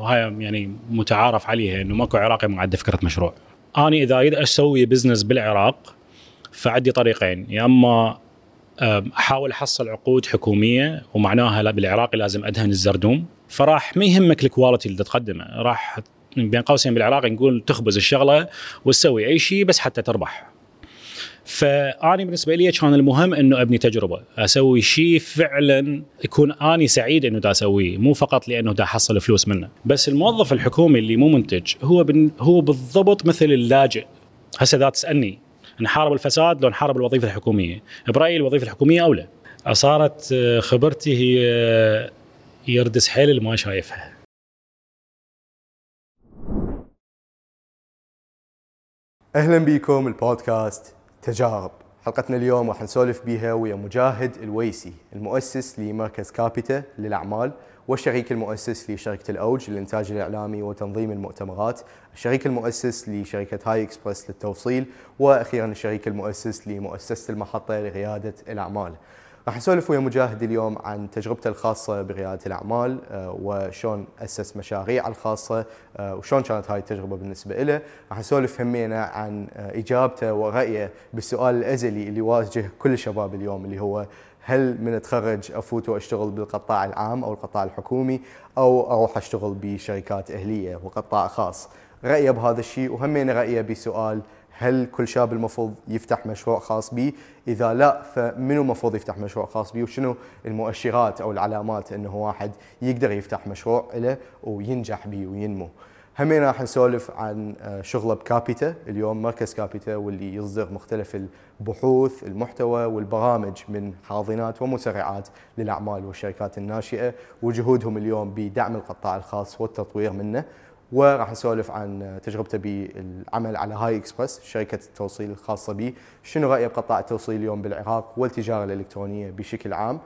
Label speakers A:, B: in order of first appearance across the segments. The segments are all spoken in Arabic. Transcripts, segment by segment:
A: وهاي يعني متعارف عليها انه ماكو عراقي ما عنده فكره مشروع. انا اذا اريد اسوي بزنس بالعراق فعندي طريقين، يا اما احاول احصل عقود حكوميه ومعناها لا بالعراقي لازم ادهن الزردوم، فراح ما يهمك الكواليتي اللي تقدمه، راح بين قوسين بالعراقي نقول تخبز الشغله وتسوي اي شيء بس حتى تربح. فأنا بالنسبة لي كان المهم إنه أبني تجربة، أسوي شيء فعلاً يكون أنا سعيد إنه دا أسويه، مو فقط لأنه دا حصل فلوس منه. بس الموظف الحكومي اللي مو منتج هو بالضبط مثل اللاجئ. هسه إذا تسألني نحارب الفساد لو نحارب الوظيفة الحكومية، برأيي الوظيفة الحكومية أولى. صارت خبرتي هي يردس حيل اللي ما شايفها.
B: أهلاً بكم البودكاست تجارب. حلقتنا اليوم راح نسولف بيها ويا مجاهد الويسي، المؤسس لمركز كابيتا للأعمال، والشريك المؤسس لشركة الأوج للإنتاج الإعلامي وتنظيم المؤتمرات، الشريك المؤسس لشركة هاي إكسبرس للتوصيل، وأخيراً الشريك المؤسس لمؤسسة المحطة لريادة الأعمال. راح نسولف ويا مجاهد اليوم عن تجربته الخاصة بريادة الأعمال وشون أسس مشاريع الخاصة وشون كانت هاي التجربة بالنسبة له. راح نسولف همينا عن إجابته ورأيه بالسؤال الأزلي اللي يواجه كل الشباب اليوم، اللي هو هل من أتخرج أفوت وأشتغل بالقطاع العام أو القطاع الحكومي أو أروح أشتغل بشركات أهلية وقطاع خاص. رأيه بهذا الشيء، وهمينا رأيه بسؤال هل كل شاب المفروض يفتح مشروع خاص به؟ إذا لا فمنو المفروض يفتح مشروع خاص به؟ وشنو المؤشرات أو العلامات أنه واحد يقدر يفتح مشروع له وينجح به وينمو؟ همين راح نسولف عن شغله بكابيتا اليوم، مركز كابيتا، واللي يصدر مختلف البحوث المحتوى والبرامج من حاضنات ومسرعات للأعمال والشركات الناشئة، وجهودهم اليوم بدعم القطاع الخاص والتطوير منه. وراح نسولف عن تجربته بالعمل على هاي إكسبرس، شركة التوصيل الخاصة به، شنو رأيه بقطاع التوصيل اليوم بالعراق والتجارة الإلكترونية بشكل عام،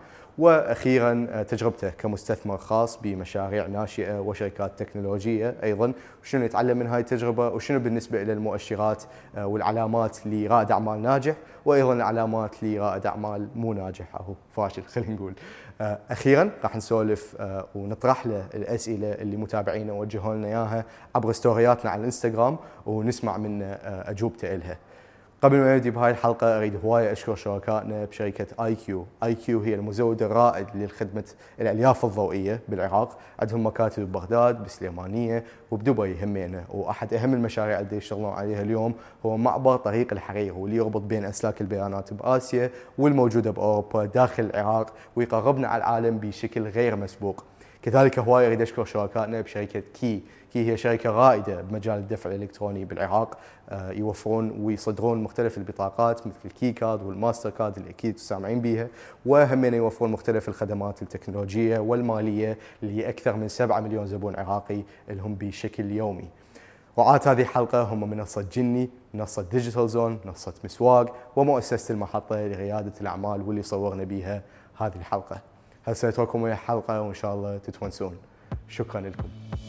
B: وأخيراً تجربته كمستثمر خاص بمشاريع ناشئة وشركات تكنولوجية أيضاً، وشنو يتعلم من هاي التجربة، وشنو بالنسبة إلى المؤشرات والعلامات لرائد أعمال ناجح، وأيضاً العلامات لرائد أعمال مو ناجح أو فاشل خلينا نقول. أخيراً راح نسولف ونطرح له الأسئلة اللي متابعينا وجهوا لنا إياها عبر ستورياتنا على الإنستغرام، ونسمع من أجوبته إلها. قبل ما نبدأ بهاي الحلقة أريد هواية أشكر شركائنا بشركة IQ هي المزود الرائد للخدمة الألياف الضوئية بالعراق. عندهم مكاتب ببغداد، بسليمانية، وبدبي همينة. وأحد أهم المشاريع اللي يشتغلون عليها اليوم هو معبر طريق الحرير، واللي يربط بين أسلاك البيانات بآسيا والموجودة بأوروبا داخل العراق، ويقربنا على العالم بشكل غير مسبوق. كذلك هواية أريد أشكر شركائنا بشركة كي هي شركة رائدة بمجال الدفع الإلكتروني بالعراق. يوفرون ويصدرون مختلف البطاقات مثل الكي كارد والماستر كارد اللي أكيد تسمعين بيها، وهمين يوفرون مختلف الخدمات التكنولوجية والمالية اللي أكثر من 7 مليون زبون عراقي لهم بشكل يومي. رعاة هذه الحلقة هم منصة جني، منصة ديجيتال زون، منصة مسواق، ومؤسسة المحطة لريادة الأعمال، واللي صورنا بيها هذه الحلقة. هسه أترككم ويا الحلقة وإن شاء الله تتونسون. شكرا لكم.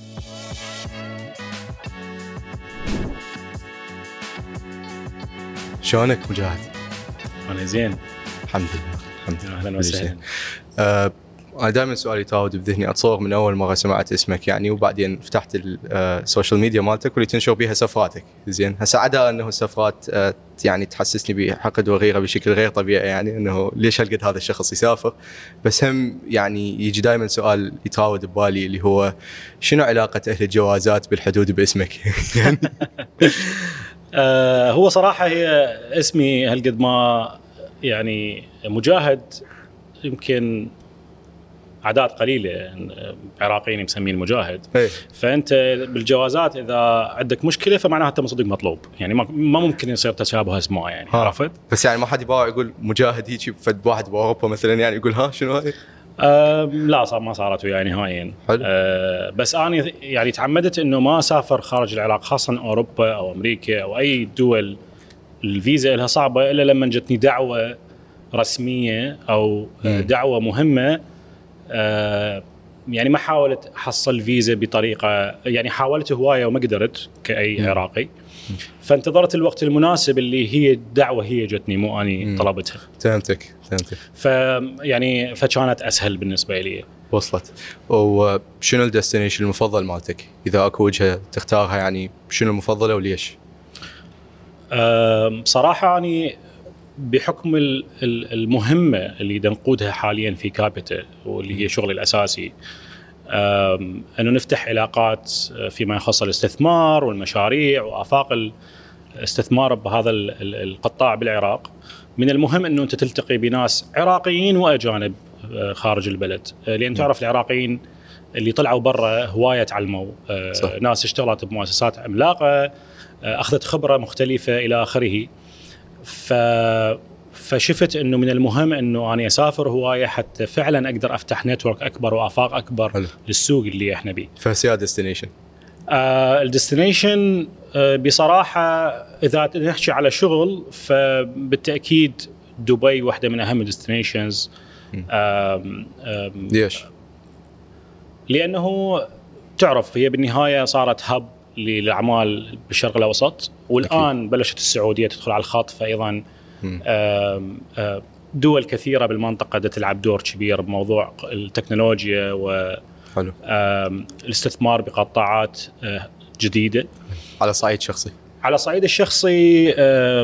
B: شلونك مجاهد؟
A: أنا زين
B: الحمد لله.
A: أهلا وسهلا.
B: أنا دائما سؤالي يتراود بذهني، أتصور من أول مرة سمعت اسمك يعني، وبعدين فتحت السوشيال ميديا مالتك واللي تنشر بها سفراتك. زين هسه عدا أنه السفرات يعني تحسسني بحقد وغيرة بشكل غير طبيعي، يعني أنه ليش هالقد هذا الشخص يسافر، بس هم يعني يجي دائما سؤال يتراود ببالي اللي هو شنو علاقة أهل الجوازات بالحدود باسمك؟
A: هو صراحة هي اسمي هالقد ما يعني مجاهد، يمكن أعداد قليلة عراقيين مسمين مجاهد. فأنت بالجوازات إذا عندك مشكلة فمعناها أنت مصدق مطلوب، يعني ما ممكن يصير تشابه اسماء يعني. عرفت؟
B: بس يعني ما حد يبغى يقول مجاهد هيك فد واحد بأوروبا مثلا يعني يقول ها شنو هاي؟
A: لا ما صارت وياي نهائيا. بس أنا يعني تعمدت إنه ما أسافر خارج العراق، خاصة أوروبا أو أمريكا أو أي دول الفيزا لها صعبة، إلا لما جتني دعوة رسمية أو دعوة مهمة. يعني ما حاولت أحصل فيزا بطريقة، يعني حاولت هواية وما قدرت كأي عراقي. فانتظرت الوقت المناسب اللي هي الدعوة هي جتني، مو أني طلبتها.
B: فهمتك.
A: فيعني فكانت أسهل بالنسبة لي.
B: وصلت. وشنو الديستنيشن المفضل مالتك اذا اكو وجهه تختارها؟ يعني شنو المفضله وليش؟
A: بصراحه اني بحكم المهمه اللي نقودها حاليا في كابيتا واللي هي شغلي الاساسي، انه نفتح علاقات فيما يخص الاستثمار والمشاريع وافاق الاستثمار بهذا القطاع بالعراق. من المهم انه انت تلتقي بناس عراقيين واجانب خارج البلد، لان تعرف العراقيين اللي طلعوا برا هوايه تعلموا، ناس اشتغلت بمؤسسات عملاقه، اخذت خبره مختلفه الى اخره. فشفت انه من المهم انه انا اسافر هوايه حتى فعلا اقدر افتح نتورك اكبر وافاق اكبر
B: حلو.
A: للسوق اللي احنا بيه.
B: فسيا ديستنيشن
A: الديستنيشن بصراحه اذا نحكي على شغل فبالتاكيد دبي واحده من اهم الديستنيشنز.
B: ليش؟
A: لانه تعرف هي بالنهايه صارت هب للاعمال بالشرق الاوسط، والان أكيد. بلشت السعوديه تدخل على الخط، فايضا دول كثيره بالمنطقه تلعب دور كبير بموضوع التكنولوجيا والاستثمار بقطاعات جديده.
B: على صعيد شخصي،
A: على صعيد الشخصي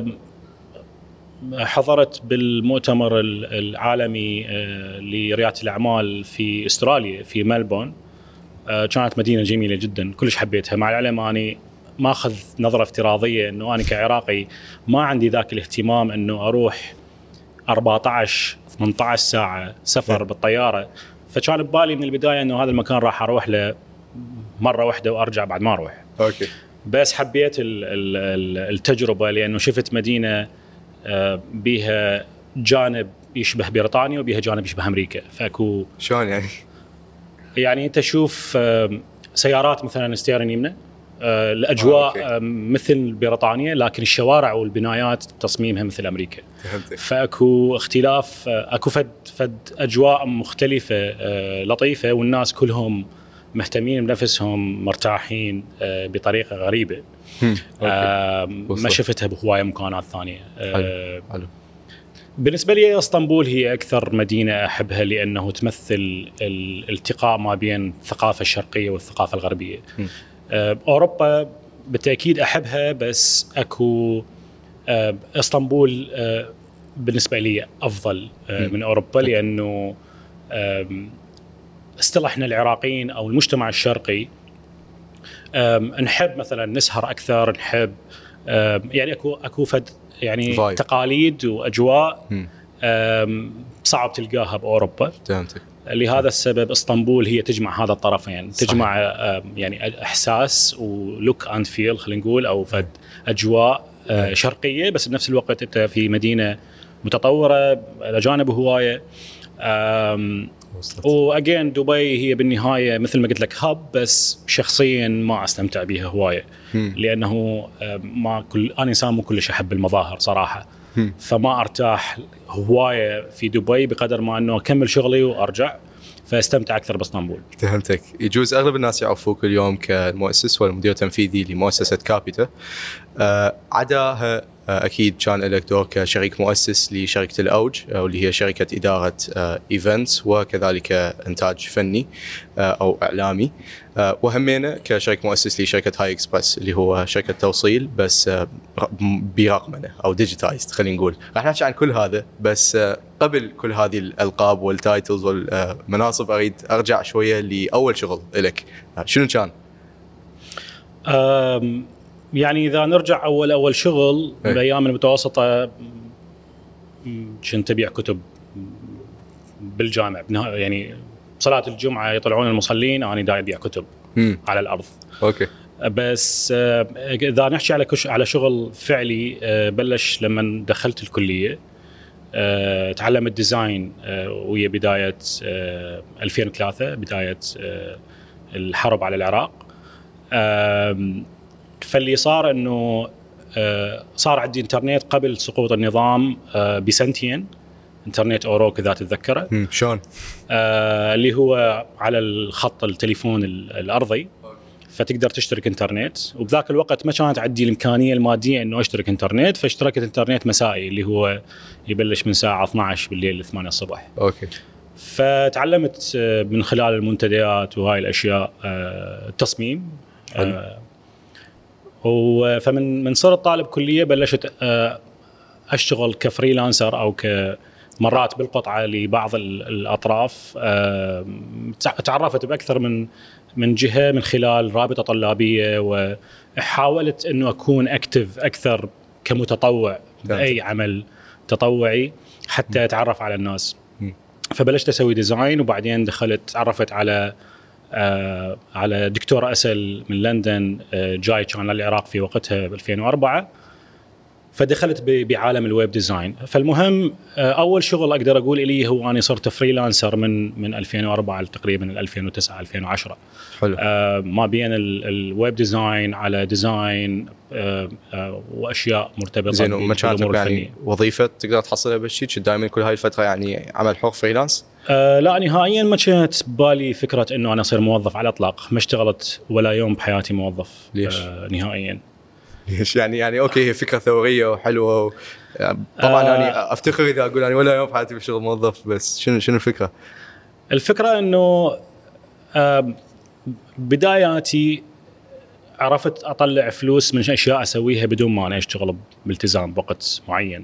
A: حضرت بالمؤتمر العالمي لرياده الاعمال في استراليا في ملبورن. كانت مدينه جميله جدا، كلش حبيتها، مع العلم اني ما اخذ نظره افتراضيه انه انا كعراقي ما عندي ذاك الاهتمام انه اروح 14 18 ساعه سفر بالطياره. فكان ببالي من البدايه انه هذا المكان راح اروح له مره واحده وارجع بعد ما اروح.
B: اوكي.
A: بس حبيت التجربه لانه شفت مدينه بيها جانب يشبه بريطانيا وبيها جانب يشبه امريكا. فاكو
B: شلون
A: يعني انت شوف سيارات مثلا ستيرن يمنى، الاجواء مثل بريطانيا، لكن الشوارع والبنايات تصميمها مثل امريكا. فاكو اختلاف، اكو فد اجواء مختلفه لطيفه، والناس كلهم مهتمين بنفسهم، مرتاحين بطريقه غريبه ما شفتها بهوايه مكانات ثانيه.
B: حلو.
A: بالنسبه لي اسطنبول هي اكثر مدينه احبها لانه تمثل الالتقاء ما بين الثقافه الشرقيه والثقافه الغربيه. اوروبا بالتاكيد احبها، بس اكو اسطنبول بالنسبه لي افضل من اوروبا، لانه اصطلحنا العراقيين او المجتمع الشرقي نحب مثلا نسهر اكثر، نحب يعني اكو فد يعني
B: vibe.
A: تقاليد واجواء صعب تلقاها باوروبا. لهذا السبب اسطنبول هي تجمع هذا الطرفين، تجمع يعني احساس ولوك اند فيل خلينا نقول، او فد اجواء شرقيه، بس بنفس الوقت انت في مدينه متطوره، الاجانب هوايه. واجين دبي هي بالنهايه مثل ما قلت لك هب، بس شخصيا ما استمتع بها هوايه، لانه ما انا انسان مو كلش احب المظاهر صراحه. فما ارتاح هوايه في دبي بقدر ما انه اكمل شغلي وارجع، فاستمتع اكثر باسطنبول.
B: فهمتك. يجوز اغلب الناس يعرفوك اليوم كالمؤسس والمدير التنفيذي لمؤسسه كابيتا، عداها اكيد كان لك دور كشريك مؤسس لشركه الاوج، واللي هي شركه اداره ايفنتس وكذلك انتاج فني او اعلامي، وهمينا كشريك مؤسس لشركه هاي اكسبرس اللي هو شركه توصيل بس برقمنه او ديجيتايزد خلينا نقول. راح نحكي عن كل هذا، بس قبل كل هذه الالقاب والتايتلز والمناصب اريد ارجع شويه لاول شغل لك. شنو كان؟
A: يعني إذا نرجع أول شغل بالأيام المتوسطة كنت أبيع كتب بالجامع، يعني صلاة الجمعة يطلعون المصلين أنا دا أبيع كتب على الأرض.
B: أوكي.
A: بس إذا نحكي على شغل فعلي بلش لما دخلت الكلية. تعلمت ديزاين وهي بداية 2003 بداية الحرب على العراق. فاللي صار انه صار عندي انترنت قبل سقوط النظام بسنتين، انترنت اوروك اذا تتذكره.
B: شلون؟
A: اللي هو على الخط التليفون الارضي، فتقدر تشترك انترنت. وبذاك الوقت ما كانت عندي الامكانيه الماديه انه اشترك انترنت، فاشتركت انترنت مسائي اللي هو يبلش من ساعه 12 بالليل ل 8 الصبح.
B: اوكي.
A: فتعلمت من خلال المنتديات وهاي الاشياء التصميم. فمن صرت طالب كليه بلشت اشتغل كفريلانسر او مرات بالقطعه لبعض الاطراف. تعرفت باكثر من جهه من خلال رابطه طلابيه، وحاولت انه اكون اكتف اكثر كمتطوع باي عمل تطوعي حتى اتعرف على الناس. فبلشت اسوي ديزاين، وبعدين تعرفت على دكتور اسل من لندن، جاي كان للعراق في وقتها ب 2004. فدخلت بعالم الويب ديزاين. فالمهم اول شغل اقدر اقول لي هو اني صرت فريلانسر من 2004 تقريبا 2009 2010.
B: حلو.
A: ما بين الويب ديزاين على ديزاين واشياء مرتبطه.
B: زين، وما كانت يعني وظيفه تقدر تحصلها بالشيء دائما كل هاي الفتره يعني عمل حر فريلانس؟
A: لا نهائيا ما كانت ببالي فكره انه انا اصير موظف على الاطلاق. ما اشتغلت ولا يوم بحياتي موظف.
B: ليش؟
A: نهائيا.
B: يعني اوكي، هي فكره ثوريه وحلوه طبعا انا افتخر اذا اقول انا ولا يوم في حياتي بشتغل موظف، بس شنو الفكره؟
A: الفكره انه بداياتي عرفت اطلع فلوس من اشياء اسويها بدون ما انا اشتغل بالتزام بوقت معين.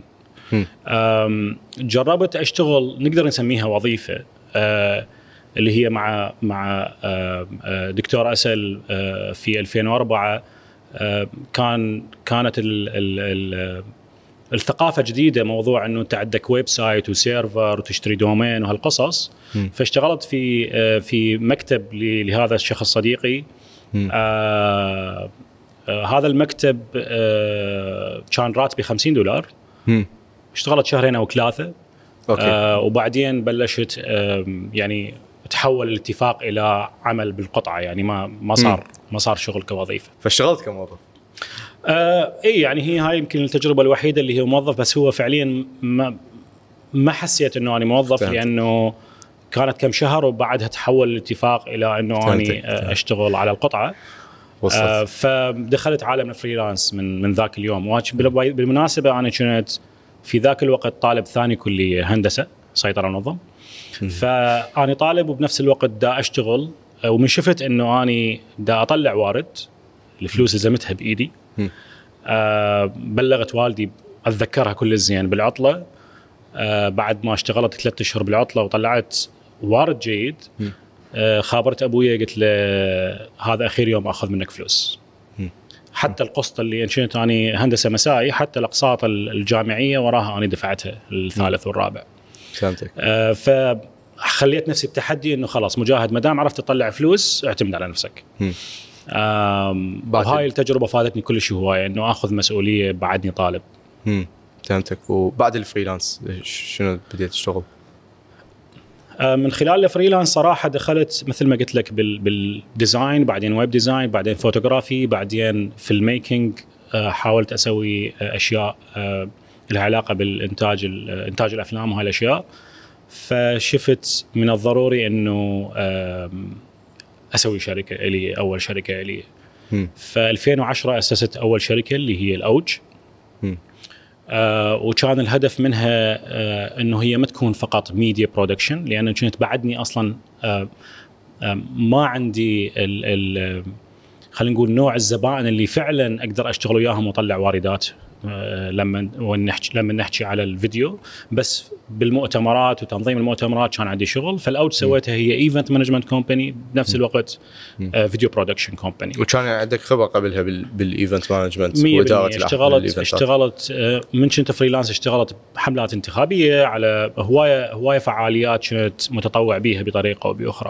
A: جربت اشتغل نقدر نسميها وظيفه، اللي هي مع دكتور اسل في 2004. كانت الثقافه جديده، موضوع انه انت عندك ويب سايت وسيرفر وتشتري دومين وهالقصص. فاشتغلت في مكتب لهذا الشخص صديقي. هذا المكتب كان راتبي $50. اشتغلت شهرين او 3. وبعدين بلشت يعني تحول الاتفاق الى عمل بالقطعه، يعني ما صار شغل كوظيفه.
B: فاشتغلت كموظف؟
A: اي يعني هي هاي يمكن التجربه الوحيده اللي هي موظف، بس هو فعليا ما حسيت انه انا موظف. فهمت. لانه كانت كم شهر وبعدها تحول الاتفاق الى انه اني اشتغل على القطعه. فدخلت عالم الفريلانس من ذاك اليوم. بالمناسبه انا كنت في ذاك الوقت طالب ثاني كليه هندسه سيطره ونظم. فاني طالب وبنفس الوقت دا اشتغل، ومن شفت انه اني دا اطلع وارد الفلوس لزمتها بايدي. بلغت والدي، اتذكرها كل الزين بالعطله. بعد ما اشتغلت 3 أشهر بالعطله وطلعت وارد جيد، خابرت ابويا قلت له هذا اخير يوم اخذ منك فلوس. حتى القسط اللي كنت اني هندسه مسائي، حتى الاقساط الجامعيه وراها اني دفعتها الثالث والرابع.
B: فهمتك.
A: فخليت نفسي بتحدي انه خلاص مجاهد، ما دام عرفت تطلع فلوس اعتمد على نفسك. وهاي التجربه فادتني كل شيء هوايه، انه اخذ مسؤوليه بعدني طالب.
B: فهمتك. وبعد الفريلانس شنو بديت تشتغل؟
A: من خلال الفريلانس صراحه دخلت مثل ما قلت لك بالديزاين، بعدين ويب ديزاين، بعدين فوتوغرافي، بعدين في الميكينج. حاولت اسوي اشياء لها علاقه بالانتاج الافلام وهاي الاشياء. فشفت من الضروري انه اسوي شركه الي، اول شركه الي. في 2010 اسست اول شركه اللي هي الاوج. وكان الهدف منها انه هي ما تكون فقط ميديا برودكشن، لانه كنت بعدني اصلا ما عندي خلينا نقول نوع الزبائن اللي فعلا اقدر اشتغل وياهم واطلع واردات لما نحكي على الفيديو. بس بالمؤتمرات وتنظيم المؤتمرات كان عندي شغل. فالاوج سويتها هي ايفنت مانجمنت كومباني، بنفس الوقت فيديو برودكشن كومباني.
B: وكان عندك خبره قبلها بالايفنت مانجمنت واداره
A: اشتغلت من كنت فريلانس. اشتغلت بحملات انتخابيه، على هوايه فعاليات كنت متطوع بيها بطريقه او باخرى.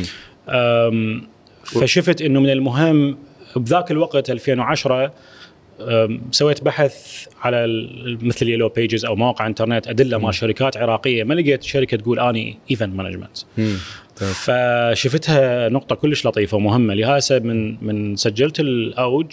A: فشفت انه من المهم بذاك الوقت 2010 سويت بحث على مثل يلو بيجز او مواقع انترنت ادله مال شركات عراقيه. ما لقيت شركه تقول اني ايفنت مانجمنت. فشفتها نقطه كلش لطيفه ومهمه. لهذا السبب من سجلت الاوج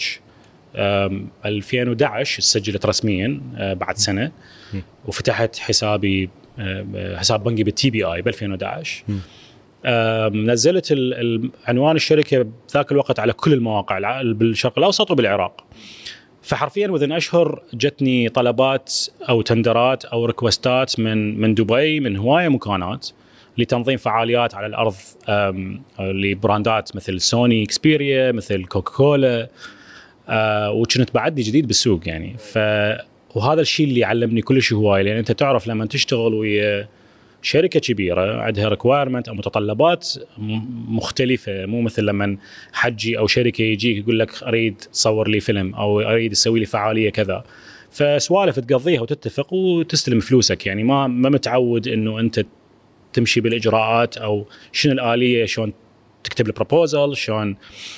A: 2011 سجلت رسميا بعد سنه. وفتحت حساب بنكي بالتي بي اي ب 2011. نزلت عنوان الشركه ذاك الوقت على كل المواقع بالشرق الاوسط وبالعراق. فحرفيا وذن اشهر جتني طلبات او تندرات او ريكوستات من دبي، من هوايه مكانات، لتنظيم فعاليات على الارض لبراندات مثل سوني اكسبيريا، مثل كوكاكولا، وكنت بعدي جديد بالسوق يعني. وهذا الشيء اللي علمني كل شيء هواي، لان انت تعرف لما تشتغل ويا شركه كبيره عندها ريكوايرمنت او متطلبات مختلفه، مو مثل لما حجي او شركه يجيك يقول لك اريد تصور لي فيلم او اريد تسوي لي فعاليه كذا، فسوالف تقضيها وتتفق وتستلم فلوسك. يعني ما متعود انه انت تمشي بالاجراءات او شنو الاليه، شلون تكتب البروبوزل، شلون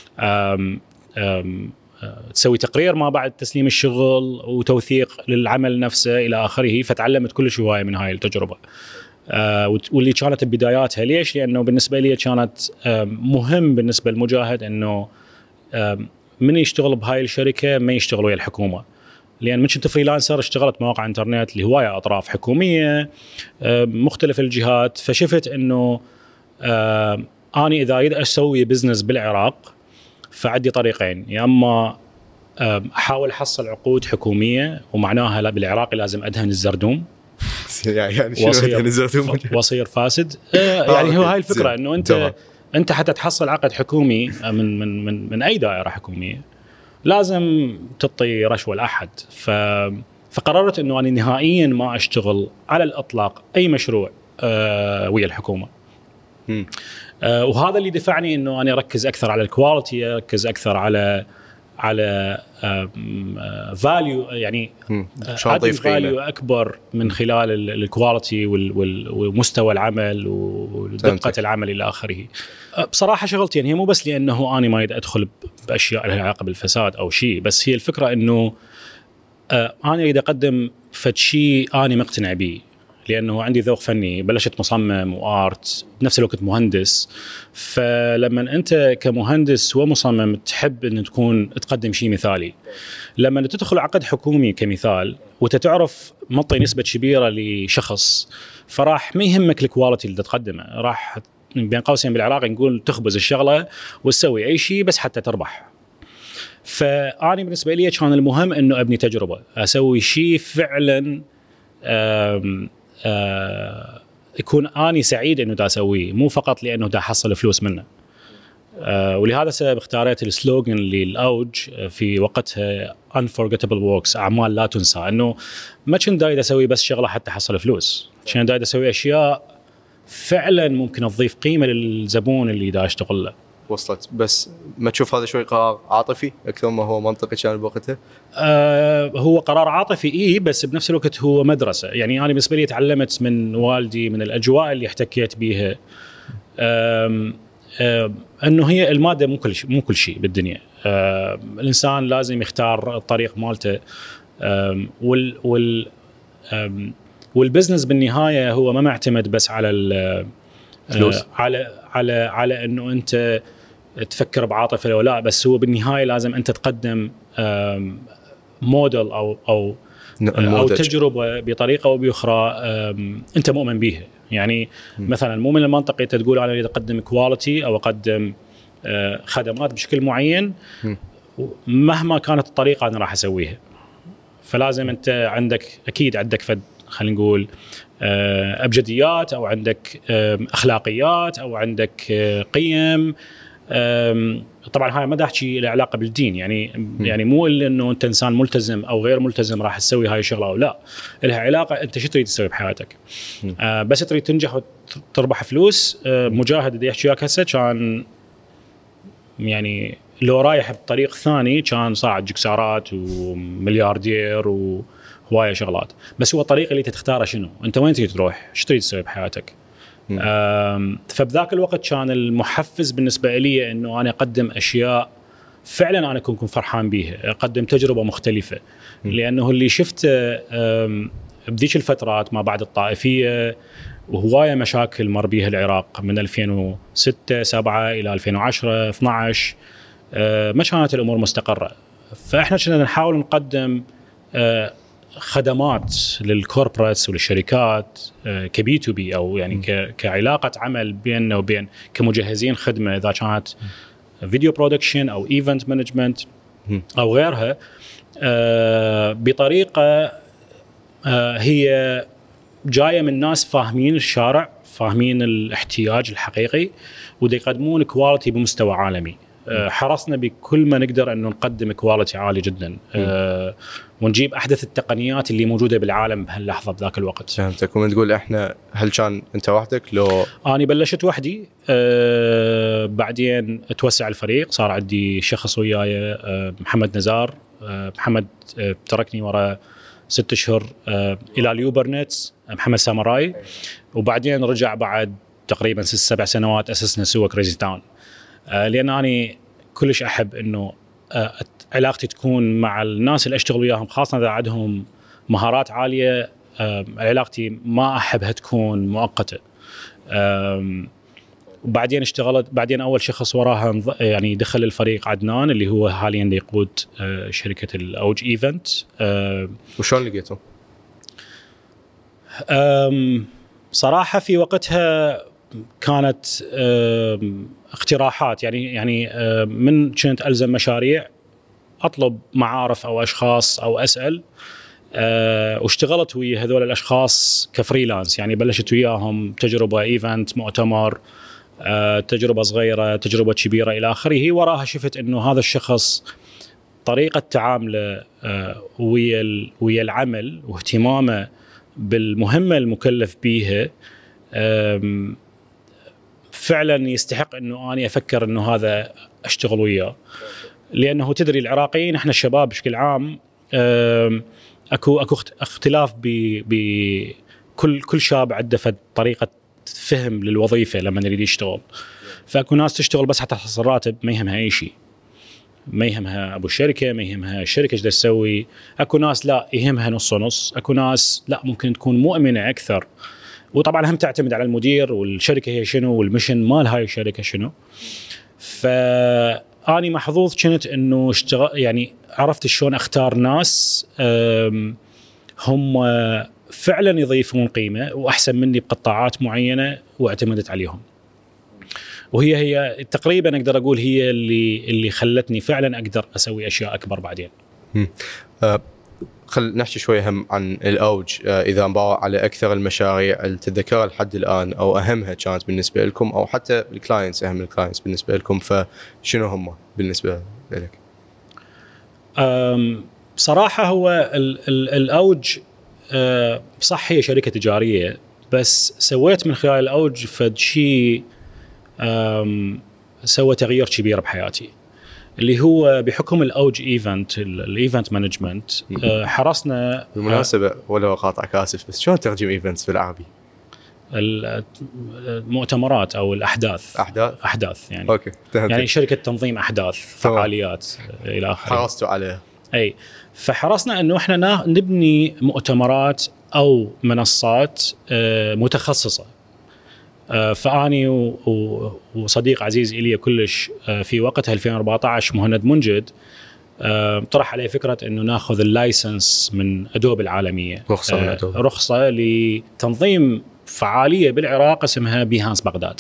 A: تسوي تقرير ما بعد تسليم الشغل وتوثيق للعمل نفسه الى اخره. فتعلمت كل شيء هواي من هاي التجربه، واللي كانت بداياتها. ليش؟ لانه بالنسبه لي كانت مهم بالنسبه للمجاهد انه من يشتغل بهاي الشركه ما يشتغل ويا الحكومه، لان من كنت فريلانسر اشتغلت مواقع انترنت لهوايه اطراف حكوميه مختلف الجهات. فشفت انه اني اذا اريد اسوي بزنس بالعراق فعندي طريقين، يا اما احاول احصل عقود حكوميه، ومعناها بالعراق لازم ادهن الزردوم
B: يعني شنو ادهن الزردوم
A: واصير فاسد. يعني هو هاي الفكره انه انت حتى تحصل عقد حكومي من اي دائره حكوميه لازم تعطي رشوه لاحد. فقررت انه انا نهائيا ما اشتغل على الاطلاق اي مشروع ويا الحكومه. وهذا اللي دفعني انه انا اركز اكثر على الكواليتي، اركز اكثر على فاليو، يعني اضيف فاليو اكبر من خلال الكواليتي ومستوى العمل ودقه العمل الى اخره. بصراحه شغلتي يعني هي مو بس لانه انا ما اريد ادخل باشياء لها علاقه بالفساد او شيء، بس هي الفكره انه انا اريد اقدم فد شيء انا مقتنع به، لانه عندي ذوق فني، بلشت مصمم وارت بنفس الوقت مهندس. فلما انت كمهندس ومصمم تحب ان تقدم شيء مثالي، لما تدخل عقد حكومي كمثال وتتعرف مطي نسبه كبيره لشخص، فراح ما يهمك الكواليتي اللي تقدمه، راح بين قوسين بالعراق نقول تخبز الشغله وتسوي اي شيء بس حتى تربح. فاني بالنسبه لي كان المهم انه ابني تجربه، اسوي شيء فعلا يكون اني سعيد انه دا اسويه، مو فقط لانه دا احصل فلوس منه. ولهذا السبب اختاريت السلوغن للاوج في وقتها unforgettable works، اعمال لا تنسى. انه ما كنت داير اسوي بس شغله حتى احصل فلوس، كنت داير اسوي اشياء فعلا ممكن تضيف قيمه للزبون اللي دا اشتغل له.
B: وصلت. بس ما تشوف هذا شوي قرار عاطفي اكثر ما هو منطقي كان بوقتها؟
A: هو قرار عاطفي بس بنفس الوقت هو مدرسه. يعني انا بالنسبه لي تعلمت من والدي، من الاجواء اللي احتكيت بيها، انه هي الماده مو كل شيء بالدنيا. الانسان لازم يختار الطريق مالته، والبزنس بالنهايه هو ما معتمد بس على الفلوس، على انه انت تفكر بعاطفه ولا لا، بس هو بالنهايه لازم انت تقدم موديل او تجربه بطريقه او باخرى انت مؤمن بيها. يعني مثلا مو من المنطقي انت تقول انا اريد اقدم كواليتي او اقدم خدمات بشكل معين مهما كانت الطريقه انا راح اسويها. فلازم انت اكيد عندك خلينا نقول ابجديات، او عندك اخلاقيات، او عندك قيم. طبعا هاي ما احكي له علاقه بالدين، يعني مو الا انه انت انسان ملتزم او غير ملتزم راح تسوي هاي الشغله او لا، لها علاقه انت شو تريد تسوي بحياتك. بس تريد تنجح وتربح فلوس. مجاهد اللي يحكي وياك هسه كان يعني لو رايح بطريق ثاني كان صاعد جكسارات وملياردير وهوايه شغلات، بس هو الطريق اللي تختاره شنو، انت وين تريد تروح، شو تريد تسوي بحياتك. فبذاك الوقت كان المحفز بالنسبه لي انه انا اقدم اشياء فعلا انا كنت فرحان بيها، اقدم تجربه مختلفه. لانه اللي شفته بذيك الفترات ما بعد الطائفيه وهوايه مشاكل مر بيها العراق من 2006 7 الى 2010 12، ما كانت الامور مستقره. فاحنا كنا نحاول نقدم خدمات للكوربريتس وللشركات كبي تو بي، او يعني كعلاقه عمل بيننا وبين كمجهزين خدمه، اذا كانت فيديو برودكشن او ايفنت مانجمنت او غيرها، بطريقه هي جايه من ناس فاهمين الشارع، فاهمين الاحتياج الحقيقي، ودا يقدمون كواليتي بمستوى عالمي. حرصنا بكل ما نقدر انه نقدم كواليتي عالي جدا، ونجيب احدث التقنيات اللي موجوده بالعالم بهاللحظه بذاك الوقت.
B: فهمتك. ومن تقول احنا، هل كان انت وحدك لو؟
A: انا بلشت وحدي، بعدين توسع الفريق، صار عندي شخص وياي محمد نزار. محمد تركني ورا 6 أشهر الى اليوبرنتس، محمد سامراي، وبعدين رجع بعد تقريبا 6-7 سنوات اسسنا سوا كريزي تاون. لان اني كلش احب انه علاقتي تكون مع الناس اللي اشتغل وياهم، خاصه اذا عندهم مهارات عاليه. علاقتي ما احبها تكون مؤقته. وبعدين اشتغلت، بعدين اول شخص وراها يعني دخل الفريق عدنان اللي هو حاليا يقود شركه الاوج ايفنت.
B: وشلون لقيته؟
A: صراحه في وقتها كانت اقتراحات، يعني من كنت ألزم مشاريع أطلب معارف أو أشخاص أو أسأل، واشتغلت ويا هذول الأشخاص كفريلانس. يعني بلشت وياهم تجربة إيفنت، مؤتمر، تجربة صغيرة، تجربة كبيرة إلى آخره. وراها شفت إنه هذا الشخص طريقة تعامله ويا العمل واهتمامه بالمهمة المكلف بيها فعلا يستحق انه اني افكر انه هذا اشتغل وياه. لانه تدري العراقيين احنا الشباب بشكل عام اكو اختلاف كل شاب عنده طريقه فهم للوظيفه لما يريد يشتغل. فاكو ناس تشتغل بس حتى تحصل راتب، ما يهمها اي شيء، ما يهمها ابو الشركه، ما يهمها الشركه ايش تسوي. اكو ناس لا يهمها نص ونص، اكو ناس لا ممكن تكون مؤمنه اكثر. وطبعا هم تعتمد على المدير والشركه هي شنو والمشن مال هاي الشركه شنو. فاني محظوظ كنت انه يعني عرفت شلون اختار ناس هم فعلا يضيفون قيمه واحسن مني بقطاعات معينه واعتمدت عليهم. وهي تقريبا اقدر اقول هي اللي خلتني فعلا اقدر اسوي اشياء اكبر بعدين.
B: خل نحكي شوي هم عن الأوج. إذا نباوع على أكثر المشاريع اللي تتذكرها لحد الآن أو أهمها كانت بالنسبة لكم، أو حتى الكلاينتس، أهم الكلاينتس بالنسبة لكم، فشنو هم بالنسبة لك؟
A: بصراحة هو الأوج صح هي شركة تجارية، بس سويت من خلال الأوج فد شيء سوى تغيير كبير بحياتي، اللي هو بحكم الاوج ايفنت، الايفنت مانجمنت. حرصنا
B: بالمناسبه ولو قاطعك اسف، بس شلون ترجم ايفنتس بالعربي؟
A: المؤتمرات او الاحداث. احداث يعني.
B: اوكي تهمت.
A: يعني شركه تنظيم احداث، فعاليات الى اخره.
B: حرصتوا عليها.
A: اي، فحرصنا انه احنا نبني مؤتمرات او منصات متخصصه. فاني وصديق عزيز إلي كلش في وقتها 2014 مهند منجد طرح عليه فكره انه ناخذ اللايسنس من ادوب العالميه، رخصه لتنظيم فعاليه بالعراق اسمها بيهانس بغداد.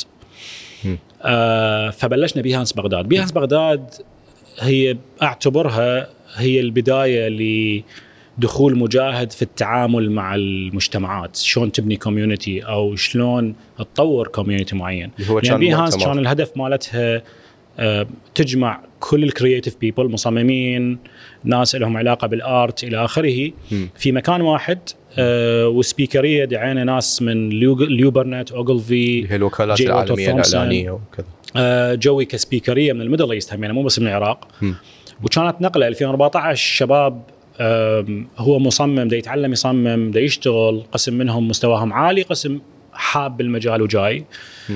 A: فبلشنا بيهانس بغداد. بيهانس بغداد هي اعتبرها هي البدايه دخول مجاهد في التعامل مع المجتمعات، شلون تبني كوميونتي او شلون تطور كوميونتي معين. يعني بيهانس كان الهدف مالتها تجمع كل الكرياتيف بيبل، مصممين، ناس لهم علاقه بالارت الى اخره، في مكان واحد. وسبيكريه دعينا ناس من اليوبرنت، اوغلفي،
B: هي الوكالات العالميه الاعلانيه وكذا.
A: جوي كسبيكريه من الميدل ايست همينه، مو بس من العراق. وكانت نقله 2014 شباب هو مصمم، دا يتعلم يصمم، دا يشتغل، قسم منهم مستواهم عالي، قسم حاب بالمجال وجاي.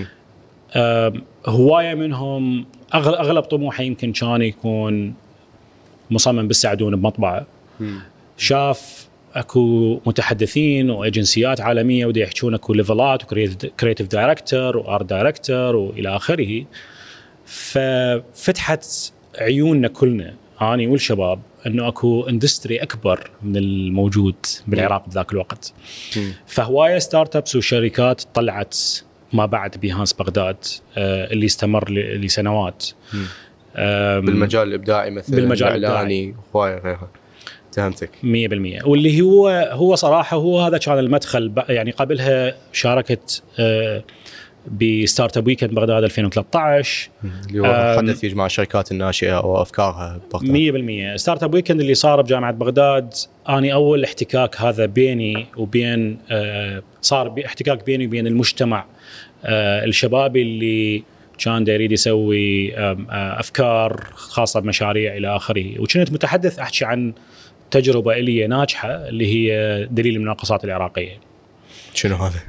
A: هواية منهم أغلب طموحه يمكن كان يكون مصمم بالسعدون بمطبعة. شاف أكو متحدثين وإيجنسيات عالمية ودا يحكون أكو ليفلات وكرياتيف دايركتور وآرت دايركتور وإلى آخره. ففتحت عيوننا كلنا، أنا والشباب، انه اكو اندستري اكبر من الموجود بالعراق بذاك الوقت. فهوايه ستارت ابس وشركات طلعت ما بعد بيهانس بغداد اللي استمر لسنوات
B: بالمجال الابداعي مثلا،
A: بالمجال
B: الاعلاني، هوايه غيرها. فهمتك
A: 100%. واللي هو صراحه هو هذا كان المدخل. يعني قبلها شاركت بستارت اب ويكند بغداد 2013
B: اللي هو حدث يجمع الشركات الناشئه وافكارها ببغداد.
A: 100%. ستارت اب ويكند اللي صار بجامعه بغداد، اني اول احتكاك هذا بيني وبين صار احتكاك بيني وبين المجتمع الشبابي اللي كان دا يريد يسوي افكار خاصه بمشاريع الى اخره. وكنت متحدث احكي عن تجربه لي ناجحه اللي هي دليل المناقصات العراقيه.
B: شنو هذا؟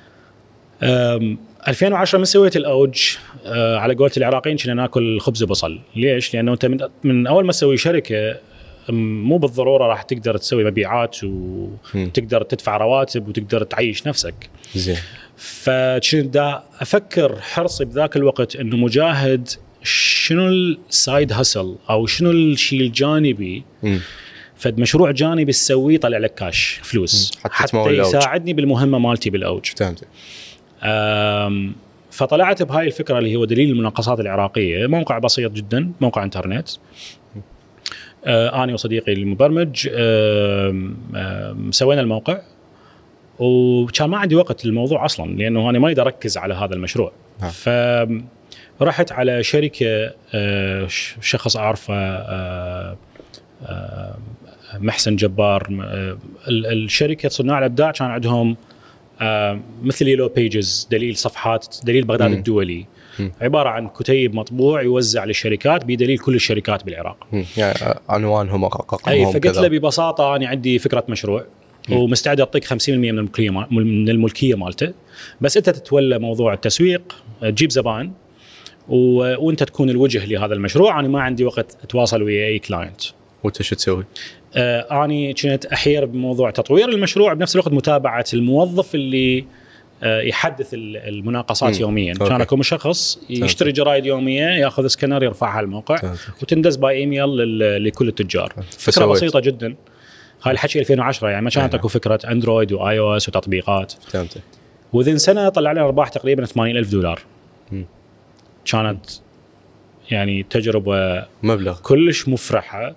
A: 2010 من سويت الاوج، على قولة العراقيين كنا ناكل خبز وبصل. ليش؟ لانه انت من اول ما تسوي شركه مو بالضروره راح تقدر تسوي مبيعات وتقدر تدفع رواتب وتقدر تعيش نفسك.
B: زين.
A: فكنت دا افكر حرصي بذاك الوقت انه مجاهد شنو السايد هاسل او شنو الشيء الجانبي، فد مشروع جانبي تسويه يطلع لك كاش فلوس حتى يساعدني بالمهمه مالتي بالاوج.
B: فهمت.
A: فطلعت بهاي الفكره اللي هو دليل المناقصات العراقيه. موقع بسيط جدا، موقع انترنت. أنا وصديقي المبرمج سوينا الموقع، وكان ما عندي وقت للموضوع أصلا لأنه أنا ما أقدر أركز على هذا المشروع. فرحت على شركة شخص أعرفه محسن جبار. الشركة صناع الإبداع كان عندهم مثل يلو بيجز، دليل صفحات، دليل بغداد الدولي، عبارة عن كتيب مطبوع يوزع للشركات بدليل كل الشركات بالعراق.
B: يعني عنوانهم
A: أي. فقلت له ببساطة أنا عندي فكرة مشروع ومستعد أعطيك 50% من الملكية مالته، بس أنت تتولى موضوع التسويق، تجيب زبائن وأنت تكون الوجه لهذا المشروع. أنا ما عندي وقت أتواصل ويا أي كلاينت.
B: وأنت شو تسوي؟
A: أنا كنت أحير بموضوع تطوير المشروع، بنفس الوقت متابعة الموظف اللي يحدث المناقصات يوميا. كان اكو شخص يشتري جرايد يوميه، ياخذ سكانر يرفعها على الموقع وتندز باي ايميل لكل التجار. فكره بسيطه جدا. هاي الحكي 2010، يعني ما كانت اكو فكره اندرويد واي او اس وتطبيقات.
B: فهمت.
A: وذن سنه طلع لنا ارباح تقريبا $80,000. كانت يعني تجربه
B: مبلغ
A: كلش مفرحه.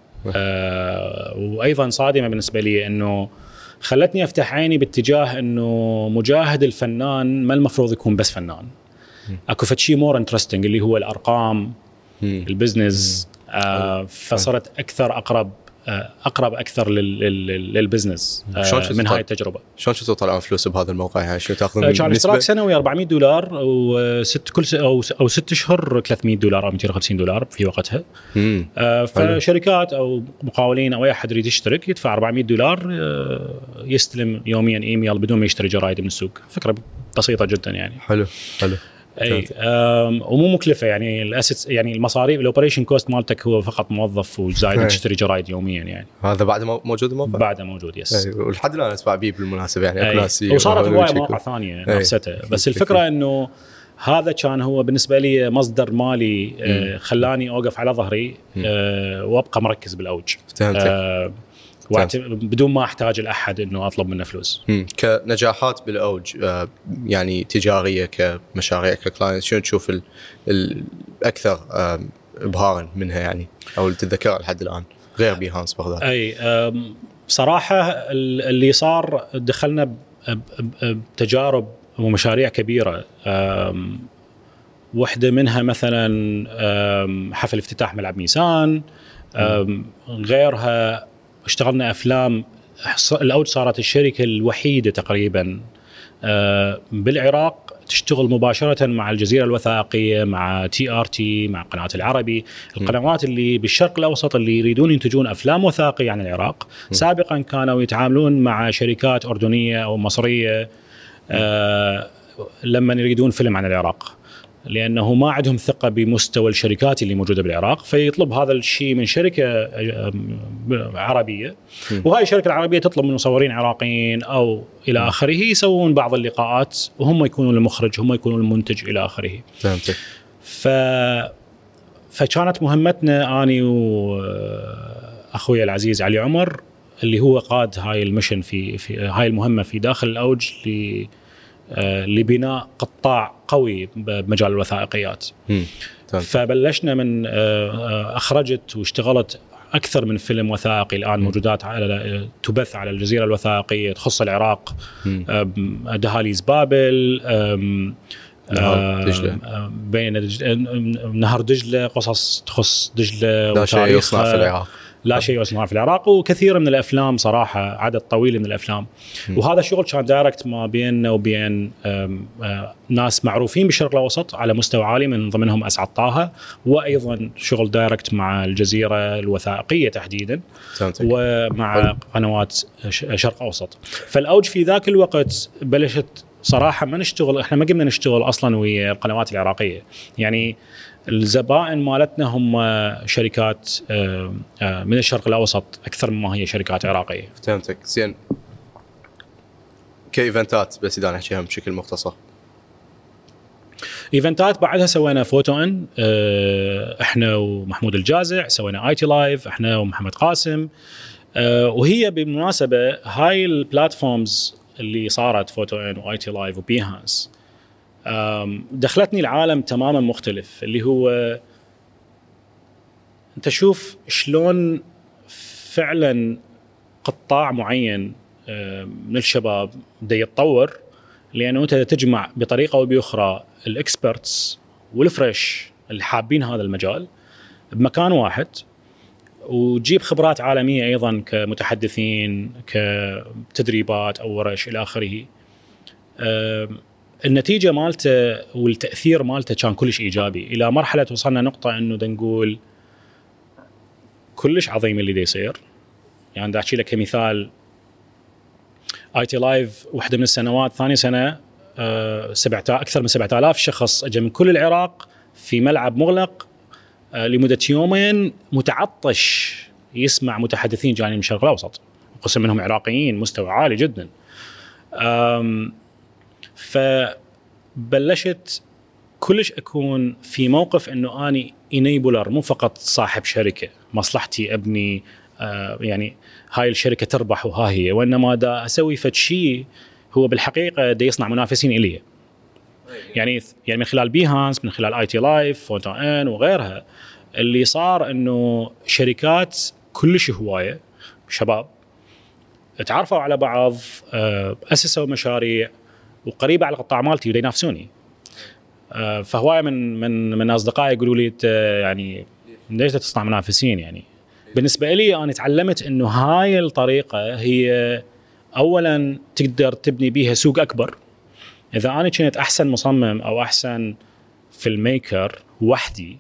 A: وايضا صادمه بالنسبه لي، انه خلتني افتح عيني باتجاه انه مجاهد الفنان ما المفروض يكون بس فنان. اكو شيء مور انترستنج اللي هو الارقام، البزنس. فصرت اكثر اقرب اكثر للبزنس من هاي التجربه.
B: شلون تطلعون فلوس بهذا الموقع؟ يعني شو تاخذون؟
A: كان اشتراك سنوي $400 وست كل او 6 اشهر $300 او $250 في وقتها. فشركات او مقاولين او اي احد يريد يشترك يدفع $400 يستلم يوميا ايميل بدون ما يشتري جرايد من السوق. فكره بسيطه جدا يعني.
B: حلو.
A: اي. ومو مكلفه يعني الاسيتس، يعني المصاريف الاوبريشن كوست مالتك هو فقط موظف وزايد تشتري جرايد يوميا يعني.
B: هذا بعد موجود الموقع؟
A: بعده موجود يس.
B: ولحد الان اسمع بيه بالمناسبه يعني اكو ناس
A: وصارت هوايه مواقع ثانيه نفسته. بس الفكره انه هذا كان هو بالنسبه لي مصدر مالي خلاني اوقف على ظهري وابقى مركز بالاوج. بدون ما احتاج الاحد انه اطلب منه فلوس.
B: كنجاحات بالاوج يعني تجاريه، كمشاريع، ككلاينت، شنو تشوف الاكثر ابهارا منها يعني او تتذكرها لحد الان غير بيهانس بغداد؟
A: اي بصراحه اللي صار دخلنا بتجارب ومشاريع كبيره. واحده منها مثلا حفل افتتاح ملعب ميسان. غيرها اشتغلنا افلام. الاوج صارت الشركه الوحيده تقريبا بالعراق تشتغل مباشره مع الجزيره الوثائقيه، مع TRT، مع قناه العربي، القنوات اللي بالشرق الاوسط اللي يريدون ينتجون افلام وثائقيه عن العراق. سابقا كانوا يتعاملون مع شركات اردنيه او مصريه لما يريدون فيلم عن العراق، لأنه ما عندهم ثقة بمستوى الشركات اللي موجودة بالعراق، فيطلب هذا الشيء من شركة عربية. وهاي الشركة العربية تطلب من مصورين عراقيين أو إلى آخره يسوون بعض اللقاءات، وهم يكونون المخرج، هم يكونون المنتج إلى آخره. فكانت مهمتنا أنا وأخوي العزيز علي عمر اللي هو قاد هاي المشن في هاي المهمة في داخل الأوج لبناء قطاع قوي بمجال الوثائقيات. فبلشنا من أخرجت واشتغلت اكثر من فيلم وثائقي الان موجودات على تبث على الجزيره الوثائقيه تخص العراق. دهاليز بابل، بين نهر دجلة، قصص تخص دجلة وتاريخها.
B: في العراق
A: لا شيء يصنع في العراق، وكثير من الافلام صراحه، عدد طويل من الافلام. وهذا الشغل كان دايركت ما بيننا وبين ناس معروفين بالشرق الاوسط على مستوى عالي، من ضمنهم اسعد طه، وايضا شغل دايركت مع الجزيره الوثائقيه تحديدا، ومع قنوات شرق اوسط. فالاوج في ذاك الوقت بلشت صراحه ما نشتغل، احنا ما قمنا نشتغل اصلا ويا القنوات العراقيه. يعني الزبائن مالتنا هم شركات من الشرق الاوسط اكثر مما هي شركات عراقيه.
B: فهمتك. زين، كايفنتات بس اذا نحكيها بشكل مختصر.
A: ايفنتات بعدها سوينا فوتو ان، احنا ومحمود الجازع سوينا اي تي لايف، احنا ومحمد قاسم. وهي بالمناسبه هاي البلاتفورمز اللي صارت فوتو ان واي تي لايف وبيهانس دخلتني العالم تماما مختلف، اللي هو انت شوف شلون فعلا قطاع معين من الشباب دا يتطور، لانه انت تجمع بطريقه او باخرى الاكسبرتس والفريش اللي حابين هذا المجال بمكان واحد، وتجيب خبرات عالميه ايضا كمتحدثين، كتدريبات او ورش الى اخره. النتيجه مالته والتاثير مالته كان كلش ايجابي، الى مرحله وصلنا نقطه انه نقول كلش عظيم اللي دا يصير. يعني دا احكي لك كمثال، اي تي لايف واحده من السنوات، ثاني سنه اكثر من 7000 شخص اجى من كل العراق في ملعب مغلق لمده يومين، متعطش يسمع متحدثين جايين من الشرق الاوسط، قسم منهم عراقيين مستوى عالي جدا. فبلشت كلش أكون في موقف أنه أني إنيبولر، مو فقط صاحب شركة مصلحتي أبني يعني هاي الشركة تربح وها هي، وإنما دا أسوي فد شيء هو بالحقيقة دا يصنع منافسين إلي. يعني من خلال بيهانس، من خلال اي تي لايف، فوتو ان وغيرها، اللي صار أنه شركات كلش هواية شباب تعرفوا على بعض، أسسوا مشاريع وقريبة على القطاع مالتي ودا ينافسوني. فهواية من أصدقائي يقولوا لي يعني ليش تصنع منافسين؟ يعني بالنسبة لي أنا تعلمت إنه هاي الطريقة هي أولاً تقدر تبني بيها سوق أكبر. إذا أنا كنت أحسن مصمم أو أحسن فيلم ميكر وحدي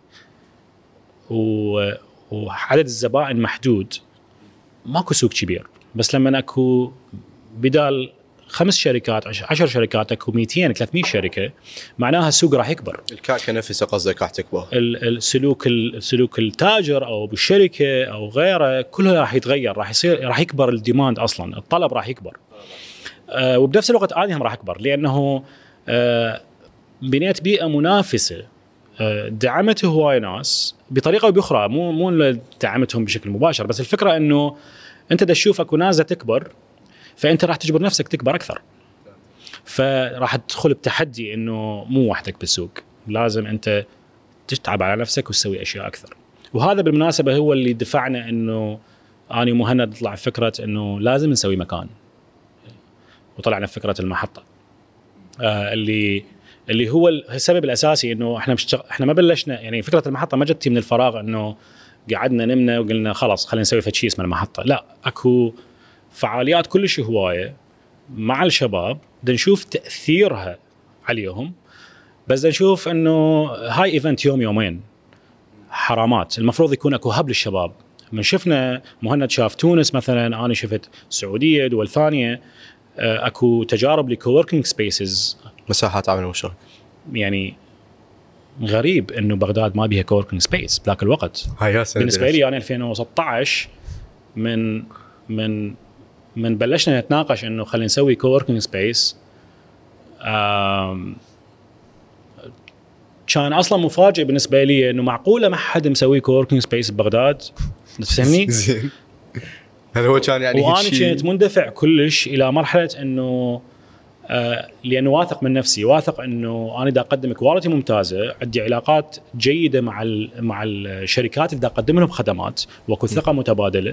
A: وعدد الزبائن محدود، ماكو سوق كبير. بس لما أكو بدال 5 شركات 10 شركات اكو 200 300 شركه، معناها السوق راح يكبر.
B: الكعكه نفسها قصدك راح تكبر.
A: السلوك التاجر او بالشركه او غيره كلها راح يتغير، راح يكبر الديماند، اصلا الطلب راح يكبر. وبنفس الوقت انا هم راح اكبر، لانه بنيت بيئه منافسه دعمت هواي ناس بطريقه او باخرى، مو دعمتهم بشكل مباشر، بس الفكره انه انت دا تشوف اكو ناس تكبر، فأنت راح تجبر نفسك تكبر أكثر. فراح تدخل بتحدي إنه مو وحدك بالسوق، لازم أنت تتعب على نفسك وتسوي أشياء أكثر. وهذا بالمناسبة هو اللي دفعنا إنه أنا ومهند نطلع فكرة إنه لازم نسوي مكان، وطلعنا فكرة المحطة اللي هو السبب الأساسي. إنه إحنا ما بلشنا، يعني فكرة المحطة ما جت من الفراغ إنه قعدنا نمنا وقلنا خلاص خلينا نسوي شيء اسمه المحطة. لا، أكو فعاليات كلش هواية مع الشباب بدنا نشوف تأثيرها عليهم، بس بدنا نشوف انه هاي ايفنت يوم يومين حرامات، المفروض يكون اكو هب للشباب. من شفنا مهند شاف تونس مثلا، انا شفت السعودية، دول ثانية اكو تجارب لكووركينج سبيسز،
B: مساحات عمل مشترك.
A: يعني غريب انه بغداد ما بيها كووركينج سبيس بذاك الوقت. بالنسبة لي انا 2016 من بلشنا نتناقش انه خلينا نسوي كووركينج سبيس، كان اصلا مفاجئ بالنسبه لي انه معقوله ما حد مسوي كووركينج سبيس ببغداد، تفهمني؟
B: هل هو كان يعني
A: وانا كنت مندفع كلش الى مرحله انه لانه واثق من نفسي، واثق انه انا دا اقدم كواليتي ممتازه، عندي علاقات جيده مع الشركات اللي دا اقدم لهم خدمات، واكو ثقه متبادله.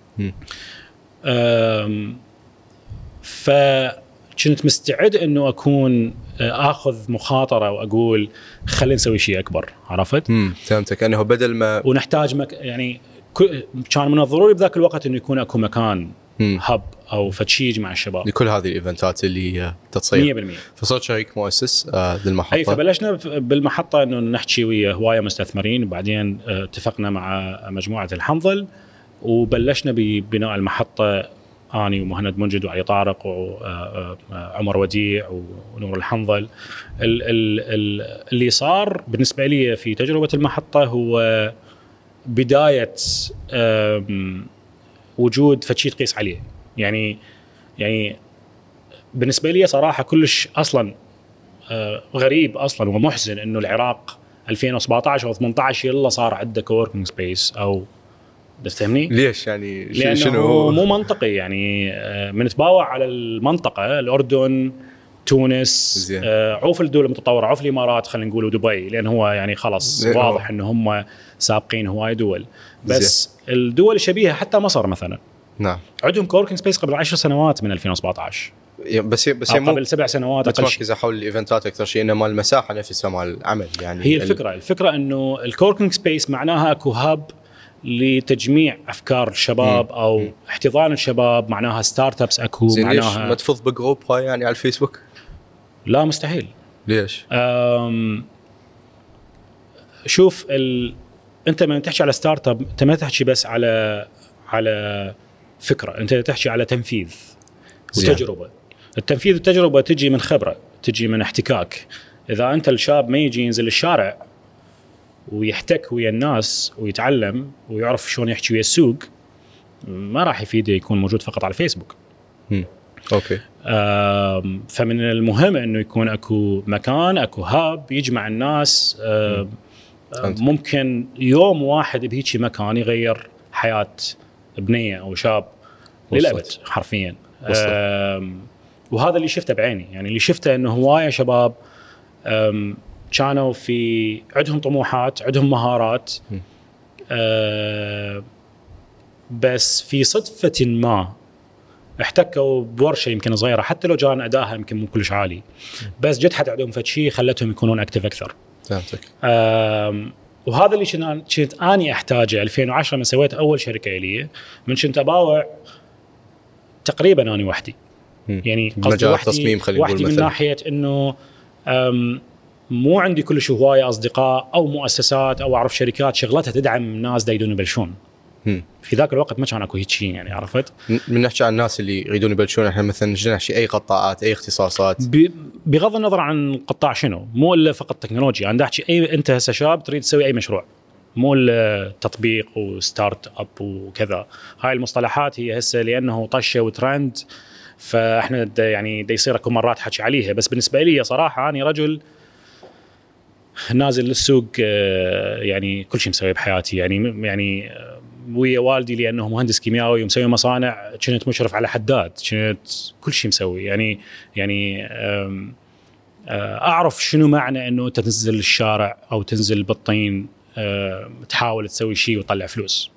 A: فكنت مستعد انه اكون اخذ مخاطره واقول خلينا نسوي شيء اكبر، عرفت؟
B: فهمتك، انه بدل ما
A: ونحتاج يعني كان من الضروري بذاك الوقت انه يكون اكو مكان هب او فتشيج مع الشباب
B: لكل هذه الايفنتات اللي تصير
A: 100%.
B: فصرت شريك مؤسس للمحطه.
A: اي فبلشنا بالمحطه انه نحكي ويا هوايه مستثمرين، وبعدين اتفقنا مع مجموعه الحنظل وبلشنا ببناء المحطه، اني ومهند منجد وعلي طارق وعمر وديع ونور الحنظل. اللي صار بالنسبه لي في تجربه المحطه هو بدايه وجود فتشي تقيس عليه. يعني بالنسبه لي صراحه كلش اصلا غريب اصلا ومحزن انه العراق 2017 او 18 يلا صار عنده كووركينج سبيس، او تفهمني
B: ليش؟ يعني
A: لأنه
B: شنو
A: مو منطقي. يعني بنتباوع على المنطقه، الاردن، تونس، عوف الدول المتطوره، عوف الامارات، خلينا نقول ودبي، لان هو يعني خلص واضح انه هم سابقين هواي دول. بس الدول الشبيهه حتى مصر مثلا،
B: نعم،
A: عندهم كوركينج سبيس قبل 10 سنوات من 2017،
B: بس
A: قبل 7 سنوات اقل شيء.
B: متركزه حول الايفنتات اكثر شيء، انما المساحه نفسها مال العمل. يعني
A: هي الفكره انه الكوركينج سبيس معناها اكو هاب لتجميع افكار الشباب او احتضان الشباب، معناها ستارت ابس اكو، معناها
B: ما تفض بجروب هاي يعني على الفيسبوك؟
A: لا مستحيل.
B: ليش؟
A: شوف انت ما تحكي على ستارت اب، انت ما تحكي بس على فكره، انت تحكي على تنفيذ وتجربه. التنفيذ والتجربه تجي من خبره، تجي من احتكاك. اذا انت الشاب ما يجي ينزل الشارع ويحتك ويا الناس ويتعلم ويعرف شلون يحكي ويا السوق، ما راح يفيده يكون موجود فقط على الفيسبوك.
B: اوكي.
A: فمن المهم انه يكون اكو مكان، اكو هاب يجمع الناس. ممكن يوم واحد بهيجي مكان يغير حياة بنية او شاب للأبد حرفيا. وهذا اللي شفته بعيني. يعني اللي شفته انه هواية شباب كانوا في عندهم طموحات، عندهم مهارات، بس في صدفة ما احتكوا بورشة يمكن صغيرة، حتى لو كان أداها يمكن مو كلش عالي، بس جت حد عندهم فشي خلتهم يكونون أكتف أكثر.
B: فهمتك.
A: وهذا اللي كنت أني أحتاجه 2010 من سويت أول شركة لي، من كنت أباوع تقريبا أنا وحدي. يعني
B: قصدي
A: وحدي من ناحية إنه مو عندي كلش هواية أصدقاء أو مؤسسات أو أعرف شركات شغلتها تدعم الناس دا يريدون يبلشون. في ذاك الوقت ما كان اكو هيك شيء، يعني عرفت.
B: من نحكي عن الناس اللي يريدون يبلشون، احنا مثلا نجي نحكي اي قطاعات، اي اختصاصات،
A: بغض النظر عن قطاع شنو، مو الا فقط تكنولوجيا. انا احكي اي انت هسه شاب تريد تسوي اي مشروع، مو التطبيق وستارت اب وكذا. هاي المصطلحات هي هسه لانه طشه وترند، فاحنا يعني دا يصير اكو مرات حكي عليها. بس بالنسبه لي صراحه انا رجل نازل للسوق، يعني كل شيء مسوي بحياتي. يعني ويا والدي لانه مهندس كيميائي ومسوي مصانع، كنت مشرف على حداد، كنت كل شيء مسوي. يعني اعرف شنو معنى انه انت تنزل الشارع او تنزل بالطين تحاول تسوي شيء وتطلع فلوس.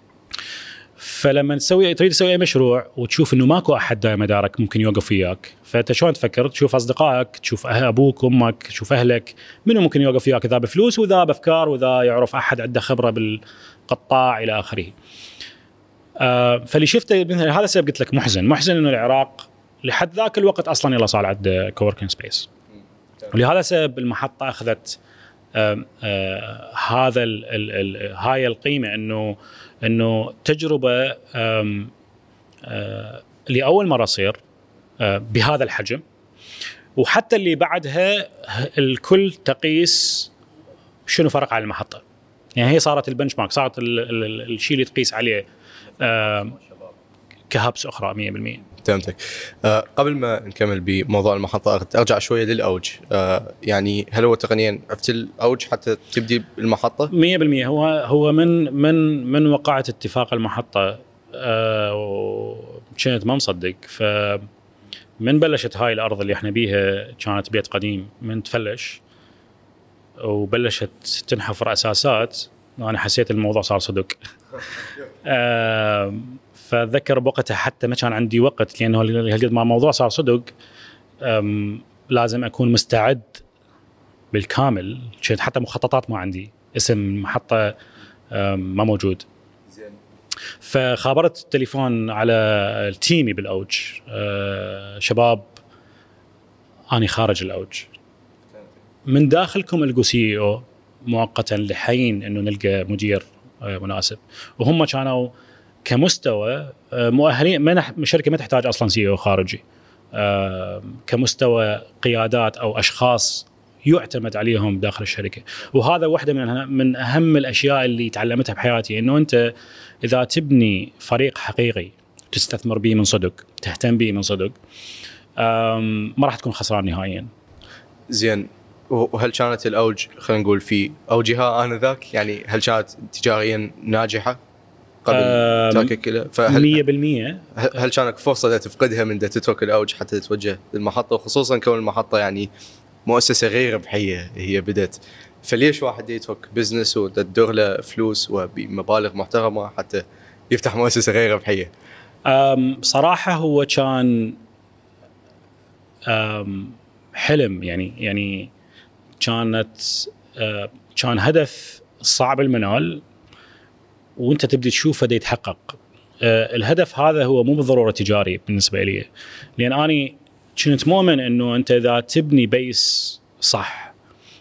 A: فلما تريد تسوي اي مشروع وتشوف انه ماكو احد دايم مدارك ممكن يوقف وياك، فانت شلون تفكر؟ تشوف اصدقائك، تشوف ابوك امك، تشوف اهلك، منو ممكن يوقف وياك اذا بفلوس واذا بافكار واذا يعرف احد عنده خبره بالقطاع الى اخره. فاللي شفته هذا السبب قلت لك محزن انه العراق لحد ذاك الوقت اصلا يلا صار عنده كووركينج سبيس. ولهذا السبب المحطه اخذت هذا هاي القيمه، انه تجربه لاول مره تصير بهذا الحجم، وحتى اللي بعدها الكل تقيس شنو فرق على المحطه. يعني هي صارت البنش مارك، صارت الشيء اللي تقيس عليه كهبس اخرى 100%.
B: فهمتك. قبل ما نكمل بموضوع المحطة ارجع شوية للأوج. يعني هل هو تقنيا عرفت الأوج حتى تبدي المحطة؟
A: 100%. هو من وقعت اتفاق المحطة كنت ما مصدق. من بلشت هاي الارض اللي احنا بيها كانت بيت قديم، من تفلش وبلشت تنحفر اساسات انا حسيت الموضوع صار صدق. فذكر بوقتها حتى ما كان عندي وقت، لانه هالقد ما الموضوع صار صدق لازم اكون مستعد بالكامل. كنت حتى مخططات ما عندي، اسم محطه ما موجود. فخابرت التليفون على التيمي بالاوج، شباب اني خارج الاوج، من داخلكم القوا سي او مؤقتا لحين انه نلقى مدير مناسب. وهم كانوا كمستوى مؤهلين، الشركه ما تحتاج اصلا سي او خارجي، كمستوى قيادات او اشخاص يعتمد عليهم داخل الشركه. وهذا واحده من اهم الاشياء اللي تعلمتها بحياتي، انه انت اذا تبني فريق حقيقي تستثمر به من صدق، تهتم به من صدق، ما راح تكون خسران نهائيا.
B: زين، وهل كانت الاوج خلينا نقول في اوجها انذاك؟ يعني هل كانت تجاريا ناجحه قبل تركك كذا؟
A: 100%.
B: هل كانت فرصه تفقدها من تترك الاوج حتى تتوجه للمحطه، وخصوصا كون المحطه يعني مؤسسه غير ربحيه هي بدت، فليش واحد يترك بزنس وتدور له فلوس وبمبالغ محترمه حتى يفتح مؤسسه غير ربحيه؟
A: صراحه هو كان حلم، يعني كان هدف صعب المنال وانت تبدي تشوفه دا يتحقق. الهدف هذا هو مو بالضروره تجاري بالنسبه لي، لان اني كنت مؤمن انه انت اذا تبني بيس صح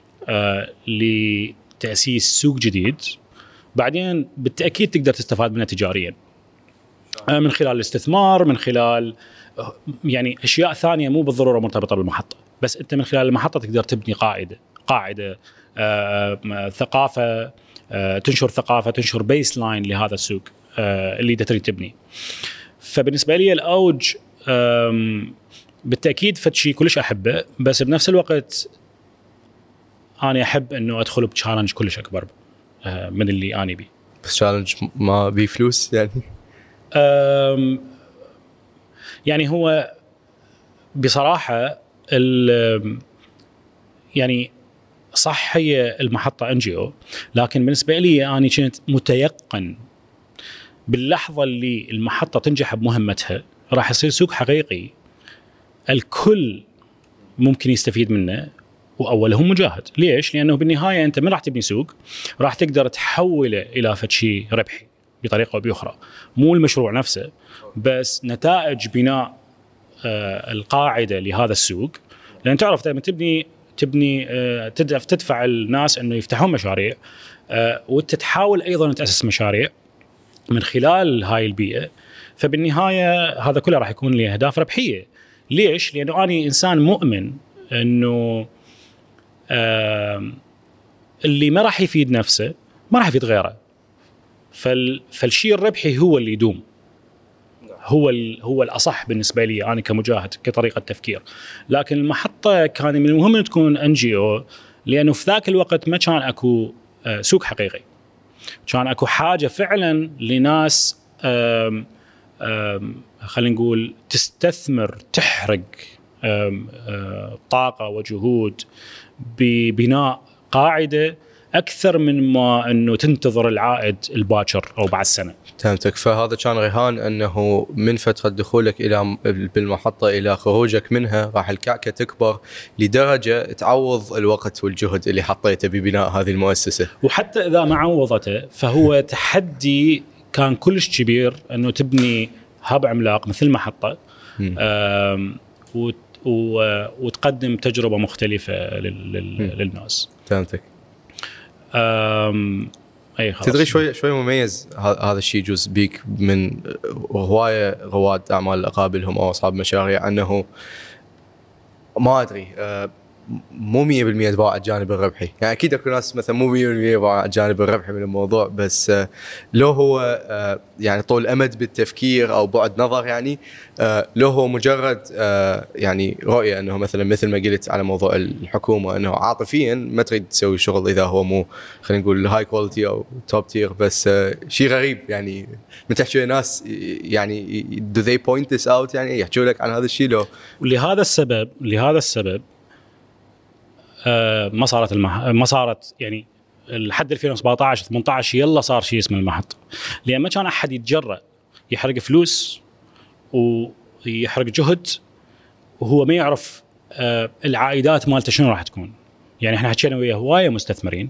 A: لتاسيس سوق جديد، بعدين بالتاكيد تقدر تستفاد منه تجاريا، من خلال الاستثمار، من خلال يعني اشياء ثانيه مو بالضروره مرتبطه بالمحطه، بس انت من خلال المحطه تقدر تبني قاعده ثقافه، تنشر ثقافه، تنشر بيس لاين لهذا السوق اللي تريد تبني. فبالنسبه لي الاوج بالتاكيد فد شيء كلش احبه، بس بنفس الوقت انا احب انه ادخل بتشالنج كلش اكبر من اللي اني بي.
B: بس تشالنج ما بي فلوس يعني؟
A: يعني هو بصراحه يعني صح هي المحطه NGO، لكن بالنسبه لي انا كنت متيقن باللحظه اللي المحطه تنجح بمهمتها راح يصير سوق حقيقي الكل ممكن يستفيد منه، واولهم مجاهد. ليش؟ لانه بالنهايه انت من راح تبني سوق راح تقدر تحوله الى شيء ربحي بطريقه او باخرى، مو المشروع نفسه بس نتائج بناء القاعده لهذا السوق. لان تعرف دائما تبني تدفع الناس انه يفتحون مشاريع، وتتحاول ايضا تاسس مشاريع من خلال هاي البيئه. فبالنهايه هذا كله راح يكون له اهداف ربحيه. ليش؟ لانه انا انسان مؤمن انه اللي ما راح يفيد نفسه ما راح يفيد غيره. فالشيء الربحي هو اللي يدوم، هو الأصح بالنسبة لي أنا كمجاهد كطريقة تفكير. لكن المحطة كان من المهم أن تكون NGO، لأنه في ذاك الوقت ما كان أكو سوق حقيقي، كان أكو حاجة فعلا لناس خلينا نقول تستثمر، تحرق طاقة وجهود ببناء قاعدة أكثر من ما أنه تنتظر العائد الباكر أو بعد سنة.
B: فهمتك. فهذا كان رهان أنه من فترة دخولك إلى بالمحطة إلى خروجك منها راح الكعكة تكبر لدرجة تعوض الوقت والجهد اللي حطيته ببناء هذه المؤسسة.
A: وحتى إذا ما عوضته فهو تحدي كان كلش كبير أنه تبني هاب عملاق مثل محطة وتقدم تجربة مختلفة للناس.
B: فهمتك. تدري شوي مميز هذا الشيء جزء بيك من هواية رواد أعمال أقابلهم أو أصحاب مشاريع، أنه ما أدري مو 100% تباع الجانب الربحي. يعني اكيد اكو ناس مثلا مو 100% تباع الجانب الربحي من الموضوع، بس لو هو يعني طول امد بالتفكير او بعد نظر، يعني لو هو مجرد يعني رؤيه انه مثلا مثل ما قلت على موضوع الحكومه انه عاطفيا ما تريد تسوي شغل اذا هو مو خلينا نقول هاي كواليتي او توب تير. بس شيء غريب يعني من تحكي ناس يعني do they point this out، يعني يحكوا لك عن هذا الشيء لو.
A: لهذا السبب ما صارت يعني لحد 2017 18 يلا صار شيء اسمه المحط، لان ما كان احد يتجرأ يحرق فلوس ويحرق جهد وهو ما يعرف العائدات مالته شنو راح تكون. يعني احنا حكينا ويا هوايه مستثمرين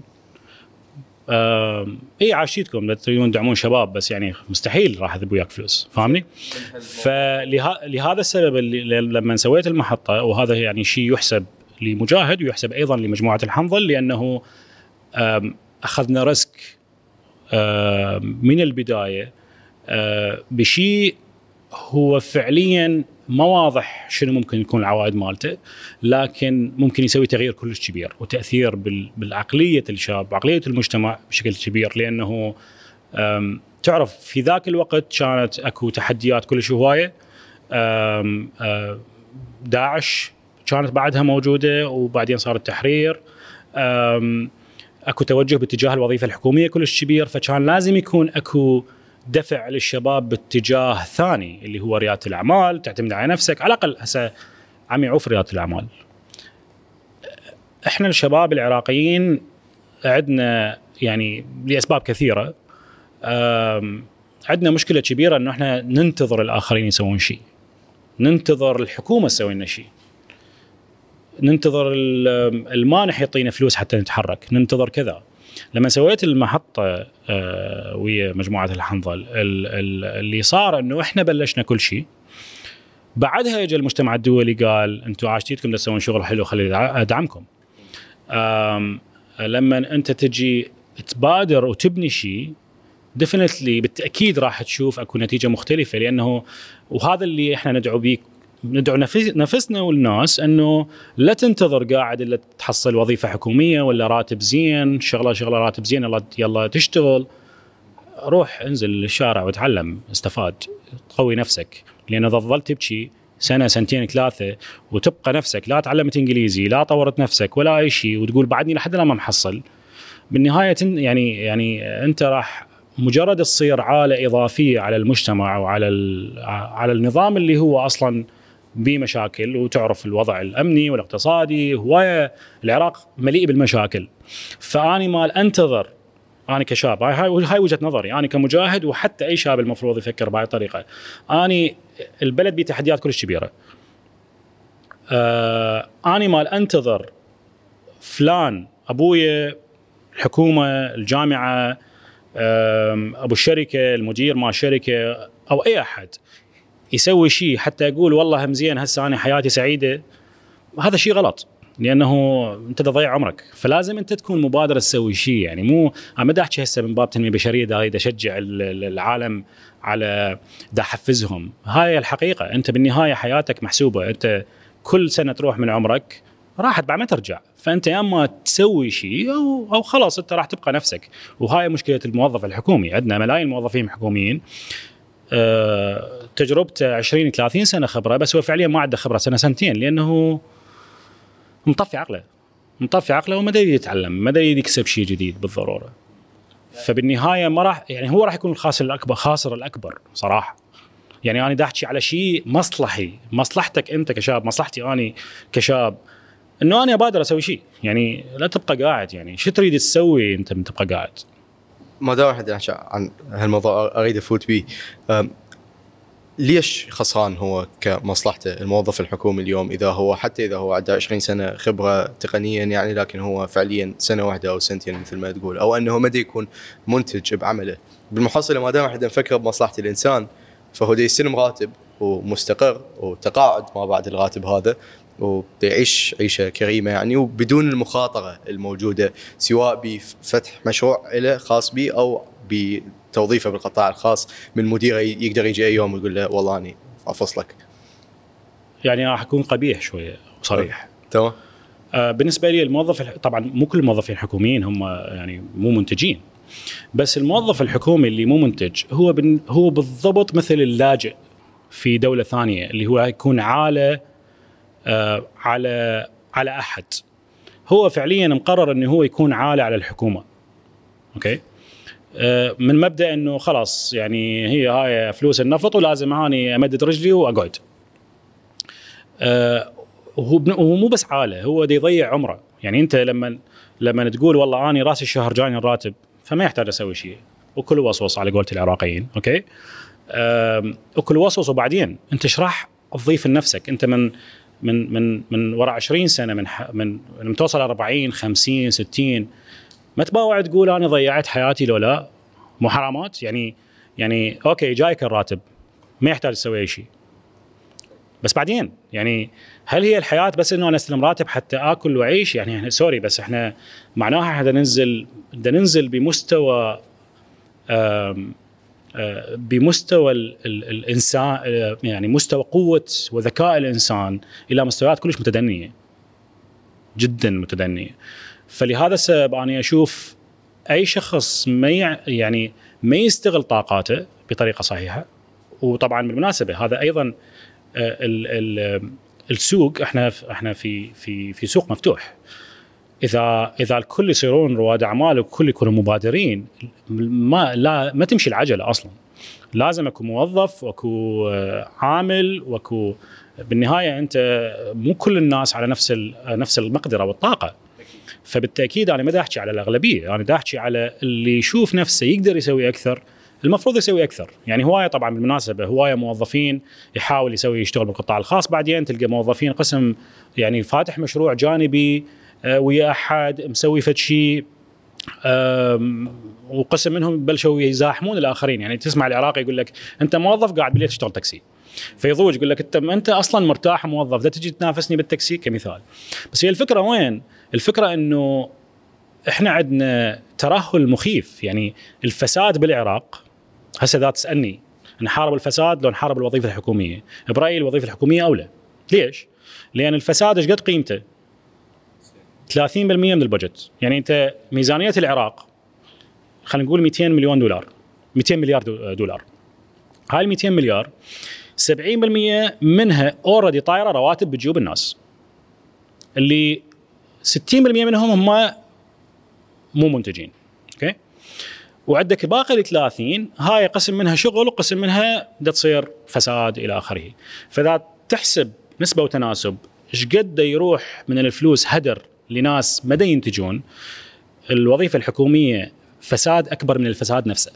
A: اي عاشيتكم تريدون تدعمون شباب، بس يعني مستحيل راح اذب وياك فلوس، فاهمني؟ فلهذا السبب اللي لما سويت المحطه، وهذا يعني شيء يحسب لمجاهد ويحسب ايضا لمجموعه الحنظل، لانه اخذنا ريسك من البدايه بشيء هو فعليا ما واضح شنو ممكن يكون العوائد مالته، لكن ممكن يسوي تغيير كلش كبير وتأثير بالعقلية الشاب وعقلية المجتمع بشكل كبير. لأنه تعرف في ذاك الوقت كانت أكو تحديات كلش هواية، داعش كانت بعدها موجودة وبعدين صار التحرير، أكو توجه باتجاه الوظيفة الحكومية كلش كبير، فكان لازم يكون أكو دفع للشباب باتجاه ثاني اللي هو ريادة الأعمال، تعتمد على نفسك على الأقل. هسه عم يعوف ريادة الأعمال. إحنا الشباب العراقيين عندنا يعني لأسباب كثيرة عندنا مشكلة كبيرة إنه إحنا ننتظر الآخرين يسوون شيء، ننتظر الحكومة تسوي لنا شيء، ننتظر المانح يعطينا فلوس حتى نتحرك، ننتظر كذا. لما سويت المحطة ويا مجموعة الحنظل اللي صار انه احنا بلشنا كل شيء، بعدها اجى المجتمع الدولي قال انتم عاشتيتكم تسوون شغل حلو خلي ادعمكم. لما انت تجي تبادر وتبني شيء ديفينتلي بالتأكيد راح تشوف اكو نتيجة مختلفة، لانه وهذا اللي احنا ندعو بيه، ندعو نفسنا والناس انه لا تنتظر قاعد الا تحصل وظيفه حكوميه ولا راتب زين، شغله راتب زين يلا تشتغل. روح انزل الشارع وتعلم، استفاد، تقوي نفسك. لان اذا ظلت تبكي سنه سنتين ثلاثه وتبقى نفسك لا تعلمت انجليزي لا طورت نفسك ولا اي شيء وتقول بعدني لحد الان ما محصل، بالنهايه يعني انت راح مجرد تصير عالة إضافية على المجتمع وعلى النظام اللي هو أصلاً بمشاكل. وتعرف الوضع الأمني والاقتصادي هواية العراق مليء بالمشاكل. فأني مال أنتظر، أنا كشاب هاي وجهة نظري، أنا كمجاهد وحتى أي شاب المفروض يفكر بهاي الطريقة. أني البلد بتحديات كلش كبيرة، أني مال أنتظر فلان أبويا الحكومة الجامعة أبو الشركة المدير مع الشركة أو أي أحد يسوي شيء حتى يقول والله هم زين هسه أنا حياتي سعيدة. هذا شيء غلط، لأنه أنت تضيع عمرك. فلازم أنت تكون مبادر تسوي شيء. يعني مو أنا دا أحكي هسه من باب تنمية بشرية دا أشجع العالم على دا أحفزهم. هاي الحقيقة، أنت بالنهاية حياتك محسوبة، أنت كل سنة تروح من عمرك راحت بعد ما ترجع. فأنت يا أما تسوي شيء أو خلاص أنت راح تبقى نفسك. وهاي مشكلة الموظف الحكومي، عندنا ملايين موظفين حكوميين تجربته 20-30 سنة خبرة، بس هو فعليا ما عنده خبرة سنة سنتين، لأنه مطفي عقله وما دا يتعلم، ما دا يكسب شيء جديد بالضرورة. فبالنهاية ما راح يعني هو راح يكون خاسر الأكبر صراحة. يعني أنا دا أحكي على شيء مصلحي، مصلحتك أنت كشاب، مصلحتي أنا كشاب، إنه أنا أبادر أسوي شيء. يعني لا تبقى قاعد، يعني شو تريد تسوي أنت من تبقى قاعد؟
B: ما دام واحد يحكي عن هالموضوع أريد أفوت بيه. ليش خسران هو كمصلحته الموظف الحكومي اليوم، إذا هو حتى إذا هو عنده 20 سنة خبرة تقنيا يعني، لكن هو فعليا سنة واحدة أو سنتين مثل ما تقول، أو أنه ما يكون منتج بعمله بالمحصلة. ما دام واحد نفكر بمصلحة الإنسان فهو دا يستلم راتب ومستقر وتقاعد ما بعد الراتب هذا، ويعيش عيشة كريمة يعني، وبدون المخاطرة الموجودة سواء بفتح مشروع له خاص به أو بتوظيفه بالقطاع الخاص من مدير يقدر يجي أي يوم ويقول له والله أني أفصلك.
A: يعني راح أكون قبيح شوية صريح.
B: تمام.
A: بالنسبه لي الموظف طبعا مو كل الموظفين الحكوميين هم يعني مو منتجين، بس الموظف الحكومي اللي مو منتج هو بالضبط مثل اللاجئ في دوله ثانيه، اللي هو يكون عاله على احد. هو فعليا مقرر انه هو يكون عاله على الحكومه. اوكي، من مبدا انه خلاص يعني هاي فلوس النفط ولازم هاني امدد رجلي واقعد. وهو مو بس عاله، هو دي يضيع عمره. يعني انت لما تقول والله اني راس الشهر جاني الراتب، فما يحتاج اسوي شيء، وكل وصوص على قولة العراقيين. اوكي، وكل وصوص. وبعدين انت ايش راح تضيف لنفسك؟ انت من وراء 20 سنه من توصل 40 50 60 ما تباوع تقول انا ضيعت حياتي لو لا؟ مو حرامات؟ يعني اوكي جايك الراتب ما يحتاج تسوي اي شيء، بس بعدين يعني هل هي الحياه بس انه انا استلم راتب حتى اكل واعيش؟ يعني سوري، بس احنا معناها احنا ننزل بمستوى الانسان، يعني مستوى قوه وذكاء الانسان الى مستويات كلش متدنيه، جدا متدنيه. فلهذا السبب انا اشوف اي شخص ما يستغل طاقاته بطريقه صحيحه. وطبعا بالمناسبه هذا ايضا السوق، احنا في سوق مفتوح. اذا الكل يصيرون رواد اعمال والكل يكونوا مبادرين، ما تمشي العجله اصلا. لازم اكو موظف واكو عامل واكو، بالنهايه انت مو كل الناس على نفس المقدره والطاقه. فبالتاكيد انا ما دا احكي على الاغلبيه، انا دا احكي على اللي يشوف نفسه يقدر يسوي اكثر، المفروض يسوي اكثر. يعني هوايه طبعا بالمناسبه هوايه موظفين يحاول يشتغل بالقطاع الخاص، بعدين تلقى موظفين قسم يعني فاتح مشروع جانبي ويا احد مسوي فد شيء، وقسم منهم بلشوا يزاحمون الاخرين. يعني تسمع العراقي يقول لك انت موظف قاعد بالليل تشتغل تاكسي، فيضوج يقول لك انت اصلا مرتاح موظف، لا تجي تنافسني بالتاكسي كمثال. بس هي الفكره وين؟ الفكره انه احنا عندنا ترهل مخيف. يعني الفساد بالعراق هسه اذا تسالني نحارب الفساد لو نحارب الوظيفه الحكوميه، برايي الوظيفه الحكوميه اولى. ليش؟ لان الفساد ايش قد قيمته؟ 30% من البجت. يعني انت ميزانيه العراق خلينا نقول 200 مليون دولار، 200 مليار دولار. هاي ال 200 مليار 70% منها اوريدي طايره رواتب بجيوب الناس، اللي 60% منهم هم مو منتجين. اوكي، وعندك باقي ال 30 هاي قسم منها شغل وقسم منها دا تصير فساد الى اخره. فاذا تحسب نسبه وتناسب ايش قد يروح من الفلوس هدر لناس ما ينتجون، الوظيفه الحكوميه فساد اكبر من الفساد نفسه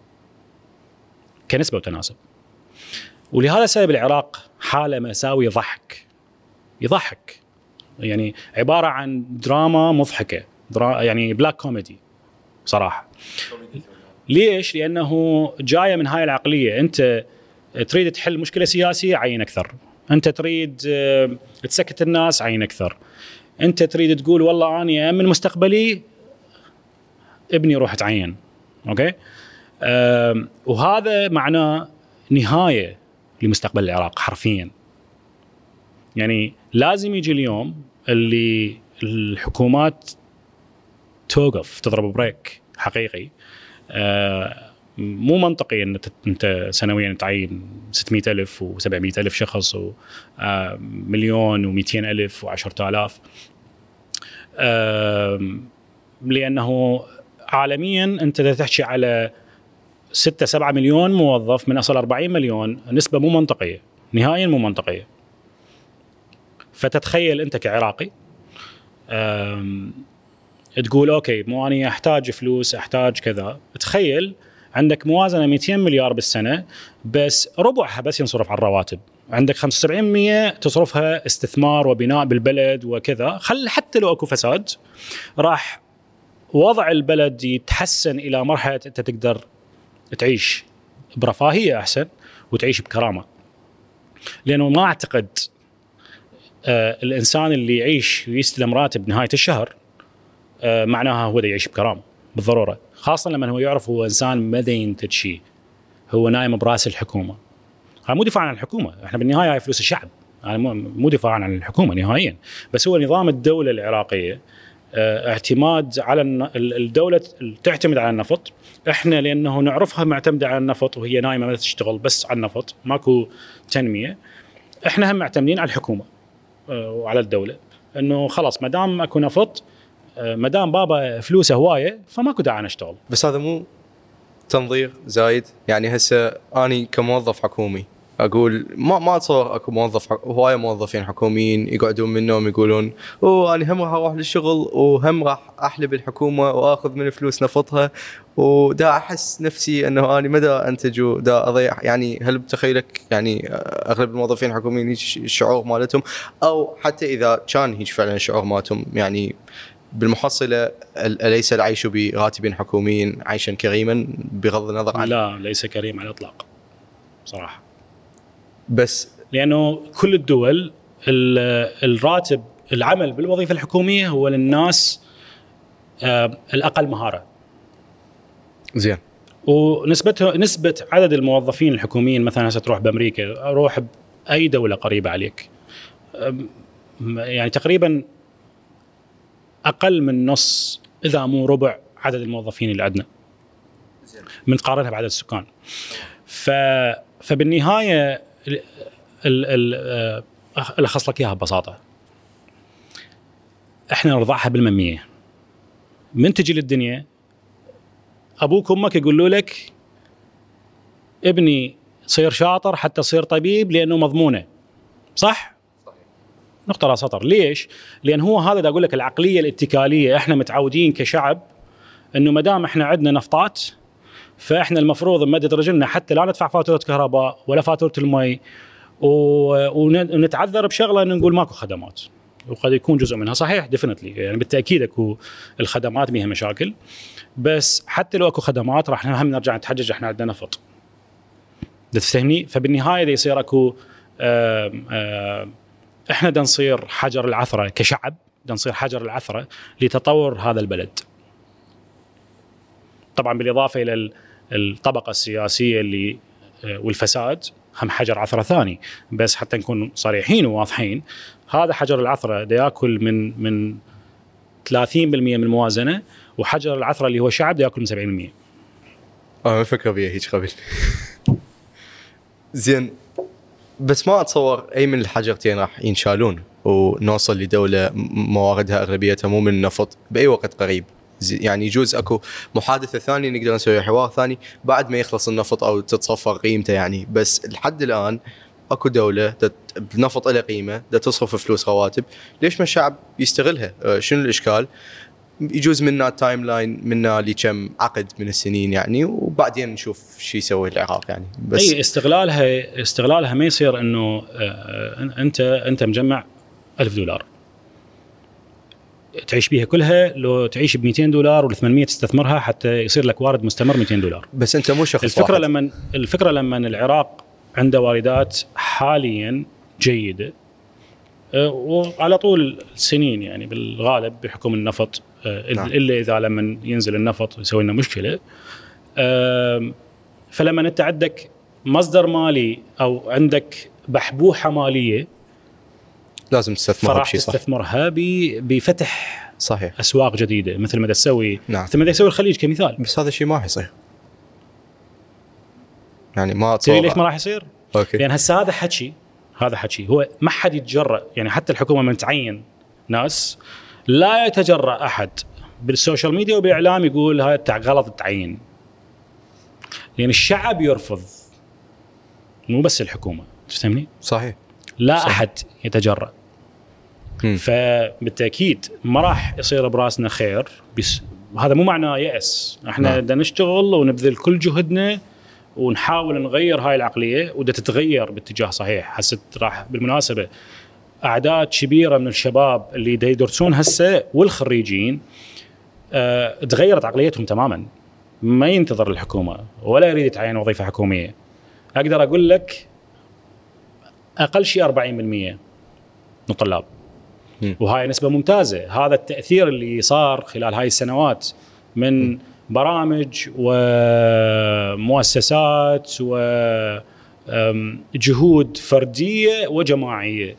A: كنسبه وتناسب. ولهذا السبب العراق حاله مأساوي يضحك، يعني عباره عن دراما مضحكه، يعني بلاك كوميدي صراحه. ليش؟ لانه جايه من هاي العقليه. انت تريد تحل مشكله سياسيه عين اكثر، انت تريد تسكت الناس عين اكثر، انت تريد تقول والله اني امن مستقبلي ابني روح تعين. اوكي، وهذا معناه نهايه لمستقبل العراق حرفيا. يعني لازم يجي اليوم اللي الحكومات توقف، تضرب بريك حقيقي. مو منطقي ان انت سنويا تعين 600,000 و700,000 شخص ومليون و200,000 و10,000، لانه عالميا انت تحكي على 6-7 مليون موظف من اصل 40 مليون، نسبه مو منطقيه، نهائيا مو منطقيه. فتتخيل انت كعراقي تقول اوكي مو اني احتاج فلوس، احتاج كذا. تخيل عندك موازنه 200 مليار بالسنه، بس ربعها بس ينصرف على الرواتب، عندك 75% تصرفها استثمار وبناء بالبلد وكذا. خل حتى لو اكو فساد راح وضع البلد يتحسن الى مرحله انت تقدر تعيش برفاهيه احسن وتعيش بكرامه. لانه ما اعتقد الانسان اللي يعيش ويستلم راتب نهايه الشهر معناها هو يعيش بكرامه بالضروره، خاصه لما هو يعرف هو انسان ما ينتج شيء، هو نايم براس الحكومه. هذا مو دفاع عن الحكومه، احنا بالنهايه هاي فلوس الشعب، انا مو دفاعا عن الحكومه نهائيا، بس هو نظام الدوله العراقيه اعتماد على الدوله تعتمد على النفط. احنا لانه نعرفها معتمده على النفط وهي نايمه ما تشتغل بس على النفط، ماكو تنميه. احنا هم معتمدين على الحكومه وعلى الدوله، انه خلاص ما دام اكو نفط، ما دام بابا فلوسه هوايه فماكو داعي نشتغل.
B: بس هذا مو تنظير زايد؟ يعني هسه اني كموظف حكومي اقول ما اتصور اكو موظف هوايه موظفين حكوميين يقعدون منهم يقولون انا هم راح اروح للشغل وهم راح احلب الحكومه واخذ من فلوس نفطها، ودا احس نفسي انه انا مدى انتج ودا اضيع. يعني هل بتخيلك يعني اغلب الموظفين الحكوميين هيك الشعور مالتهم؟ او حتى اذا كان هيك فعلا الشعور مالتهم، يعني بالمحصله اليس العيش براتب حكومي عيشا كريما بغض النظر عن؟
A: لا، ليس كريم على الاطلاق صراحه.
B: بس
A: لانه كل الدول الراتب العمل بالوظيفه الحكوميه هو للناس الاقل مهاره.
B: زين.
A: نسبه عدد الموظفين الحكوميين مثلا هسه تروح بامريكا، روح باي دوله قريبه عليك، يعني تقريبا اقل من نص اذا مو ربع عدد الموظفين اللي عندنا من قارنها بعدد السكان. فبالنهايه الخص لك اياها ببساطه، احنا نرضعها بالمميه. من تجي للدنيا ابوك وامك يقولوا لك ابني صير شاطر حتى تصير طبيب لانه مضمونه، صح؟ نقطه لا سطر. ليش؟ لان هو هذا دا اقول لك العقليه الاتكاليه. احنا متعودين كشعب انه ما دام احنا عندنا نفطات فاحنا المفروض نمدد رجلنا حتى لا ندفع فاتوره كهرباء ولا فاتوره المي، ونتعذر بشغله انه نقول ماكو خدمات، وقد يكون جزء منها صحيح ديفينتلي، يعني بالتاكيد اكو الخدمات بيها مشاكل، بس حتى لو اكو خدمات راح هم نرجع نتحجج احنا عندنا نفط. تفهمني؟ فبالنهايه دا يصير اكو احنا دا نصير حجر العثره كشعب، دا نصير حجر العثره لتطور هذا البلد. طبعا بالاضافه الى الطبقه السياسيه اللي والفساد هم حجر عثره ثاني، بس حتى نكون صريحين وواضحين، هذا حجر العثره دا ياكل من 30% من الموازنه، وحجر العثره اللي هو الشعب دا ياكل من 70%.
B: ما فكر بيها هيك قبل. زين، بس ما اتصور اي من الحجرتين راح ينشالون ونوصل لدوله مواردها اغلبيتها مو من النفط باي وقت قريب. يعني يجوز اكو محادثه ثانيه نقدر نسوي حوار ثاني بعد ما يخلص النفط او تتصفر قيمته يعني، بس لحد الان اكو دوله بنفط لها قيمه دا تصرف فلوس رواتب، ليش ما الشعب يستغلها؟ شنو الاشكال؟ يجوز منا تايم لاين منا لكم عقد من السنين يعني، وبعدين نشوف شو يسوي العراق يعني. بس
A: اي استغلالها ما يصير انه انت مجمع $1000 تعيش بيها كلها، لو تعيش ب $200 وال800 تستثمرها حتى يصير لك وارد مستمر $200.
B: بس انت مو شخص
A: الفكره لما العراق عنده واردات حاليا جيده وعلى طول السنين يعني بالغالب بحكم النفط، الا اذا لما ينزل النفط يسوي لنا مشكله. فلما انت عندك مصدر مالي او عندك بحبوحه ماليه
B: لازم تستثمرها بشيء صح،
A: تستثمرها بفتح
B: صحيح
A: اسواق جديده مثل ما تسوي مثل ما يسوي الخليج كمثال.
B: بس هذا الشيء ما راح يصير يعني، ما اتصور
A: ليش ما راح يصير؟
B: أوكي.
A: لان هسه هذا حكي هو ما حد يتجرأ، يعني حتى الحكومه من تعين ناس لا يتجرأ احد بالسوشيال ميديا وبالاعلام يقول هاي غلط التعيين، لان الشعب يرفض، مو بس الحكومه. تفهمني؟
B: صحيح.
A: لا صحيح. احد يتجرأ. فبالتاكيد ما راح يصير براسنا خير، بس هذا مو معناه يأس. احنا بدنا نشتغل ونبذل كل جهدنا ونحاول نغير هاي العقليه، وده تتغير باتجاه صحيح. حسيت راح بالمناسبه اعداد كبيره من الشباب اللي يدرسون هسه والخريجين تغيرت عقليتهم تماما، ما ينتظر الحكومه ولا يريد يتعين وظيفه حكوميه. اقدر اقول لك اقل شيء 40% من الطلاب، وهاي نسبه ممتازه. هذا التاثير اللي صار خلال هاي السنوات من برامج ومؤسسات جهود فردية وجماعية.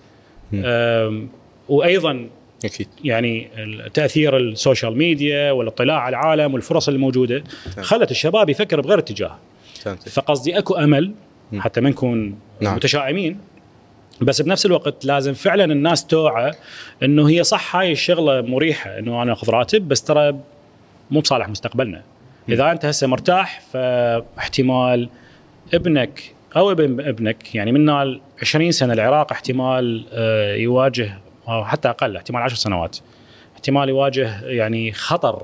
A: وأيضا
B: أكيد
A: يعني تأثير السوشيال ميديا والاطلاع على العالم والفرص الموجودة خلت الشباب يفكر بغير اتجاه. فقصدي أكو أمل حتى ما نكون متشائمين، بس بنفس الوقت لازم فعلا الناس توعى انه هي صح هاي الشغله مريحه انه انا اخذ راتب، بس ترى مو بصالح مستقبلنا. اذا انت هسه مرتاح فاحتمال ابنك او ابنك يعني من 20 سنه العراق احتمال يواجه، او حتى اقل احتمال 10 سنوات احتمال يواجه يعني خطر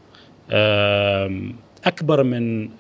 A: اكبر من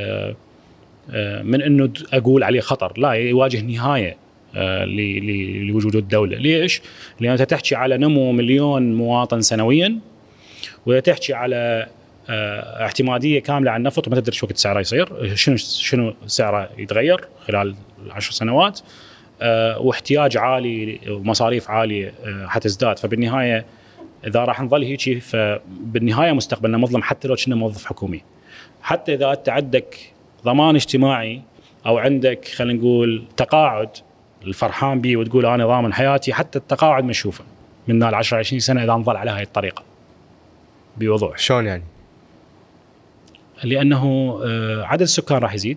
A: انه اقول عليه خطر، لا يواجه نهايه لوجود الدولة. ليش؟ لأن أنت تحكي على نمو 1,000,000 مواطن سنويا، وتحكي على اعتمادية كاملة على النفط وما تدري شو وقت سعره يصير، شنو سعره يتغير خلال 10 سنوات، واحتياج عالي ومصاريف عالية حتزداد. فبالنهاية إذا راح نظل هيك فبالنهاية مستقبلنا مظلم حتى لو كنا موظف حكومي. حتى إذا أنت عندك ضمان اجتماعي أو عندك خلينا نقول تقاعد الفرحان بيه وتقول أنا ضامن حياتي، حتى التقاعد ما نشوفه من 10-20 سنة إذا نظل على هاي الطريقة بوضوح.
B: شلون يعني؟
A: لأنه عدد السكان راح يزيد،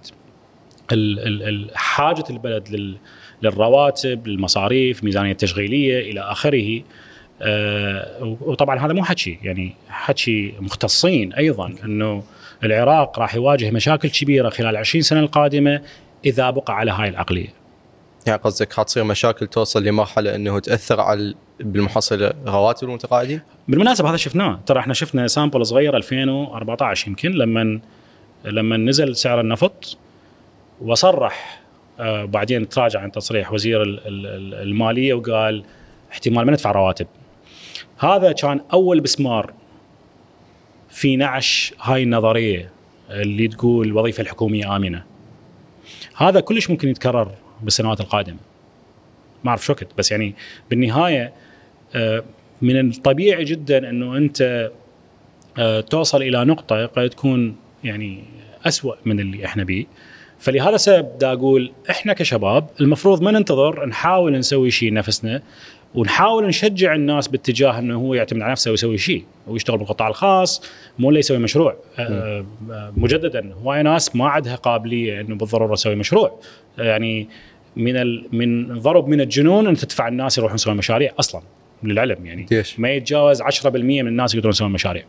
A: حاجة البلد للرواتب، للمصاريف، ميزانية تشغيلية إلى آخره. وطبعا هذا مو حكي يعني حكي مختصين أيضا، أنه العراق راح يواجه مشاكل كبيرة خلال 20 سنة القادمة إذا بقى على هاي العقلية.
B: يعني قصدك حتصير مشاكل توصل لمرحلة أنه تأثر على بالمحصلة رواتب المتقاعدين؟
A: بالمناسبة هذا شفناه، ترى احنا شفنا سامبل صغير 2014 يمكن لما نزل سعر النفط وصرح بعدين تراجع عن تصريح وزير المالية وقال احتمال ما ندفع رواتب. هذا كان أول مسمار في نعش هاي النظرية اللي تقول الوظيفة الحكومية آمنة. هذا كلش ممكن يتكرر بالسنوات القادمة، ما أعرف شو وقت، بس يعني بالنهاية من الطبيعي جدا أنه أنت توصل إلى نقطة قد تكون يعني أسوأ من اللي إحنا بيه. فلهذا السبب دا أقول إحنا كشباب المفروض ما ننتظر، نحاول نسوي شيء نفسنا، ونحاول نشجع الناس باتجاه أنه هو يعتمد على نفسه ويسوي شيء ويشتغل بالقطاع الخاص، مو اللي يسوي مشروع. مجددا هواي ناس ما عندها قابلية أنه بالضرورة يسوي مشروع. يعني من ضرب من الجنون أن تدفع الناس يروحون يسوون مشاريع أصلا للعلم، يعني ما يتجاوز 10% من الناس يقدرون يسوون مشاريع.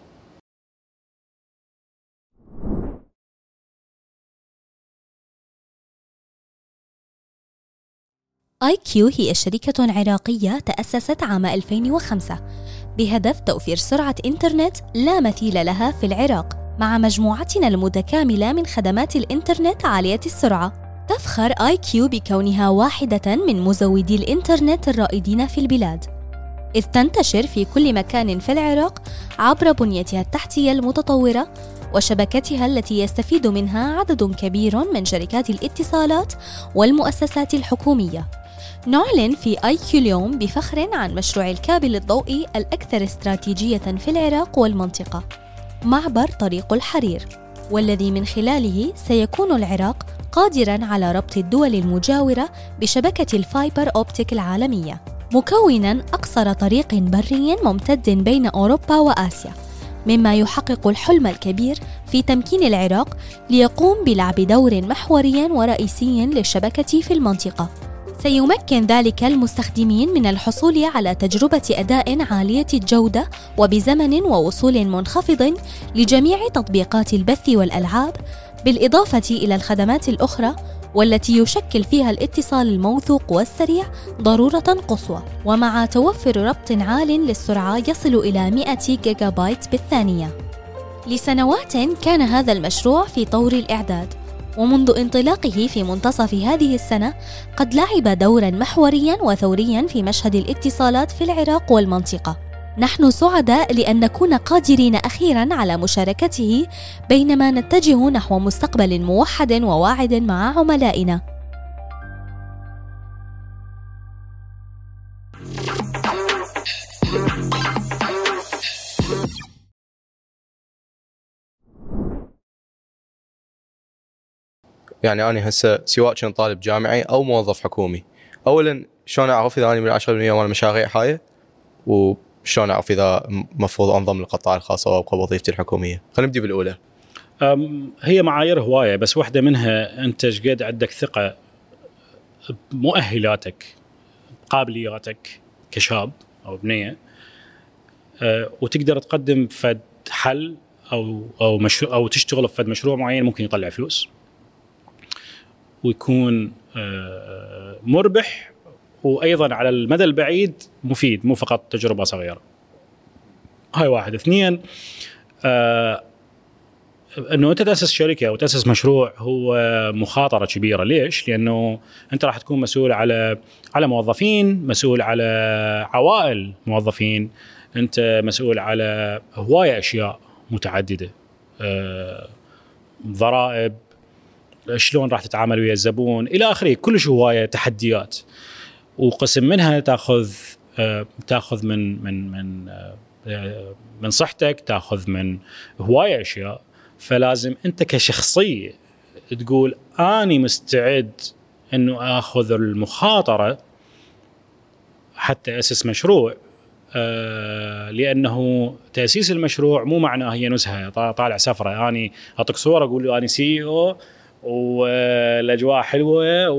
C: IQ هي شركة عراقية تأسست عام 2005 بهدف توفير سرعة إنترنت لا مثيل لها في العراق، مع مجموعتنا المتكاملة من خدمات الإنترنت عالية السرعة. تفخر IQ بكونها واحدة من مزودي الإنترنت الرائدين في البلاد، إذ تنتشر في كل مكان في العراق عبر بنيتها التحتية المتطورة وشبكتها التي يستفيد منها عدد كبير من شركات الاتصالات والمؤسسات الحكومية. نعلن في IQ اليوم بفخر عن مشروع الكابل الضوئي الأكثر استراتيجية في العراق والمنطقة، معبر طريق الحرير، والذي من خلاله سيكون العراق قادراً على ربط الدول المجاورة بشبكة الفايبر أوبتيك العالمية، مكوناً أقصر طريق بري ممتد بين أوروبا وآسيا، مما يحقق الحلم الكبير في تمكين العراق ليقوم بلعب دور محوري ورئيسي للشبكة في المنطقة. سيمكن ذلك المستخدمين من الحصول على تجربة أداء عالية الجودة وبزمن ووصول منخفض لجميع تطبيقات البث والألعاب، بالإضافة إلى الخدمات الأخرى والتي يشكل فيها الاتصال الموثوق والسريع ضرورة قصوى، ومع توفر ربط عال للسرعة يصل إلى 100 جيجا بايت بالثانية. لسنوات كان هذا المشروع في طور الإعداد، ومنذ انطلاقه في منتصف هذه السنة قد لعب دورا محوريا وثوريا في مشهد الاتصالات في العراق والمنطقة. نحن سعداء لأن نكون قادرين أخيرا على مشاركته بينما نتجه نحو مستقبل موحد وواعد مع عملائنا.
B: يعني أنا هسه سواء كنت طالب جامعي أو موظف حكومي، أولا شلون أعرف إذا أنا من 10% مال المشاريع هاي، وشلون أعرف إذا مفروض أنضم للقطاع الخاص أو أبقى بوظيفتي الحكومية؟ خلينا نبدي بالأولى.
A: هي معايير هواية، بس واحدة منها أنت شقد عندك ثقة بمؤهلاتك، قابلياتك كشاب أو بنية، وتقدر تقدم فد حل أو مشروع أو تشتغل في فد مشروع معين ممكن يطلع فلوس ويكون مربح، وأيضا على المدى البعيد مفيد، مو فقط تجربة صغيرة. هاي واحد. اثنين، انه انت تاسس شركه او تاسس مشروع هو مخاطره كبيره. ليش؟ لانه انت راح تكون مسؤول على موظفين، مسؤول على عوائل موظفين، انت مسؤول على هوايه اشياء متعدده، ضرائب، شلون راح تتعامل ويا الزبون الى اخره، كلش هوايه تحديات. وقسم منها تاخذ من صحتك، تاخذ من هوايه اشياء. فلازم انت كشخصيه تقول اني مستعد انه اخذ المخاطره حتى اسس مشروع، لانه تاسيس المشروع مو معناه هي نزهه طالع سفره. اني اعطيك صوره اقول له اني سي او والاجواء حلوه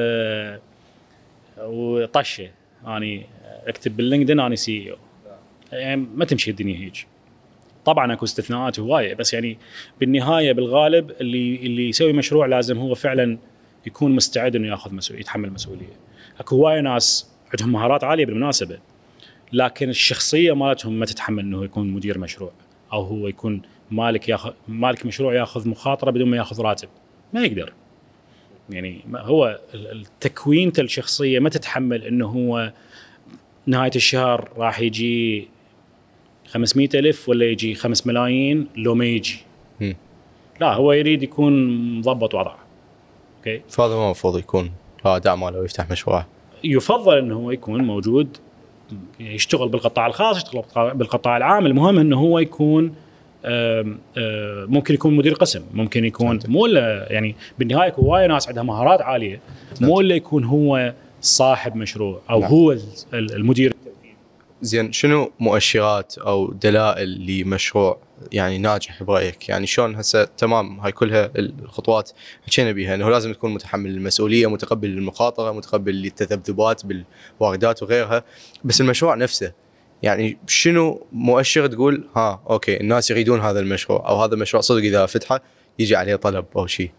A: وطشه، اني اكتب باللينكدين اني سي او. يعني ما تمشي الدنيا هيك. طبعا اكو استثناءات هوايه، بس يعني بالنهايه بالغالب اللي يسوي مشروع لازم هو فعلا يكون مستعد انه ياخذ مسؤوليه، يتحمل مسؤوليه. اكو هوايه ناس عندهم مهارات عاليه بالمناسبه، لكن الشخصيه مالتهم ما تتحمل انه يكون مدير مشروع، او هو يكون مالك مشروع ياخذ مخاطره بدون ما ياخذ راتب. ما يقدر. يعني هو التكوين الشخصيه ما تتحمل انه هو نهايه الشهر راح يجي 500,000 ولا يجي 5 ملايين لو ما يجي. لا، هو يريد يكون مضبط وضعه. اوكي،
B: فهذا ما المفروض يكون رائع ماله يفتح مشروع.
A: يفضل انه هو يكون موجود، يشتغل بالقطاع الخاص، يشتغل بالقطاع العام. المهم انه هو يكون ممكن يكون مدير قسم، ممكن يكون مو يعني بالنهايه هوايه ناس عندها مهارات عاليه، مو اللي يكون هو صاحب مشروع او هو المدير.
B: زين، شنو مؤشرات او دلائل لمشروع يعني ناجح برايك؟ يعني شلون هسه تمام هاي كلها الخطوات حكينا بيها، انه لازم تكون متحمل المسؤوليه، متقبل للمخاطره، متقبل للتذبذبات بالواردات وغيرها، بس المشروع نفسه يعني شنو مؤشر تقول ها اوكي الناس يريدون هذا المشروع، او هذا المشروع صدق اذا فتحه يجي عليه طلب او شيء؟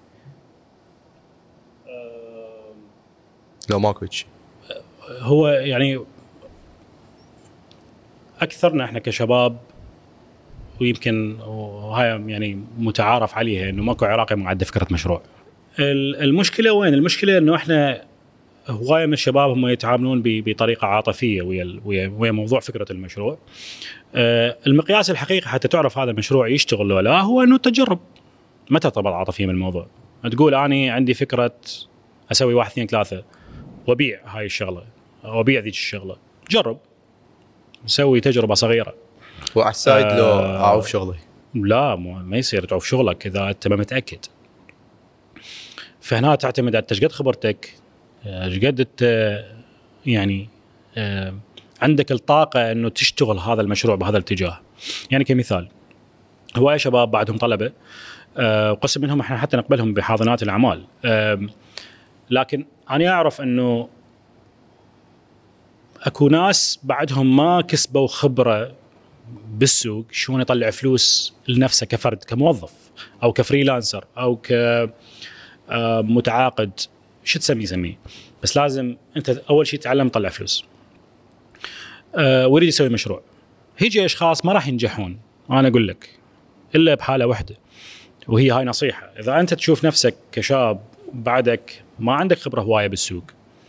B: لو ماكو شيء.
A: هو يعني اكثرنا احنا كشباب، ويمكن وهاي يعني متعارف عليها انه ماكو علاقه مع فكره مشروع. المشكله وين؟ المشكله انه احنا هوايه من الشباب هم يتعاملون بطريقه عاطفيه ويا موضوع فكره المشروع. المقياس الحقيقي حتى تعرف هذا المشروع يشتغل ولا لا هو انه تجرب. ما ترتبط عاطفيا من الموضوع. تقول اني عندي فكره اسوي 1 2 3 وابيع هاي الشغله او ابيع ذيك الشغله، جرب سوي تجربه صغيره.
B: وعلى السايد لو اعوف شغلي؟
A: لا، ما يصير تعوف شغلك اذا انت ما متاكد. فهنا تعتمد على قد خبرتك، قد انت يعني عندك الطاقه انه تشتغل هذا المشروع بهذا الاتجاه. يعني كمثال، هوايه شباب بعدهم طلبه، وقسم منهم احنا حتى نقبلهم بحاضنات الاعمال، لكن انا اعرف انه اكو ناس بعدهم ما كسبوا خبره بالسوق شلون يطلع فلوس لنفسه كفرد، كموظف او كفريلانسر او كمتعاقد، شو تسميه. بس لازم انت اول شيء تتعلم تطلع فلوس. ويريد يسوي مشروع. هيجي اشخاص ما راح ينجحون، انا اقول لك، الا بحاله واحده، وهي هاي نصيحه. اذا انت تشوف نفسك كشاب بعدك ما عندك خبره هوايه بالسوق،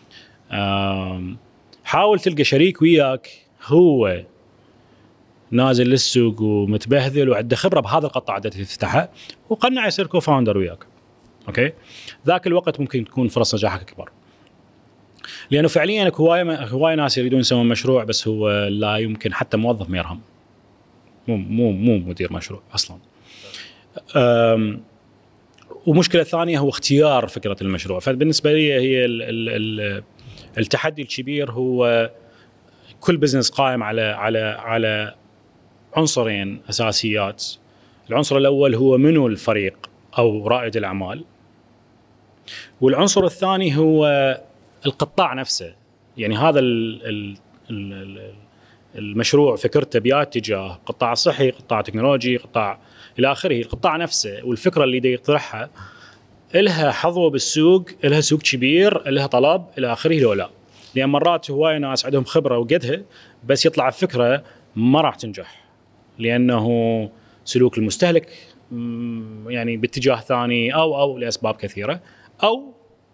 A: حاول تلقى شريك وياك هو نازل للسوق ومتبهذل وعنده خبره بهذا القطاع اللي تفتحه، وقنع يصير كوفاوندر وياك. اوكي، ذاك الوقت ممكن تكون فرص نجاحك اكبر. لانه فعليا هوايه ناس يريدون يسوون مشروع، بس هو لا يمكن حتى موظف ما يرهم، مو مدير مشروع اصلا. ومشكله ثانيه هو اختيار فكره المشروع. فبالنسبه لي هي التحدي الكبير هو كل بزنس قائم على عنصرين اساسيات. العنصر الاول هو منو الفريق او رائد الاعمال، والعنصر الثاني هو القطاع نفسه. يعني هذا المشروع فكرته باتجاه قطاع صحي، قطاع تكنولوجي، قطاع الى اخره. القطاع نفسه والفكره اللي دي يطرحها لها حظوه بالسوق، لها سوق كبير، لها طلب الى اخره لو لا. لان مرات هواي ناس عندهم خبره وقدها بس يطلع فكره ما راح تنجح لانه سلوك المستهلك يعني باتجاه ثاني او لاسباب كثيره، او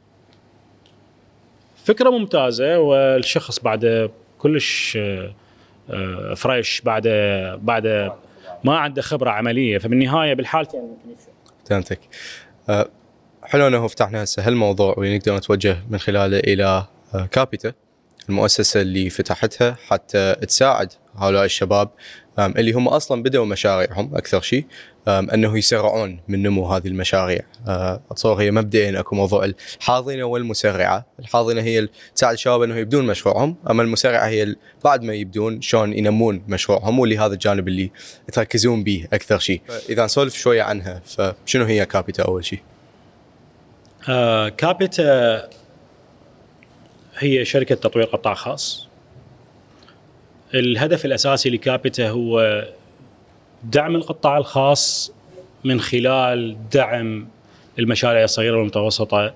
A: فكره ممتازه والشخص بعد كلش فريش بعد ما عنده خبره عمليه، فبالنهايه بالحالتين ممكن يفشل.
B: فهمتك. حلو انه فتحنا هسه هالموضوع ونقدر نتوجه من خلاله الى كابيتا، المؤسسه اللي فتحتها حتى تساعد هؤلاء الشباب اللي هم اصلا بدأوا مشاريعهم اكثر شيء انه يسرعون من نمو هذه المشاريع. اتصور هي مبدئيا اكو موضوع الحاضنه والمسرعه. الحاضنه هي تساعد الشباب انه يبدون مشروعهم، اما المسرعه هي بعد ما يبدون شلون ينمون مشروعهم، واللي هذا الجانب اللي تركزون به اكثر شيء. اذا نسولف شويه عنها، فشنو هي كابيتا اول شيء؟
A: كابيتا هي شركه تطوير قطاع خاص. الهدف الاساسي لكابيتا هو دعم القطاع الخاص من خلال دعم المشاريع الصغيرة والمتوسطة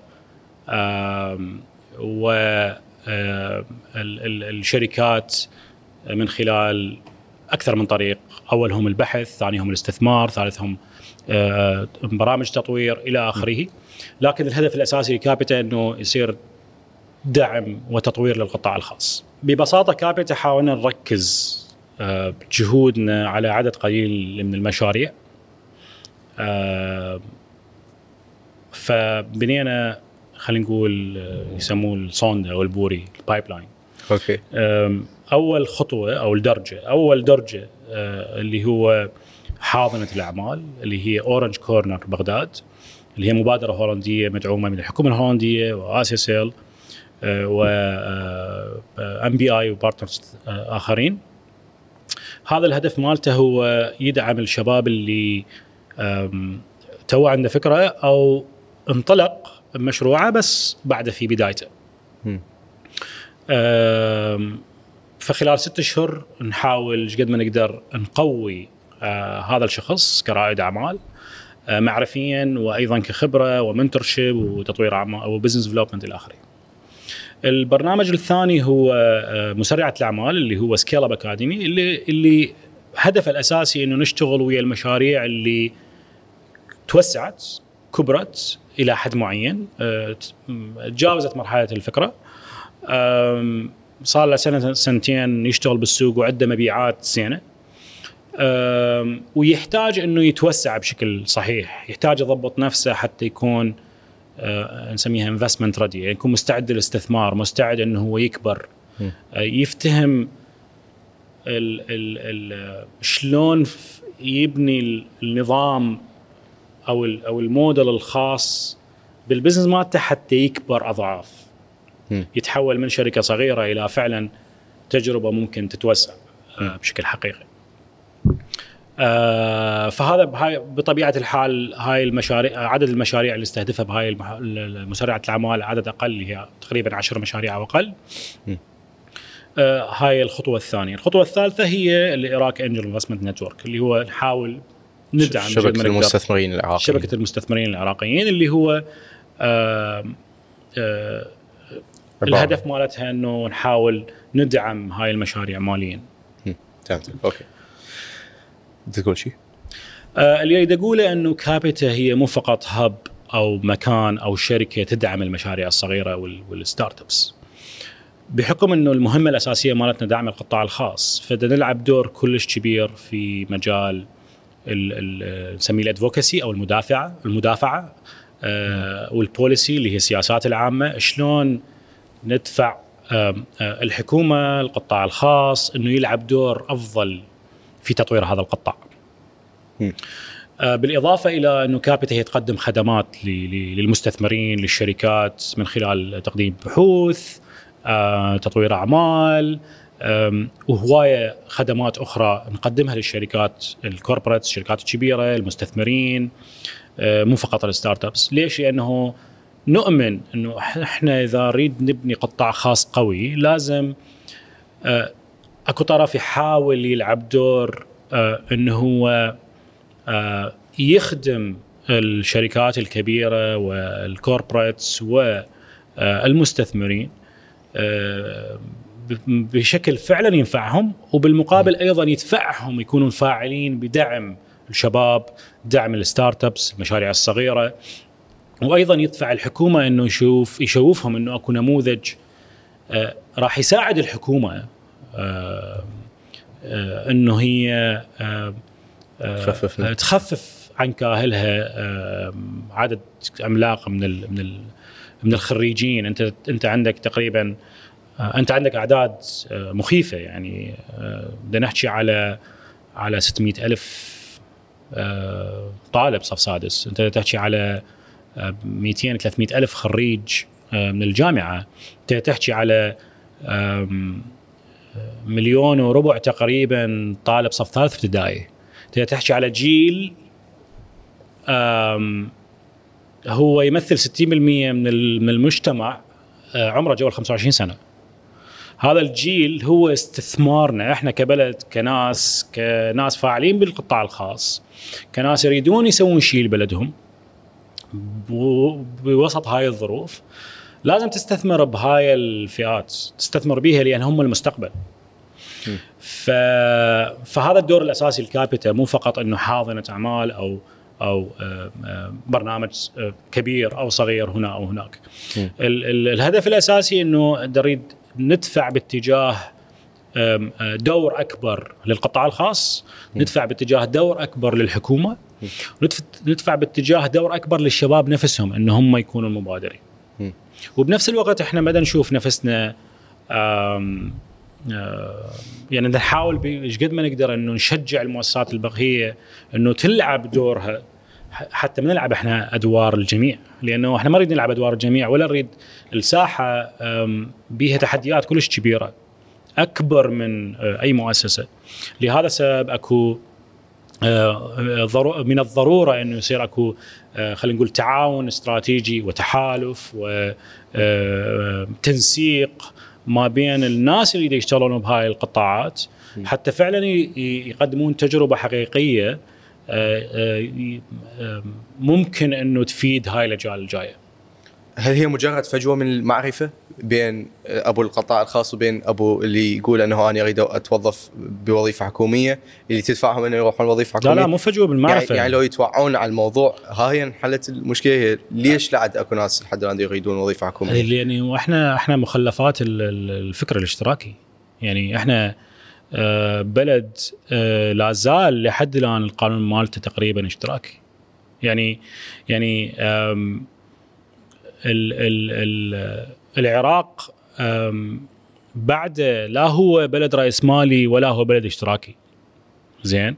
A: والشركات من خلال أكثر من طريق. أولهم البحث، ثانيهم الاستثمار، ثالثهم برامج تطوير إلى آخره. لكن الهدف الأساسي لكابيتا أنه يصير دعم وتطوير للقطاع الخاص. ببساطة كابيتا حاولنا نركز جهودنا على عدد قليل من المشاريع، فبنينا خلينا نقول يسموه الصوندا او البوري، البايب لاين.
B: اوكي.
A: اول خطوه او اول درجه اللي هو حاضنه الاعمال اللي هي اورنج كورنر بغداد، اللي هي مبادره هولنديه مدعومه من الحكومه الهولنديه واسيا سيل و ام بي اي وبارتنرز اخرين. هذا الهدف مالته هو يدعم الشباب اللي تو عنده فكرة أو انطلق مشروعه بس بعد في بدايته. فخلال 6 أشهر نحاول قد ما نقدر نقوي هذا الشخص كرائد أعمال معرفيا وأيضا كخبرة ومنتورشيب وتطوير أعمال أو بزنس ديفلوبمنت إلى آخره. البرنامج الثاني هو مسرعة الأعمال اللي هو سكيل اب اكاديمي، اللي هدفه الأساسي إنه نشتغل ويا المشاريع اللي توسعت كبرت إلى حد معين، تجاوزت مرحلة الفكرة، صار له سنة سنتين يشتغل بالسوق وعنده مبيعات زينة، ويحتاج إنه يتوسع بشكل صحيح، يحتاج يضبط نفسه حتى يكون نسميها investment ready، يعني يكون مستعد للاستثمار، مستعد انه هو يكبر، يفتهم شلون يبني النظام او الموديل الخاص بالبزنس مالته حتى يكبر اضعاف، يتحول من شركه صغيره الى فعلا تجربه ممكن تتوسع بشكل حقيقي. فهذا بطبيعه الحال هاي المشاريع، عدد المشاريع اللي استهدفها بهاي مسرعه الاعمال عدد اقل، هي تقريبا 10 مشاريع او اقل. هاي الخطوه الثانيه. الخطوه الثالثه هي الإراك انجل انفستمنت نتورك، اللي هو نحاول ندعم
B: شبكه المستثمرين العراقيين.
A: شبكه المستثمرين العراقيين اللي هو الهدف مالتها انه نحاول ندعم هاي المشاريع ماليا.
B: تمام. اوكي. تقول شيء؟
A: اللي أريد أقوله أنه كابيتا هي مو فقط هب أو مكان أو شركة تدعم المشاريع الصغيرة والستارت ابس. بحكم أنه المهمة الأساسية مالتنا دعم القطاع الخاص، فبدنا نلعب دور كلش كبير في مجال نسميه الادفوكسي أو المدافعة والبوليسي اللي هي السياسات العامة. شلون ندفع الحكومة القطاع الخاص أنه يلعب دور أفضل في تطوير هذا القطاع. بالاضافه الى انه كابيتا هي تقدم خدمات للمستثمرين للشركات من خلال تقديم بحوث، تطوير اعمال، وهوايه خدمات اخرى نقدمها للشركات الكوربريتس، الشركات الكبيره، المستثمرين، مو فقط الستارت ابس. ليش؟ لانه نؤمن انه احنا اذا نريد نبني قطاع خاص قوي لازم اكو طرف يحاول يلعب دور انه هو يخدم الشركات الكبيره والكوربريتس والمستثمرين بشكل فعلا ينفعهم، وبالمقابل ايضا يدفعهم يكونوا فاعلين بدعم الشباب، دعم الستارت ابس، المشاريع الصغيره، وايضا يدفع الحكومه انه يشوفهم انه اكو نموذج راح يساعد الحكومه انه هي تخفف عن كاهلها عدد عملاق من الخريجين. انت عندك تقريبا انت عندك اعداد مخيفه، يعني بدنا نحكي على 600,000 طالب صف سادس، انت تحكي على 200-300,000 خريج من الجامعه، انت تحكي على 1.25 مليون تقريبا طالب صف ثالث ابتدائي، انت تحكي على جيل هو يمثل 60% من المجتمع عمره جوال 25 سنه. هذا الجيل هو استثمارنا احنا كبلد، كناس فاعلين بالقطاع الخاص، كناس يريدون يسوون شيء لبلدهم بوسط هاي الظروف. لازم تستثمر بهاي الفئات، تستثمر بيها لأن هم المستقبل. فهذا الدور الأساسي الكابيتا، مو فقط إنه حاضنة أعمال أو برنامج كبير أو صغير هنا أو هناك. الهدف الأساسي إنه نريد ندفع باتجاه دور أكبر للقطاع الخاص، ندفع باتجاه دور أكبر للحكومة، ندفع باتجاه دور أكبر للشباب نفسهم إن هم يكونوا المبادرين. وبنفس الوقت إحنا بدنا نشوف نفسنا يعني نحاول إيش قد ما نقدر إنه نشجع المؤسسات البقية إنه تلعب دورها، حتى ما نلعب إحنا أدوار الجميع، لأنه إحنا ما نريد نلعب أدوار الجميع، ولا نريد الساحة بيها تحديات كلش كبيرة أكبر من أي مؤسسة. لهذا السبب أكو من الضرورة إنه يصير أكو خلينا نقول تعاون استراتيجي وتحالف وتنسيق ما بين الناس اللي يشتغلون بهاي القطاعات، حتى فعلا يقدمون تجربة حقيقية ممكن إنه تفيد هاي الأجيال الجاية.
B: هل هي مجرد فجوة من المعرفة بين أبو القطاع الخاص وبين أبو اللي يقول أنه أنا أريد أتوظف بوظيفة حكومية، اللي تدفعهم أنه يروحون وظيفة حكومية؟
A: لا مو فجوة بالمعرفة.
B: يعني لو يتوعون على الموضوع هاي انحلت المشكلة. ليش لعد أكو ناس لحد الآن يريدون وظيفة حكومية؟
A: يعني وإحنا مخلفات الفكر الاشتراكي. يعني إحنا بلد لا زال لحد الآن القانون مالته تقريبا اشتراكي. يعني العراق بعد لا هو بلد رأسمالي ولا هو بلد اشتراكي، زين.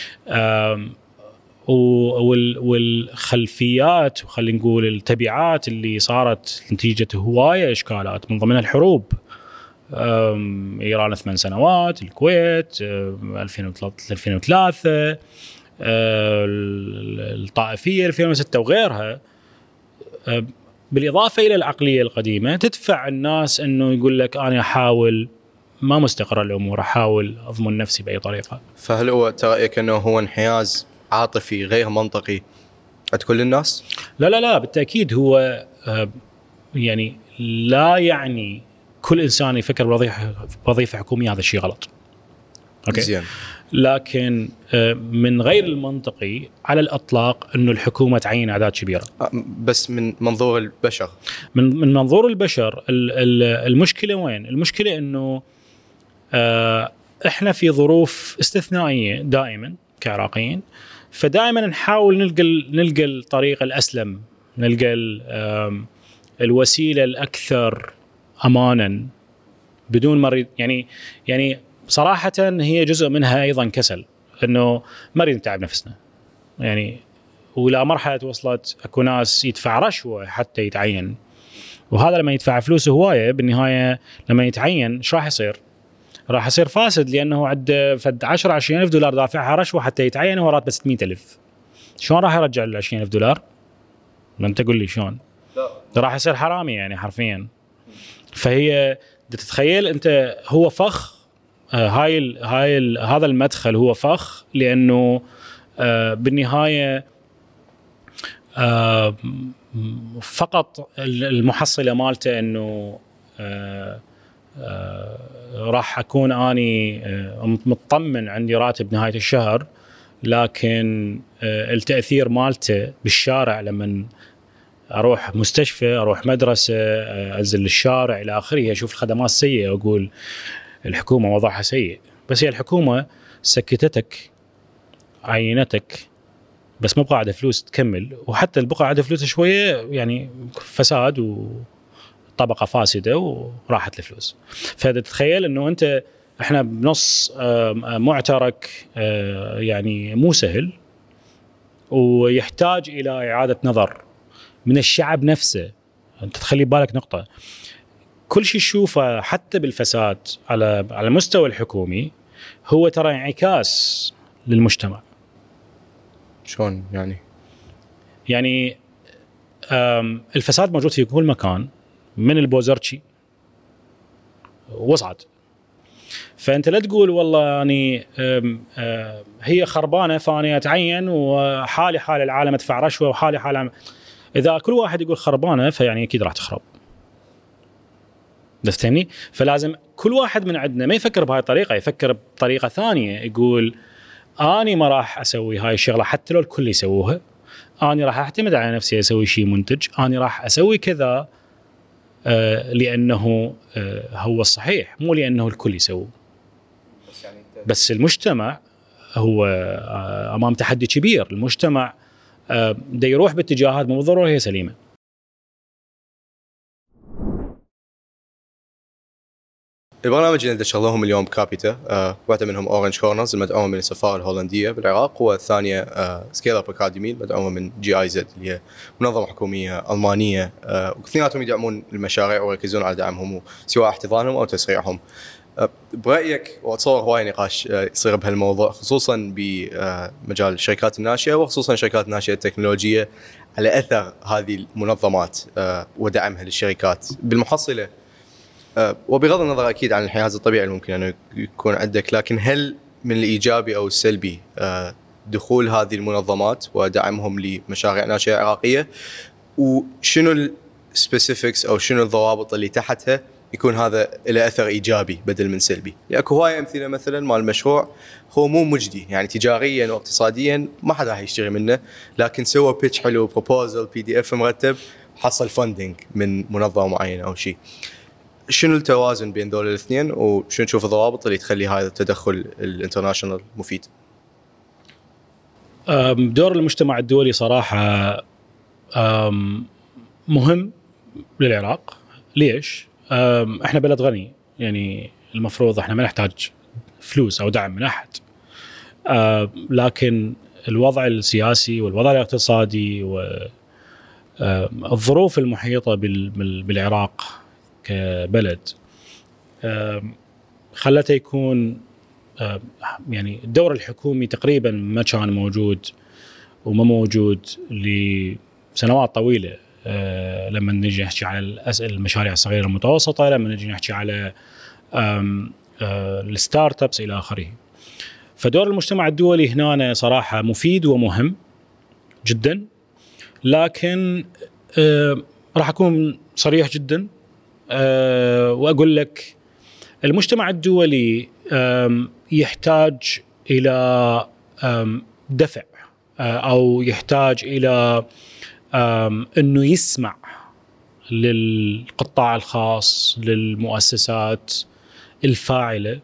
A: والخلفيات وخلينا نقول التبعات اللي صارت نتيجة هواية إشكالات، من ضمنها الحروب، إيران 8 سنوات، الكويت 2003 الطائفية 2006 وغيرها، بالإضافة إلى العقلية القديمة تدفع الناس أنه يقول لك أنا أحاول ما مستقر الأمور، أحاول أضمن نفسي بأي طريقة.
B: فهل هو رأيك أنه هو انحياز عاطفي غير منطقي عند كل الناس؟
A: لا بالتأكيد هو يعني لا يعني كل إنسان يفكر بوظيفة حكومية هذا الشيء غلط. أوكي. زين. لكن من غير المنطقي على الإطلاق أنه الحكومة تعين أعداد كبيرة.
B: بس من منظور البشر،
A: من منظور البشر المشكلة وين؟ المشكلة أنه إحنا في ظروف استثنائية دائما كعراقيين، فدائما نحاول نلقى الطريقة الأسلم، نلقى الوسيلة الأكثر أمانا بدون مريض. يعني صراحة هي جزء منها أيضا كسل، إنه ما نريد نتعب نفسنا. يعني ولا مرحله وصلت اكو ناس يدفع رشوه حتى يتعين، وهذا لما يدفع فلوس هوايه بالنهايه لما يتعين ايش راح يصير؟ راح يصير فاسد، لانه عنده فد 10-20 ألف دولار دافعها رشوه حتى يتعين وهو راتبه 600 ألف. شلون راح يرجع ال 20 ألف دولار؟ ما انت قول لي شلون؟ راح يصير حرامي يعني حرفيا. فهي تتخيل انت هو فخ، هذا المدخل هو فخ، لانه بالنهايه فقط المحصله مالته انه راح اكون اني مطمن عندي راتب نهايه الشهر، لكن التاثير مالته بالشارع لما اروح مستشفى، اروح مدرسه، انزل للشارع الى اخره، اشوف الخدمات سيئه واقول الحكومه وضعها سيء. بس هي الحكومه سكتتك، عينتك، بس مو بقاعده فلوس تكمل، وحتى البقعه عندها فلوس شويه يعني فساد وطبقه فاسده وراحت الفلوس. فتتخيل انه انت احنا بنص معترك يعني مو سهل، ويحتاج الى اعاده نظر من الشعب نفسه. انت تخلي بالك نقطه، كل شيء تشوفه حتى بالفساد على المستوى الحكومي هو ترى انعكاس للمجتمع.
B: شلون يعني
A: الفساد موجود في كل مكان، من البوزرشي وصعد. فانت لا تقول والله يعني هي خربانه فاني اتعين وحالي حال العالم ادفع رشوه وحالي حال. اذا كل واحد يقول خربانه فيعني اكيد راح تخرب. تفهمني؟ فلازم كل واحد من عندنا ما يفكر بهاي الطريقه، يفكر بطريقه ثانيه، يقول اني ما راح اسوي هاي الشغله حتى لو الكل يسووها، اني راح اعتمد على نفسي اسوي شيء منتج، اني راح اسوي كذا لانه هو الصحيح، مو لانه الكل يسوي. بس المجتمع هو امام تحدي كبير. المجتمع دا يروح باتجاهات مو بالضروره هي سليمه.
B: البرنامج اللي ندشر لهم اليوم كابيتا، واحدة منهم أورنج كورنرز المدعومة من السفارة الهولندية بالعراق، والثانية سكيل أب أكاديمي المدعومة من GIZ اللي هي منظمة حكومية ألمانية، وكثيراتهم يدعمون المشاريع ويركزون على دعمهم سواء احتضانهم أو تسريعهم. برأيك، وأتصور هواي نقاش يصير بهالموضوع خصوصا بمجال الشركات الناشئة وخصوصا الشركات الناشئة التكنولوجية، على أثر هذه المنظمات ودعمها للشركات بالمحصلة، وبغض النظر أكيد عن الحياز الطبيعي اللي ممكن أنه يكون عندك، لكن هل من الإيجابي أو السلبي دخول هذه المنظمات ودعمهم لمشاريع ناشئة عراقية، وشنو السبيسيفيكس أو شنو الضوابط اللي تحتها يكون هذا له أثر إيجابي بدل من سلبي؟ لأكو هواي أمثلة مثلا مال مشروع هو مو مجدي، يعني تجاريا واقتصاديا ما حدا راح يشتري منه، لكن سوى بيتش حلو، بروبوزل، PDF مرتب، حصل فاندنج من منظمة معينة أو شيء. شنو التوازن بين دول الاثنين، وشنو تشوف الضوابط اللي تخلي هذا التدخل الانترناشنال مفيد؟
A: دور المجتمع الدولي صراحة مهم للعراق. ليش؟ احنا بلد غني، يعني المفروض احنا ما نحتاج فلوس او دعم من احد، لكن الوضع السياسي والوضع الاقتصادي والظروف المحيطة بالعراق كبلد خلته يكون يعني الدور الحكومي تقريبا ما كان موجود وما موجود لسنوات طويلة. لما نجي نحكي على المشاريع الصغيرة المتوسطة، لما نجي نحكي على الستارت ابس إلى آخره. فدور المجتمع الدولي هنا صراحة مفيد ومهم جدا، لكن راح أكون صريح جدا وأقول لك المجتمع الدولي يحتاج إلى دفع أو يحتاج إلى أنه يسمع للقطاع الخاص، للمؤسسات الفاعلة،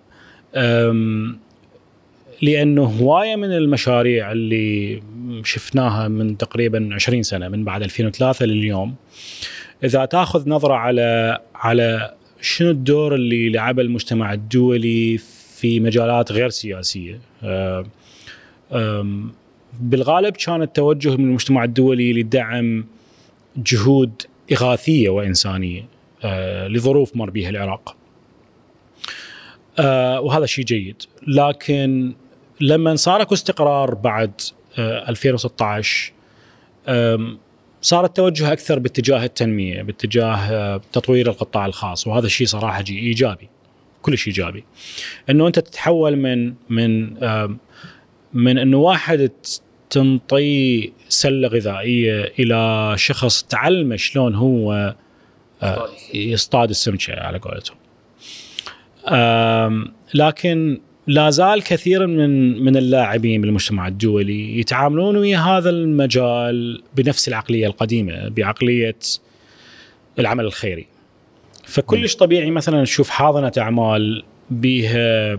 A: لأنه هواية من المشاريع اللي شفناها من تقريبا 20 سنة من بعد 2003 لليوم، إذا تأخذ نظرة على شنو الدور اللي لعبه المجتمع الدولي في مجالات غير سياسية، بالغالب كان التوجه من المجتمع الدولي لدعم جهود إغاثية وإنسانية لظروف مر بها العراق، وهذا شيء جيد. لكن لما صار اكو استقرار بعد 2016 صار التوجه أكثر باتجاه التنمية، باتجاه تطوير القطاع الخاص، وهذا الشيء صراحة إيجابي، كل شيء إيجابي. إنه أنت تتحول من إنه واحد تنطي سلة غذائية إلى شخص تعلم شلون هو يصطاد السمكة على قولتهم. لكن لا زال كثير من اللاعبين بالمجتمع الدولي يتعاملون ويا هذا المجال بنفس العقلية القديمة، بعقلية العمل الخيري. فكلش طبيعي مثلا نشوف حاضنة أعمال بها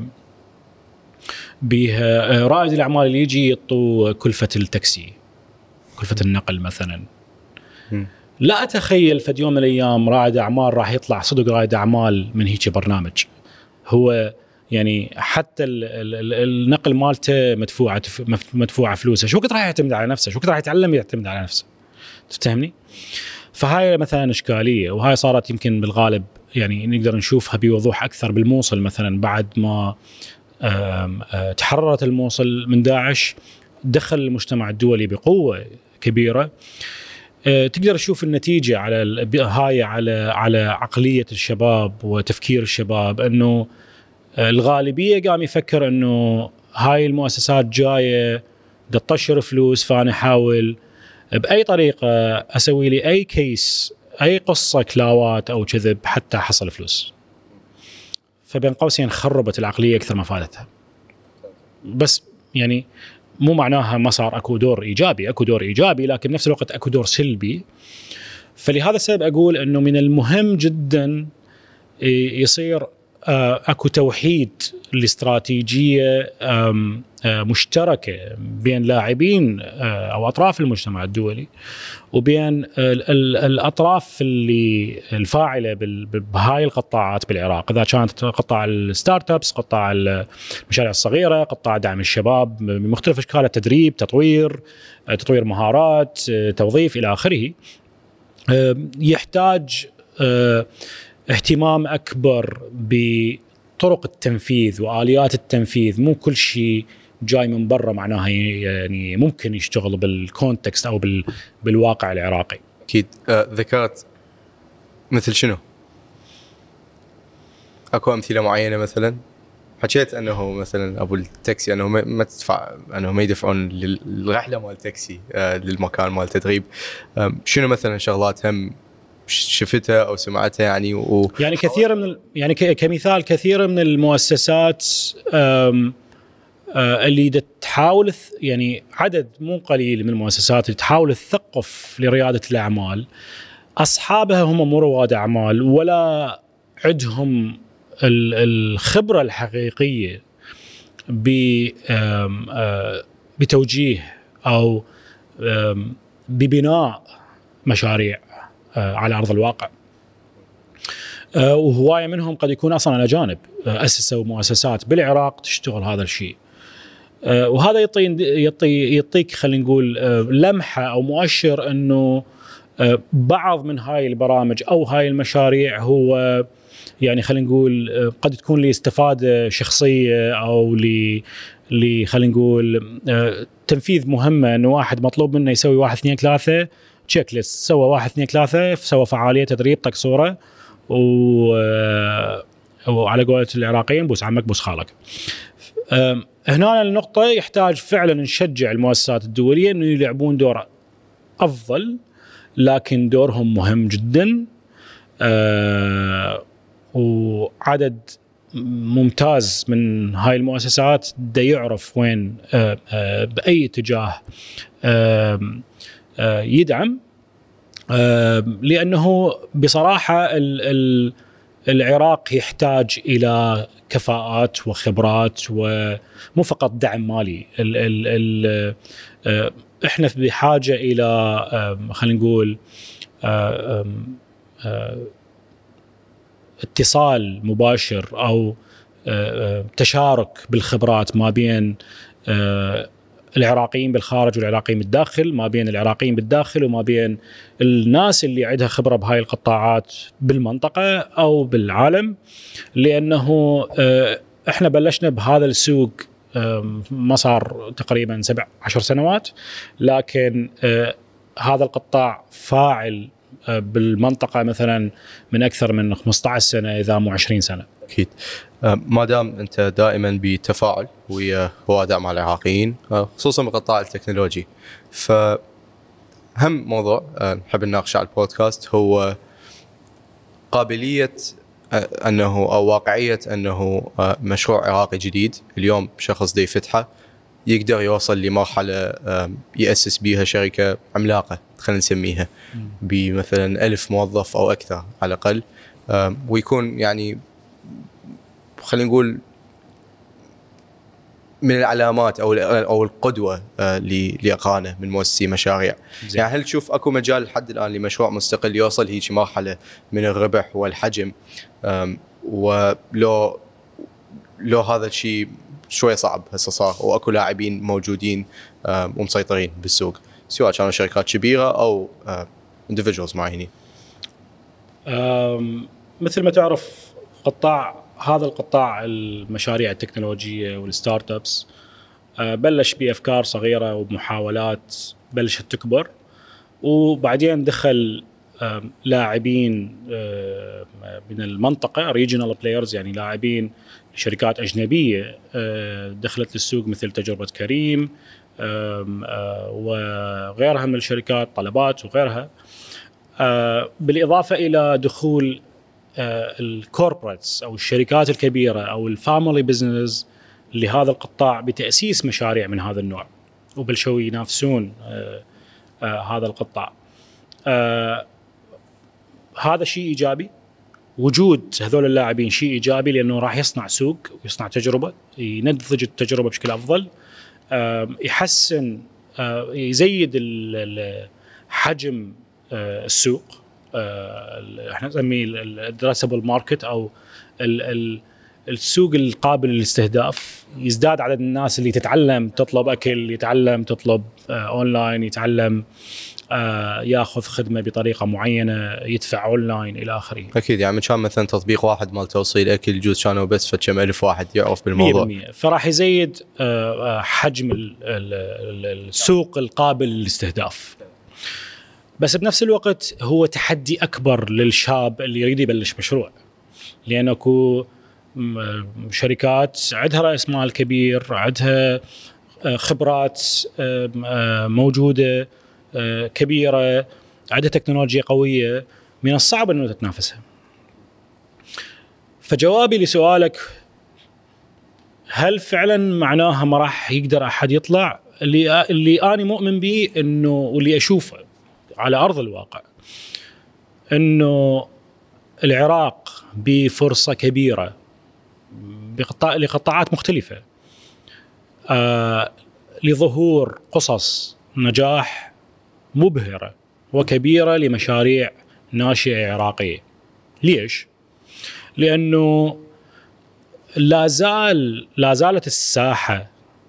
A: رائد الأعمال اللي يجي يطو كلفة التاكسي، كلفة النقل مثلا. لا أتخيل في يوم من الأيام رائد أعمال راح يطلع صدق رائد أعمال من هيك برنامج. هو يعني حتى النقل مالته مدفوعة فلوسه، شو وقت راح يعتمد على نفسه؟ شو وقت راح يتعلم يعتمد على نفسه؟ تفهمني؟ فهاي مثلا إشكالية، وهاي صارت يمكن بالغالب يعني نقدر نشوفها بوضوح أكثر بالموصل مثلا. بعد ما تحررت الموصل من داعش دخل المجتمع الدولي بقوة كبيرة. تقدر تشوف النتيجة على عقلية الشباب وتفكير الشباب، أنه الغالبية قام يفكر أنه هاي المؤسسات جاية تطشر فلوس، فأنا أحاول بأي طريقة أسوي لي أي كيس، أي قصة كلاوات أو كذب حتى حصل فلوس. فبين قوسين خربت العقلية أكثر ما فادتها. بس يعني مو معناها ما صار أكو دور إيجابي، أكو دور إيجابي، لكن بنفس الوقت أكو دور سلبي. فلهذا السبب أقول أنه من المهم جدا يصير أكو توحيد الاستراتيجية مشتركة بين لاعبين أو أطراف المجتمع الدولي وبين الأطراف اللي الفاعلة بهاي القطاعات بالعراق، إذا كانت قطاع الستارت أبس، قطاع المشاريع الصغيرة، قطاع دعم الشباب بمختلف أشكال التدريب، تطوير مهارات، توظيف إلى آخره. يحتاج اهتمام أكبر بطرق التنفيذ وآليات التنفيذ. مو كل شيء جاي من برا معناها يعني ممكن يشتغل بالكونتكست أو بالواقع العراقي.
B: أكيد. ذكرت مثل شنو؟ أكو أمثلة معينة مثلا؟ حكيت أنه مثلا أبو التاكسي أنه ما تدفع، أنه ما يدفعون للرحلة مال التاكسي للمكان مال التدريب. شنو مثلا شغلات هم شفتها أو سمعتها يعني
A: كثير يعني كمثال كثير من المؤسسات اللي تحاول، يعني عدد مو قليل من المؤسسات اللي تحاول تثقف لريادة الأعمال أصحابها هم مو رواد أعمال ولا عندهم الخبرة الحقيقية بتوجيه أو ببناء مشاريع على أرض الواقع. وهواية منهم قد يكون أصلاً أجانب أسسوا مؤسسات بالعراق تشتغل هذا الشيء. وهذا يعطيك خلينا نقول لمحة أو مؤشر أنه بعض من هاي البرامج أو هاي المشاريع هو يعني خلينا نقول قد تكون لاستفادة شخصية أو خلينا نقول تنفيذ مهمة، أنه واحد مطلوب منه يسوي 1 2 3 تشيك ليست، سوى 1 2 3، سوى فعالية تدريب، طق صورة، وعلى قولة العراقيين بوس عمك بوس خالك. هنا النقطة يحتاج فعلا نشجع المؤسسات الدولية أنه يلعبون دور أفضل، لكن دورهم مهم جدا. وعدد ممتاز من هاي المؤسسات دا يعرف وين بأي اتجاه يدعم، لأنه بصراحة العراق يحتاج إلى كفاءات وخبرات ومو فقط دعم مالي. احنا بحاجة إلى خلينا نقول اتصال مباشر أو تشارك بالخبرات ما بين العراقيين بالخارج والعراقيين بالداخل، ما بين العراقيين بالداخل وما بين الناس اللي عندها خبرة بهاي القطاعات بالمنطقة أو بالعالم. لأنه إحنا بلشنا بهذا السوق ما صار تقريبا 7-10 سنوات، لكن هذا القطاع فاعل بالمنطقة مثلا من أكثر من 15 سنة إذا مو 20 سنة.
B: أكيد. ما دام أنت دائما بتفاعل ويا رواد مع العراقيين خصوصا بقطاع التكنولوجي، فهم موضوع نحب نناقشه على البودكاست هو قابلية أنه أو واقعية أنه مشروع عراقي جديد اليوم شخص دي فتحه يقدر يوصل لمرحلة يأسس بيها شركة عملاقة خلينا نسميها بمثلا 1000 موظف أو أكثر على الأقل، ويكون يعني خلينا نقول من العلامات أو القدوة لأقرانه من مؤسسي مشاريع. يعني هل تشوف أكو مجال لحد الآن لمشروع مستقل يوصل هيك مرحلة من الربح والحجم، ولو هذا الشيء شوي صعب هسه صار وأكو لاعبين موجودين ومسيطرين بالسوق سواء كانوا شركات كبيرة أو individuals معينين؟
A: مثل ما تعرف هذا القطاع المشاريع التكنولوجية والستارت ابس بلش بأفكار صغيرة ومحاولات بلشت تكبر، وبعدين دخل لاعبين من المنطقة regional players، يعني لاعبين شركات أجنبية دخلت للسوق مثل تجربة كريم وغيرها من الشركات، طلبات وغيرها، بالإضافة إلى دخول الكوربريتس أو الشركات الكبيرة أو الفاميلي بيزنس لهذا القطاع بتأسيس مشاريع من هذا النوع، وبلشوا ينافسون هذا القطاع. هذا شيء إيجابي، وجود هذول اللاعبين شيء إيجابي لأنه راح يصنع سوق ويصنع تجربة، ينضج التجربة بشكل أفضل، يحسن يزيد حجم السوق، احنا نسميه الادريسبل ماركت او السوق القابل للاستهداف، يزداد عدد الناس اللي تتعلم تطلب اكل، يتعلم تطلب اونلاين، يتعلم ياخذ خدمه بطريقه معينه، يدفع اونلاين الى اخره.
B: اكيد، يعني كان مثلا تطبيق واحد مال توصيل اكل جوز كانوا بس فكم 1000 واحد يعرف بالموضوع
A: 100%، فراح يزيد حجم السوق القابل للاستهداف. بس بنفس الوقت هو تحدي أكبر للشاب اللي يريد يبلش مشروع، لأنه شركات عندها رأس مال كبير، عندها خبرات موجودة كبيرة، عندها تكنولوجيا قوية، من الصعب أنه تتنافسها. فجوابي لسؤالك هل فعلا معناها ما راح يقدر أحد يطلع؟ اللي أنا مؤمن به إنه واللي أشوفه على أرض الواقع أنه العراق بفرصة كبيرة لقطاعات مختلفة لظهور قصص نجاح مبهرة وكبيرة لمشاريع ناشئة عراقية. ليش؟ لأنه لا زالت الساحة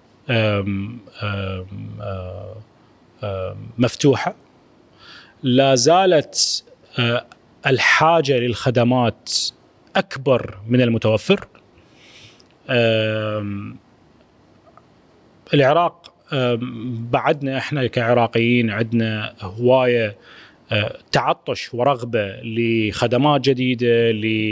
A: مفتوحة، لا زالت الحاجة للخدمات أكبر من المتوفر. العراق بعدنا إحنا كعراقيين عندنا هواية تعطش ورغبة لخدمات جديدة،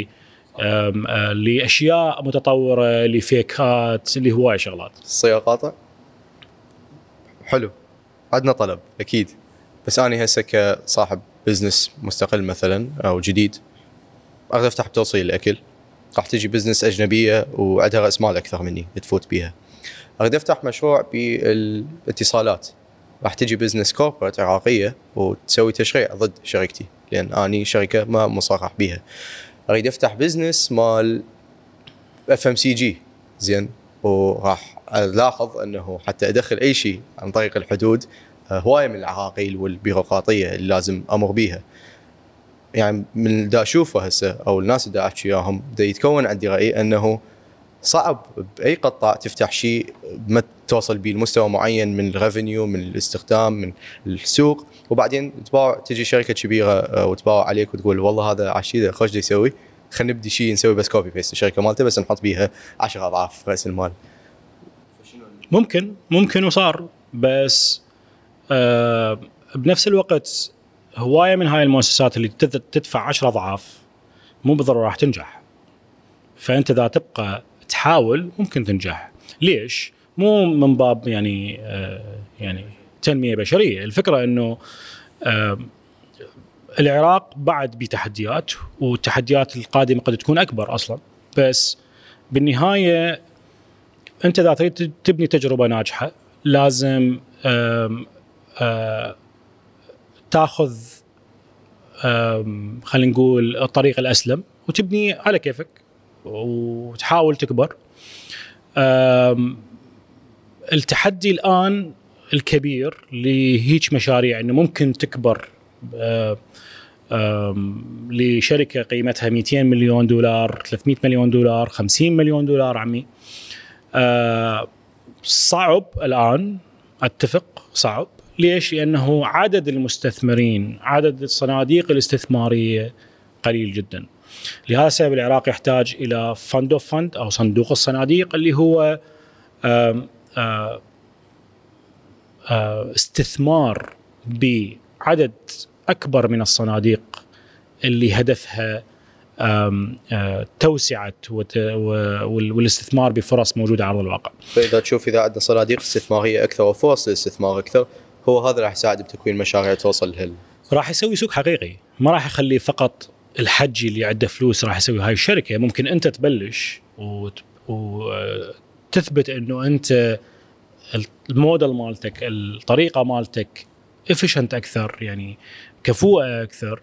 A: لأشياء متطورة، لفيكات، لهواية شغلات.
B: السياقات حلو، عندنا طلب أكيد، بس أنا هسه كصاحب بزنس مستقل مثلا أو جديد أقدر أفتح بتوصيل الأكل، راح تجي بزنس أجنبية وعندها رأس مال أكثر مني تفوت بيها. أقدر أفتح مشروع بالاتصالات، راح تجي بزنس كوربريت عراقية وتسوي تشريع ضد شركتي لأن أنا شركة ما مصرح بيها. أريد أفتح بزنس مال FMCG زين، وراح ألاحظ أنه حتى أدخل أي شيء عن طريق الحدود هواية من العراقيل والبيروقراطية اللي لازم أمر بيها. يعني من دا أشوفه هسه أو الناس دا أحكي وياهم دا يتكون عندي رأي أنه صعب باي قطاع تفتح شيء ما توصل به لمستوى معين من الريفينيو، من الاستخدام، من السوق، وبعدين تجي شركه كبيره وتباوع عليك وتقول والله هذا عشيده خوش دي يسوي، خلينا نبدي شيء نسوي بس كوبي بيست الشركه مالته بس نحط بيها 10 اضعاف راس المال.
A: ممكن وصار، بس بنفس الوقت هوايه من هاي المؤسسات اللي تدفع 10 اضعاف مو بالضروره راح تنجح. فانت اذا تبقى تحاول ممكن تنجح. ليش؟ مو من باب يعني تنميه بشريه. الفكره انه العراق بعد بتحديات، والتحديات القادمه قد تكون اكبر اصلا، بس بالنهايه انت اذا تريد تبني تجربه ناجحه لازم تاخذ خلينا نقول الطريق الاسلم وتبني على كيفك وتحاول تكبر. التحدي الآن الكبير لهيج مشاريع انه ممكن تكبر لشركة قيمتها 200 مليون دولار، 300 مليون دولار، 50 مليون دولار عمي. صعب الآن، اتفق صعب. ليش؟ لأنه عدد المستثمرين، عدد الصناديق الاستثمارية قليل جدا. لهذا السبب العراق يحتاج إلى فند اوف فند أو صندوق الصناديق، اللي هو استثمار بعدد أكبر من الصناديق اللي هدفها توسعة والاستثمار بفرص موجودة على أرض الواقع.
B: فإذا تشوف إذا عندنا صناديق استثمارية أكثر وفرص الاستثمار أكثر، هو هذا راح يساعد بتكوين مشاريع توصل لهال،
A: راح يسوي سوق حقيقي. ما راح يخلي فقط الحجي اللي عنده فلوس راح يسوي هاي الشركة. ممكن أنت تبلش وتثبت أنه أنت الموديل مالتك، الطريقة مالتك efficient أكثر، يعني كفوءة أكثر،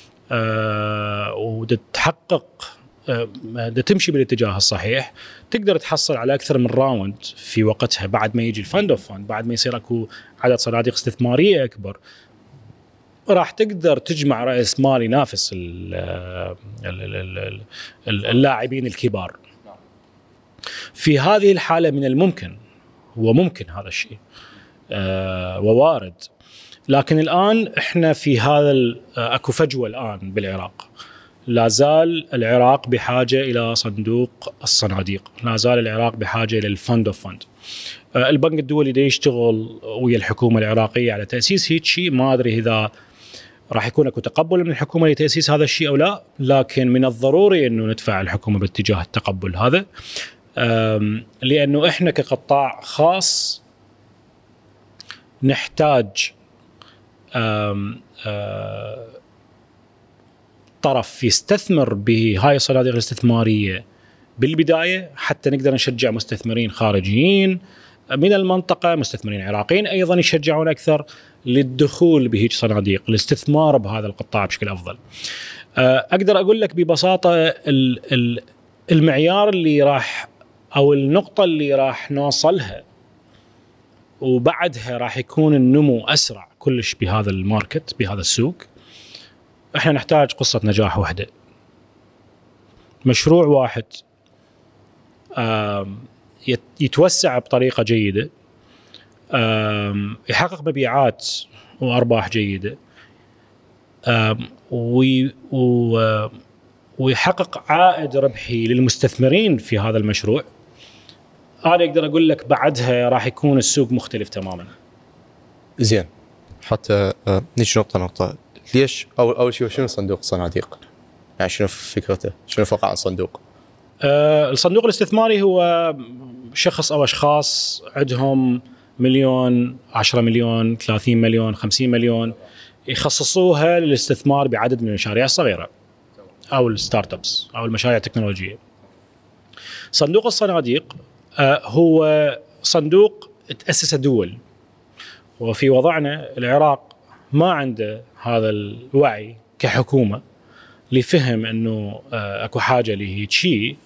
A: وتحقق تمشي بالاتجاه الصحيح، تقدر تحصل على أكثر من راوند في وقتها بعد ما يجي الفند اوف فند، بعد ما يصير أكو عدد صناديق استثمارية أكبر. راح تقدر تجمع رأس مال ينافس اللاعبين الكبار. في هذه الحالة من الممكن، وممكن هذا الشيء ووارد، لكن الآن إحنا في هذا أكو فجوة الآن بالعراق. لا زال العراق بحاجة إلى صندوق الصناديق، لا زال العراق بحاجة إلى الفند اوف فند. البنك الدولي دا يشتغل ويا الحكومة العراقية على تأسيس هيك شيء. ما أدري إذا راح يكون اكو تقبل من الحكومه لتاسيس هذا الشيء او لا، لكن من الضروري انه ندفع الحكومه باتجاه التقبل هذا، لانه احنا كقطاع خاص نحتاج طرف يستثمر بهاي الصناديق الاستثماريه بالبدايه، حتى نقدر نشجع مستثمرين خارجيين من المنطقة، مستثمرين عراقيين أيضا يشجعون أكثر للدخول بهيج صناديق، الاستثمار بهذا القطاع بشكل أفضل. أقدر أقول لك ببساطة المعيار اللي راح أو النقطة اللي راح نوصلها وبعدها راح يكون النمو أسرع كلش بهذا الماركت، بهذا السوق. إحنا نحتاج قصة نجاح واحدة، مشروع واحد يتوسع بطريقة جيدة، يحقق مبيعات وأرباح جيدة، ويحقق عائد ربحي للمستثمرين في هذا المشروع. أنا أقدر أقول لك بعدها راح يكون السوق مختلف تماماً.
B: زين، حتى نيجي نقطة. ليش أول شيء شنو صندوق الصناديق؟ يعني شنو فكرته؟ شنو فقع الصندوق؟
A: الصندوق الاستثماري هو شخص أو أشخاص عندهم مليون، 10 مليون، 30 مليون، 50 مليون، يخصصوها للاستثمار بعدد من المشاريع الصغيرة أو الستارت أبس أو المشاريع التكنولوجية. صندوق الصناديق هو صندوق تأسس دول، وفي وضعنا العراق ما عنده هذا الوعي كحكومة لفهم أنه أكو حاجة لهيك شيء،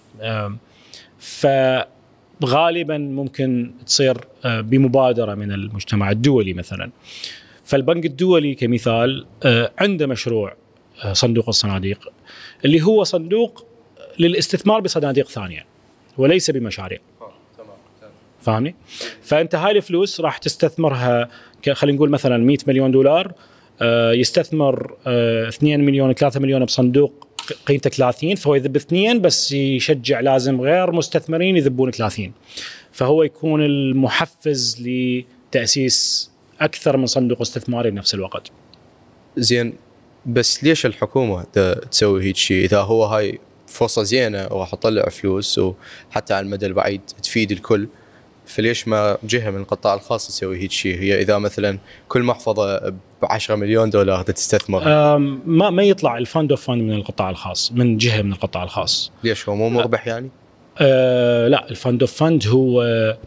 A: فغالبا ممكن تصير بمبادرة من المجتمع الدولي مثلا. فالبنك الدولي كمثال عنده مشروع صندوق الصناديق، اللي هو صندوق للاستثمار بصناديق ثانية، وليس بمشاريع. فاهمني؟ فانت هاي الفلوس راح تستثمرها، خلينا نقول مثلا 100 مليون دولار، يستثمر 2 مليون 3 مليون بصندوق قيمته 30، فهو يذب 2 بس يشجع لازم غير مستثمرين يذبون 30، فهو يكون المحفز لتأسيس أكثر من صندوق استثماري بنفس الوقت.
B: زين، بس ليش الحكومة تسوي هيك شيء إذا هو هاي فرصة زينة وراح تطلع فلوس وحتى على المدى البعيد تفيد الكل؟ فليش ما جهة من القطاع الخاص تسوي هيك شيء؟ هي إذا مثلا كل محفظة ب10 مليون دولار تستثمر،
A: ما يطلع الفند اوف فند من القطاع الخاص، من جهة من القطاع الخاص.
B: ليش هو مو مربح يعني؟
A: لا، الفند اوف فند هو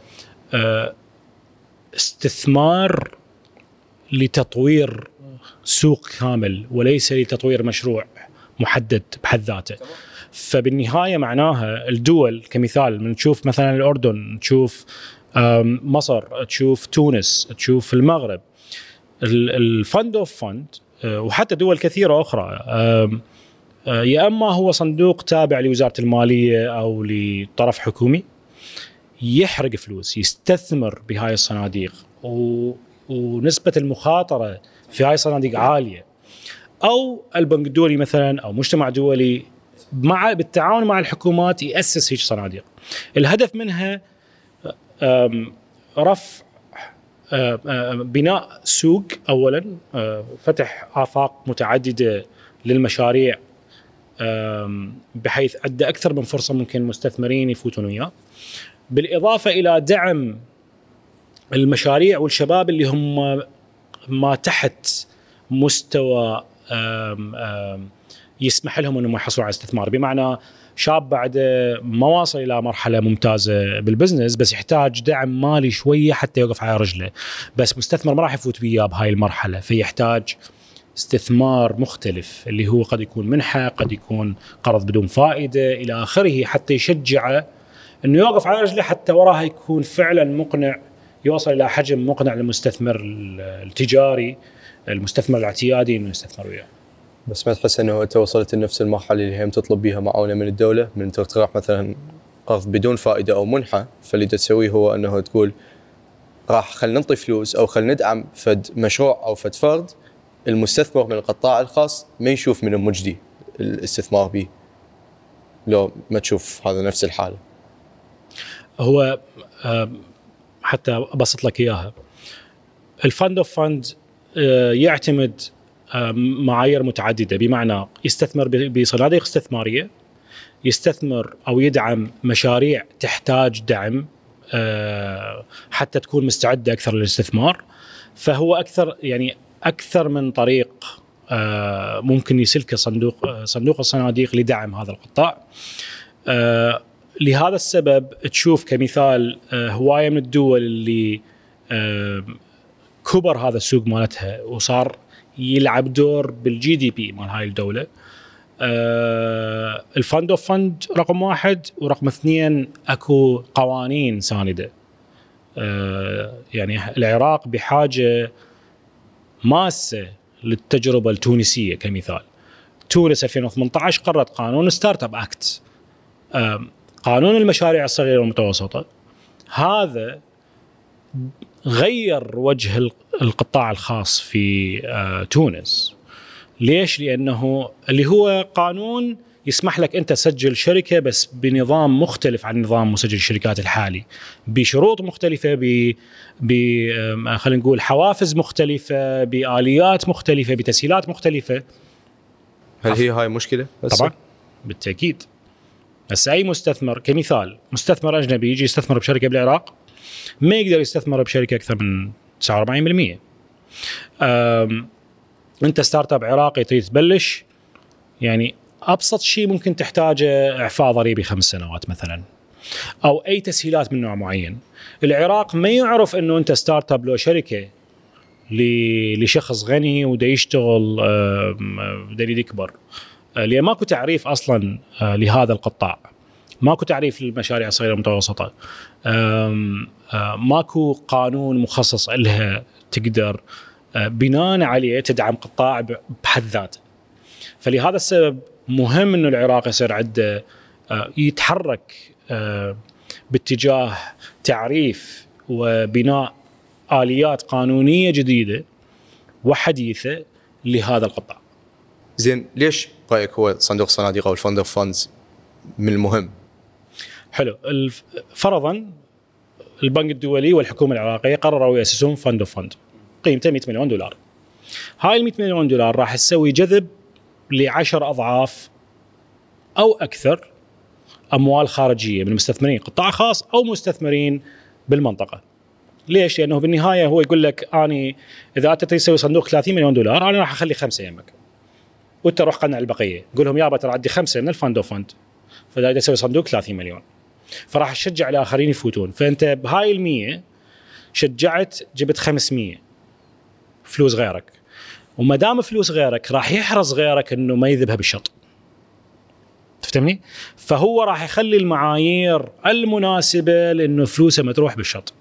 A: استثمار لتطوير سوق كامل وليس لتطوير مشروع محدد بحد ذاته. فبالنهاية معناها الدول كمثال، من تشوف مثلا الأردن، تشوف مصر، تشوف تونس، تشوف المغرب، الفند اوف فند وحتى دول كثيرة أخرى يا أما هو صندوق تابع لوزارة المالية أو لطرف حكومي يحرق فلوس يستثمر بهاي الصناديق ونسبة المخاطرة في هاي الصناديق عالية، أو البنك الدولي مثلا أو مجتمع دولي بالتعاون مع الحكومات يأسس هيك صناديق. الهدف منها رفع بناء سوق أولا، فتح آفاق متعددة للمشاريع بحيث أدى أكثر من فرصة ممكن مستثمرين يفوتون وياه، بالإضافة إلى دعم المشاريع والشباب اللي هم ما تحت مستوى يسمح لهم أنهم يحصلوا على استثمار. بمعنى شاب بعد ما واصل إلى مرحلة ممتازة بالبزنس بس يحتاج دعم مالي شوية حتى يوقف على رجله، بس مستثمر ما راح يفوت بيه بهاي المرحلة، فيحتاج استثمار مختلف اللي هو قد يكون منحة، قد يكون قرض بدون فائدة إلى آخره، حتى يشجعه أنه يوقف على رجله حتى وراها يكون فعلا مقنع، يوصل إلى حجم مقنع للمستثمر التجاري، المستثمر الاعتيادي إنه يستثمر وياه.
B: بس ما تحس أنه أنت وصلت لنفس المرحلة اللي هم تطلب بيها معونة من الدولة، من تقترح مثلا قرض بدون فائدة أو منحة، فاللي تسويه هو أنه تقول راح خلينا نعطي فلوس أو خلينا ندعم فد مشروع أو فد فرد، المستثمر من القطاع الخاص ما يشوف من مجدي الاستثمار به، لو ما تشوف هذا نفس الحالة.
A: هو حتى أبسط لك إياها، الفند اوف فند يعتمد معايير متعددة، بمعنى يستثمر بصناديق استثمارية، يستثمر أو يدعم مشاريع تحتاج دعم حتى تكون مستعدة أكثر للاستثمار. فهو أكثر من طريق ممكن يسلك صندوق الصناديق لدعم هذا القطاع. لهذا السبب تشوف كمثال هواية من الدول اللي كبر هذا السوق مالتها وصار يلعب دور بالجي دي بي مال هاي الدولة، الفند اوف فند رقم 1، ورقم 2 اكو قوانين ساندة. يعني العراق بحاجة ماسة للتجربة التونسية كمثال. تونس 2018 قررت قانون ستارت اب اكت، قانون المشاريع الصغيرة والمتوسطة، هذا غير وجه القطاع الخاص في تونس. ليش؟ لأنه اللي هو قانون يسمح لك أنت تسجل شركة بس بنظام مختلف عن نظام مسجل الشركات الحالي، بشروط مختلفة، خلينا نقول حوافز مختلفة، بآليات مختلفة، بتسهيلات مختلفة.
B: هل هي هاي مشكلة؟
A: طبعا بالتأكيد. بس أي مستثمر كمثال، مستثمر أجنبي يجي يستثمر بشركة بالعراق ما يقدر يستثمر بشركة أكثر من 49%. أنت ستارت اب عراقي تريد تبلش، يعني أبسط شيء ممكن تحتاجه إعفاء ضريبي 5 سنوات مثلا، أو أي تسهيلات من نوع معين. العراق ما يعرف إنه أنت ستارت اب لو شركة لشخص غني وده يشتغل وده يكبر، لأن ماكو تعريف أصلا لهذا القطاع، ماكو تعريف للمشاريع الصغيرة والمتوسطة، ماكو قانون مخصص لها تقدر بناء عليه تدعم قطاع بحد ذاته. فلهذا السبب مهم إنه العراق يصير عنده يتحرك باتجاه تعريف وبناء آليات قانونية جديدة وحديثة لهذا القطاع.
B: زين، ليش رأيك هو صندوق الصناديق أو الفند اوف فاندز من المهم؟
A: حلو. فرضا البنك الدولي والحكومة العراقية قرروا يأسسون فند اوف فند قيمته $100 مليون. هاي $100 مليون راح تسوي جذب ل10 أضعاف أو أكثر أموال خارجية من مستثمرين قطاع خاص أو مستثمرين بالمنطقة. ليش؟ لأنه بالنهاية هو يقول لك أنا إذا أنت تسوي صندوق $30 مليون أنا راح أخلي 5 يمك، وأنت روح قنع البقية. قول لهم يابا ترى عندي 5 من الفند اوف فند، فإذا تسوي صندوق 30 مليون فراح تشجع الآخرين يفوتون. فأنت بهاي 100 شجعت، جبت 500 فلوس غيرك، وما دام فلوس غيرك راح يحرص غيرك إنه ما يذبها بالشط. تفتهمني؟ فهو راح يخلي المعايير المناسبة لأنه فلوسه ما تروح بالشط.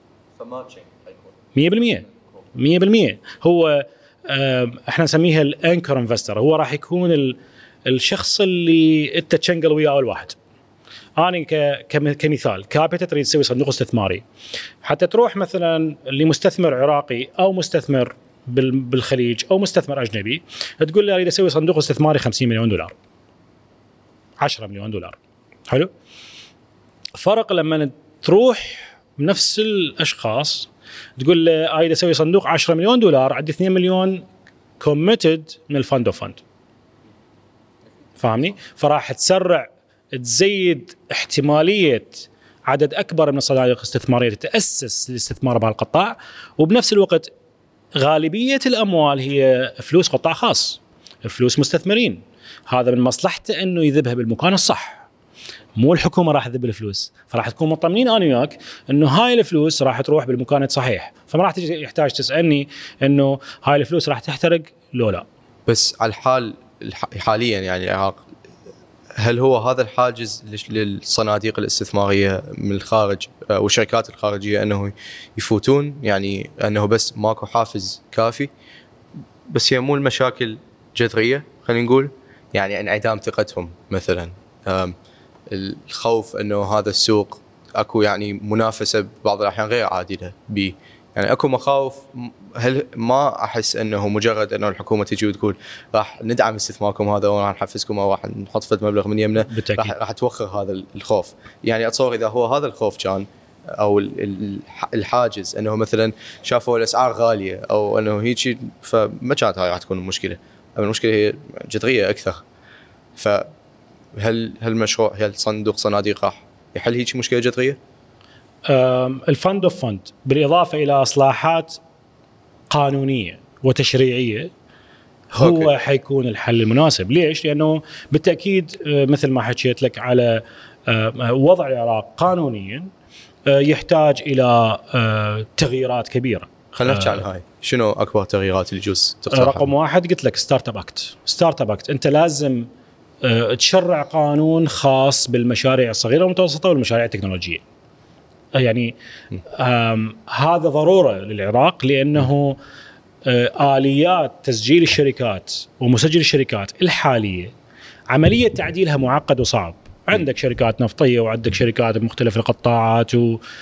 A: 100%. هو احنا نسميها الانكر انفستر. هو راح يكون الشخص اللي انت تشنقل وياه اول واحد. انا كمثال كابيتا تريد تسوي صندوق استثماري، حتى تروح مثلا لمستثمر عراقي او مستثمر بالخليج او مستثمر اجنبي تقول له اريد اسوي صندوق استثماري $50 مليون، $10 مليون. حلو. فرق لما تروح نفس الاشخاص تقول له اريد اسوي صندوق $10 مليون، عندي 2 مليون كوميتد من الفند اوف فند. فاهمني؟ فراح تسرع، تزيد احتماليه عدد اكبر من الصناديق الاستثماريه تتاسس للاستثمار بهالقطاع، وبنفس الوقت غالبيه الاموال هي فلوس قطاع خاص، فلوس مستثمرين. هذا من مصلحته انه يذبها بالمكان الصح، مو الحكومه راح تذب الفلوس. فراح تكون مطمنين انا وياك انه هاي الفلوس راح تروح بالمكان الصحيح، فما راح تجي يحتاج تسالني انه هاي الفلوس راح تحترق لو لا.
B: بس على الحال حاليا يعني العراق، هل هو هذا الحاجز للصناديق الاستثماريه من الخارج والشركات الخارجيه انه يفوتون؟ يعني انه بس ماكو حافز كافي؟ بس هي مو المشاكل جذريه خلينا نقول، يعني انعدام ثقتهم مثلا، الخوف انه هذا السوق اكو يعني منافسه ببعض الاحيان غير عادله بي، يعني اكو مخاوف. هل ما احس انه مجرد انه الحكومه تجي وتقول راح ندعم استثماركم هذا وراح نحفزكم او راح نحط فد مبلغ من يمنا راح توخر هذا الخوف؟ يعني اتصور اذا هو هذا الخوف كان او الحاجز انه مثلا شافوا الاسعار غاليه او انه هيك، فما كانت هاي راح تكون المشكله. المشكله هي جذريه اكثر. فهل المشروع، هل صندوق صناديق راح يحل هيك مشكله جذريه؟
A: الفند اوف فند بالاضافه الى اصلاحات قانونيه وتشريعيه هو حيكون الحل المناسب. ليش؟ لانه بالتاكيد مثل ما حكيت لك على وضع العراق قانونيا يحتاج الى تغييرات كبيره.
B: خلينا نحكي عن هاي. شنو اكبر تغييرات اللي يجوز تقترحها؟
A: رقم واحد قلت لك ستارت اب اكت. انت لازم تشرع قانون خاص بالمشاريع الصغيره والمتوسطه والمشاريع التكنولوجيه. يعني هذا ضروره للعراق، لانه آليات تسجيل الشركات ومسجل الشركات الحاليه عمليه تعديلها معقد وصعب. عندك شركات نفطيه وعندك شركات بمختلف القطاعات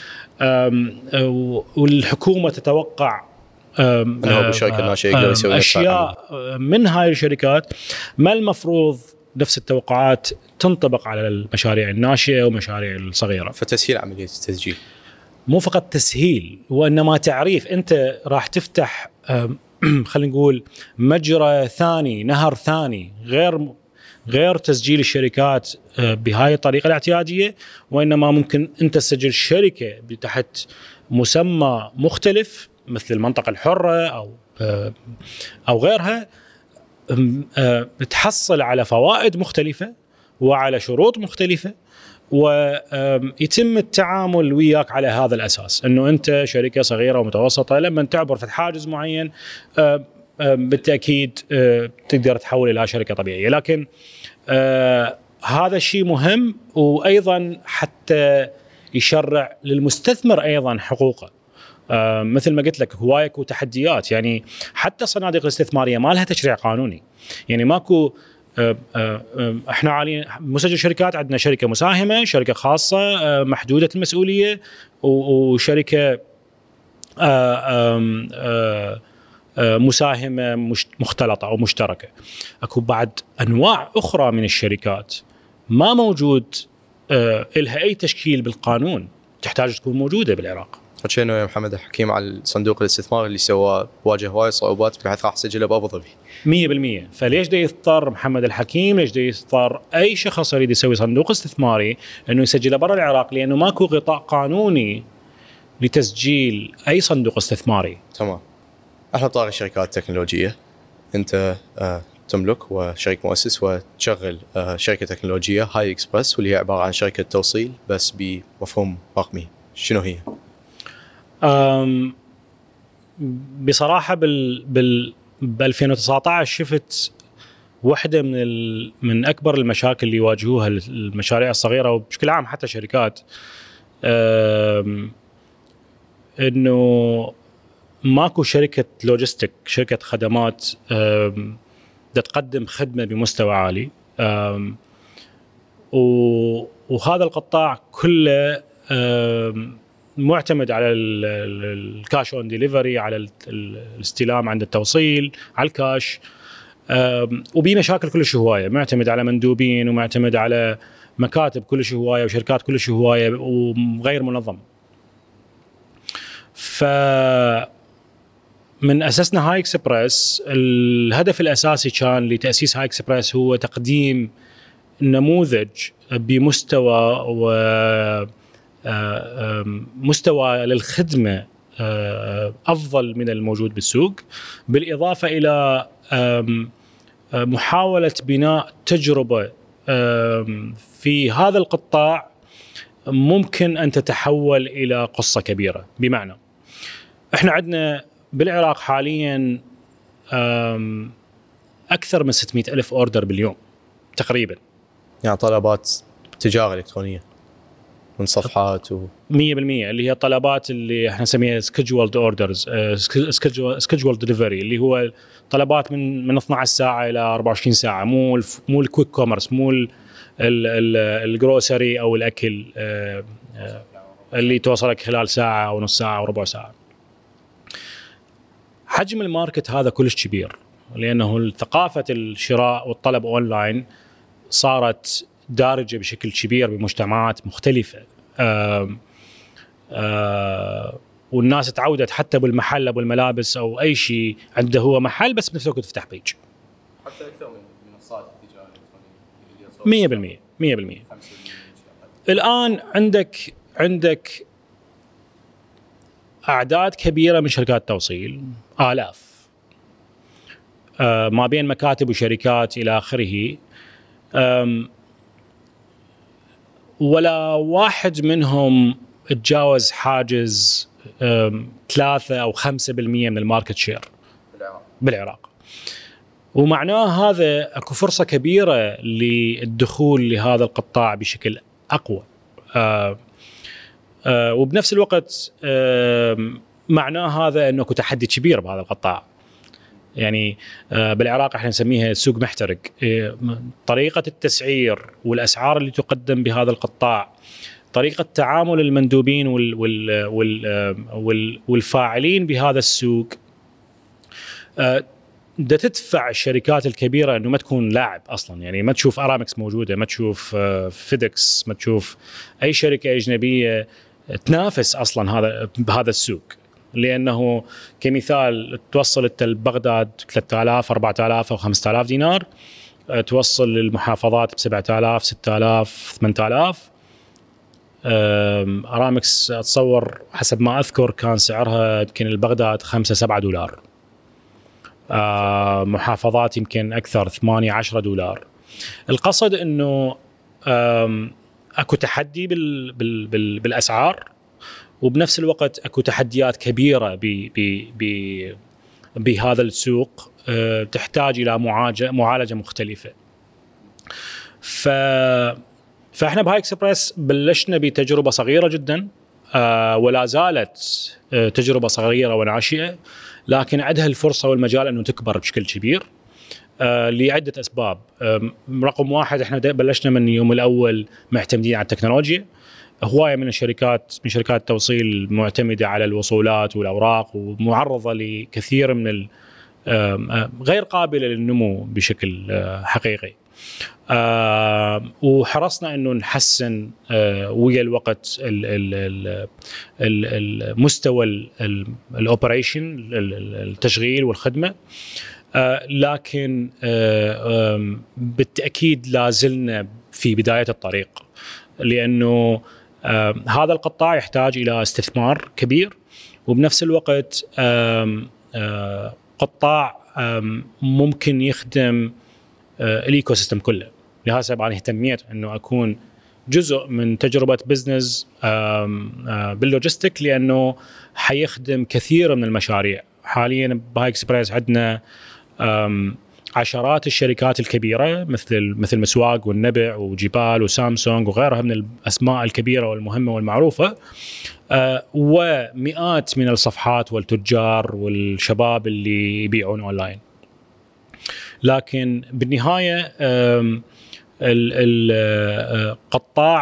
A: والحكومه تتوقع
B: انه بالشركه الناشئه يقدر يسوي
A: اشياء من هاي الشركات ما المفروض نفس التوقعات تنطبق على المشاريع الناشئه ومشاريع الصغيره.
B: فتسهيل عمليه التسجيل،
A: مو فقط تسهيل وانما تعريف. انت راح تفتح خلينا نقول مجرى ثاني، نهر ثاني غير تسجيل الشركات بهاي الطريقه الاعتياديه، وانما ممكن انت تسجل شركه تحت مسمى مختلف مثل المنطقه الحره او غيرها، تحصل على فوائد مختلفه وعلى شروط مختلفه، ويتم التعامل وياك على هذا الاساس، انه انت شركه صغيره ومتوسطه لما تعبر في حاجز معين بالتاكيد تقدر تحول الى شركه طبيعيه. لكن هذا الشيء مهم، وايضا حتى يشرع للمستثمر ايضا حقوقه. مثل ما قلت لك هوايك وتحديات، يعني حتى الصناديق الاستثماريه ما لها تشريع قانوني، يعني ماكو احنا حاليا مسجل شركات، عندنا شركه مساهمه، شركه خاصه محدوده المسؤوليه، وشركه مساهمه مختلطه او مشتركه. اكو بعد انواع اخرى من الشركات ما موجود لها اي تشكيل بالقانون، تحتاج تكون موجوده بالعراق.
B: حكينا يا محمد الحكيم على صندوق الاستثمار اللي سواه بواجه هواي صعوبات بحيث راح سجله بابو ظبي
A: 100%. فليش دا يضطر محمد الحكيم، ليش دا يضطر اي شخص يريد يسوي صندوق استثماري انه يسجله برا العراق؟ لانه ماكو غطاء قانوني لتسجيل اي صندوق استثماري.
B: تمام. احنا طاري شركات تكنولوجيه، انت تملك وشريك مؤسس وتشغل شركه تكنولوجيه هاي اكسبرس، واللي هي عباره عن شركه توصيل بس بمفهوم رقمي. شنو هي؟
A: بصراحه ب 2019 شفت واحده من اكبر المشاكل اللي يواجهوها المشاريع الصغيره وبشكل عام حتى شركات، انه ماكو شركه لوجستيك، شركه خدمات تقدم خدمه بمستوى عالي، وهذا القطاع كله معتمد على الكاش اون ديليفري، على الاستلام عند التوصيل، على الكاش، وبي مشاكل كلش هوايه، معتمد على مندوبين ومعتمد على مكاتب كلش هوايه وشركات كلش هوايه وغير منظم. من أسسنا هاي إكسبرس، الهدف الأساسي كان لتأسيس هاي إكسبرس هو تقديم نموذج بمستوى مستوى للخدمة أفضل من الموجود بالسوق، بالإضافة إلى محاولة بناء تجربة في هذا القطاع ممكن أن تتحول إلى قصة كبيرة. بمعنى إحنا عندنا بالعراق حاليا أكثر من 600,000 أوردر باليوم تقريبا،
B: يعني طلبات تجارة إلكترونية من صفحات
A: 100%، اللي هي طلبات اللي احنا نسميها scheduled orders، scheduled delivery، اللي هو طلبات من 12 ساعة إلى 24 ساعة، مو الكويك كوميرس، مو الجروسري أو الأكل اللي توصلك خلال ساعة أو نص ساعة أو ربع ساعة. حجم الماركت هذا كلش كبير، لأنه ثقافة الشراء والطلب أونلاين صارت دارجة بشكل كبير بمجتمعات مختلفة، والناس تعودت حتى بالمحل أو بالملابس أو أي شيء عنده هو محل بس بنفس الوقت تفتح بيج.
B: حتى أكثر من منصات التجارة الإلكترونية
A: 100%. الآن عندك أعداد كبيرة من شركات توصيل، آلاف، ما بين مكاتب وشركات إلى آخره، ولا واحد منهم تجاوز حاجز 3 أو 5% من الماركت شير بالعراق. ومعناه هذا أكو فرصة كبيرة للدخول لهذا القطاع بشكل أقوى، وبنفس الوقت معناه هذا أنه أكو تحدي كبير بهذا القطاع. يعني بالعراق احنا نسميها سوق محترق، طريقة التسعير والأسعار اللي تقدم بهذا القطاع، طريقة تعامل المندوبين والفاعلين بهذا السوق، ده تدفع الشركات الكبيرة أنه ما تكون لاعب أصلا. يعني ما تشوف أرامكس موجودة، ما تشوف فيدكس، ما تشوف أي شركة أجنبية تنافس أصلا بهذا السوق، لأنه كمثال توصل أنت لبغداد 3000 4000 أو 5000 دينار، توصل للمحافظات ب7000 6000 8000. أرامكس أتصور حسب ما أذكر كان سعرها يمكن البغداد $5-7، محافظات يمكن أكثر $8-10. القصد أنه أكو تحدي بالأسعار، وبنفس الوقت أكو تحديات كبيرة بهذا السوق تحتاج إلى معالجة مختلفة. فإحنا بهاي إكسبرس بلشنا بتجربة صغيرة جدا، ولا زالت تجربة صغيرة وناشئة، لكن عندها الفرصة والمجال أنه تكبر بشكل كبير. لعده اسباب. رقم واحد، احنا بلشنا من اليوم الاول معتمدين على التكنولوجيا. هوايه من الشركات، من شركات التوصيل، معتمده على الوصولات والاوراق ومعرضه لكثير من غير قابله للنمو بشكل حقيقي. وحرصنا انه نحسن ويا الوقت المستوى الاوبريشن، التشغيل والخدمه. لكن بالتاكيد لازلنا في بدايه الطريق، لانه هذا القطاع يحتاج الى استثمار كبير، وبنفس الوقت قطاع ممكن يخدم الايكو سيستم كله. لهذا السبب انا اهتميت انه اكون جزء من تجربه بزنس باللوجستيك، لانه حيخدم كثير من المشاريع. حاليا بهاي اكسبريس عندنا عشرات الشركات الكبيره مثل مسواق والنبع وجبال وسامسونج وغيرها من الاسماء الكبيره والمهمه والمعروفه، ومئات من الصفحات والتجار والشباب اللي يبيعون اونلاين. لكن بالنهايه قطاع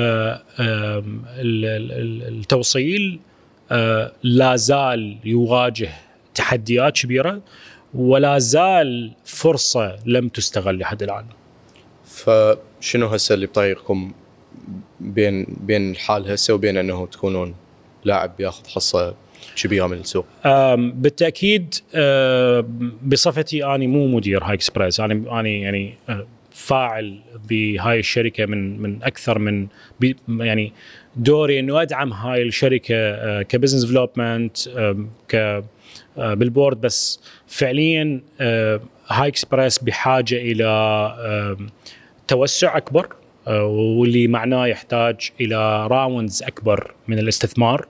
A: التوصيل لا زال يواجه تحديات كبيره، ولا زال فرصه لم تستغل لحد الان.
B: فشنو هسه اللي بطريقكم بين الحال هسه وبين انه تكونون لاعب بياخذ حصه كبيره من السوق؟
A: بالتاكيد بصفتي اني مو مدير هاي اكسبريس، انا يعني فاعل بهاي الشركه من اكثر من يعني دوري انه ادعم هاي الشركه كبزنس ديفلوبمنت بالبورد. بس فعليا هاي اكسبريس بحاجه الى توسع اكبر، واللي معناه يحتاج الى راوندز اكبر من الاستثمار.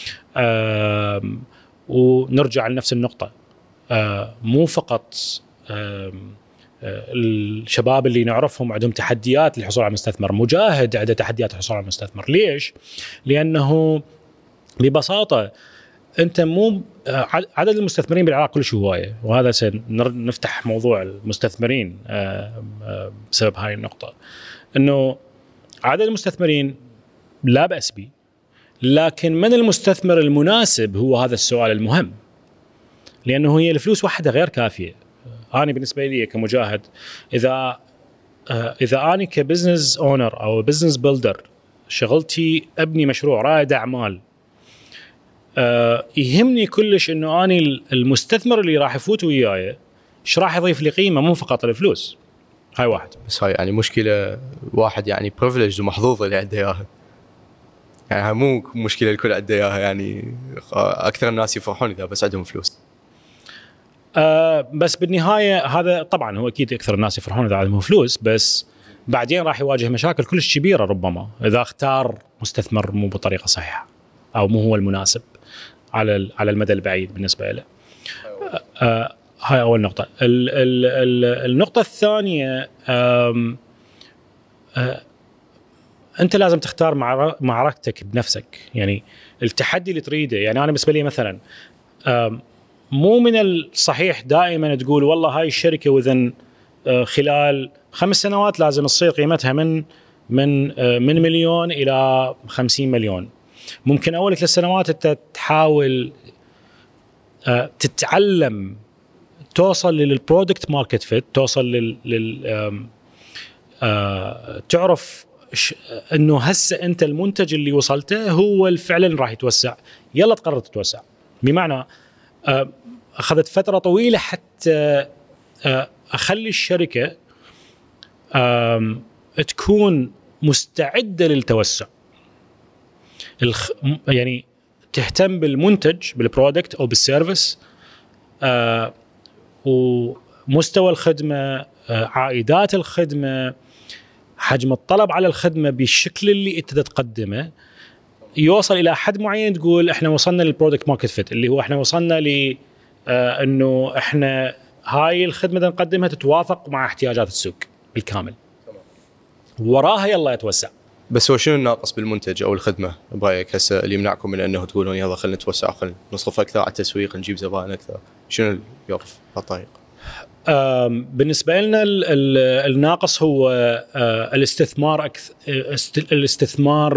A: ونرجع لنفس النقطه، مو فقط الشباب اللي نعرفهم عندهم تحديات للحصول على مستثمر. مجاهد عنده تحديات الحصول على مستثمر. ليش؟ لانه ببساطه انت مو عدد المستثمرين بالعراق كلش هوايه، وهذا سنفتح موضوع المستثمرين بسبب هاي النقطه. انه عدد المستثمرين لا بأس به، لكن من المستثمر المناسب هو هذا السؤال المهم، لانه هي الفلوس وحدها غير كافيه. أنا بالنسبة لي كمجاهد، إذا أنا كبزنس أونر أو بزنس بيلدر شغلتي أبني مشروع رائد أعمال، يهمني كلش إنه أنا المستثمر اللي راح يفوت وياي إيش راح يضيف لي قيمة، مو فقط الفلوس. هاي واحد.
B: بس هاي يعني مشكلة واحد يعني بريفليج ومحظوظ اللي عنده إياها، يعني هاي مو مشكلة الكل عنده إياها. يعني أكثر الناس يفرحون إذا بس عندهم فلوس.
A: بس بالنهاية هذا طبعا هو أكيد أكثر الناس يفرحون إذا عندهم فلوس، بس بعدين راح يواجه مشاكل كلش كبيرة ربما إذا اختار مستثمر مو بطريقة صحيحة أو مو هو المناسب على المدى البعيد بالنسبة له. هاي أول نقطة. النقطة الثانية، أنت لازم تختار معركتك بنفسك. يعني التحدي اللي تريده، يعني أنا بالنسبة لي مثلا مو من الصحيح دائما تقول والله هاي الشركة وذن خلال 5 سنوات لازم تصير قيمتها من مليون إلى 50 مليون. ممكن أول 3 سنوات أنت تحاول تتعلم، توصل للبرودكت ماركت فيت، توصل تعرف انه هسه انت المنتج اللي وصلته هو فعلا راح يتوسع، يلا تقرر تتوسع. بمعنى اخذت فتره طويله حتى اخلي الشركه تكون مستعده للتوسع، يعني تهتم بالمنتج، بالبرودكت او بالسيرفيس، ومستوى الخدمه، عائدات الخدمه، حجم الطلب على الخدمه بالشكل اللي انت تقدمه، يوصل الى حد معين تقول احنا وصلنا للبرودكت ماركت فيت، اللي هو احنا وصلنا ل انه احنا هاي الخدمه اللي نقدمها تتوافق مع احتياجات السوق بالكامل. وراها يلا يتوسع.
B: بس هو شنو الناقص بالمنتج او الخدمه برايك هسه اللي يمنعكم من انه تقولون يلا خلينا نتوسع، خلينا نصرف اكثر على التسويق، نجيب زبائن اكثر؟ شنو اللي يوقف بهالطريقه؟
A: بالنسبة لنا الناقص هو الاستثمار الاستثمار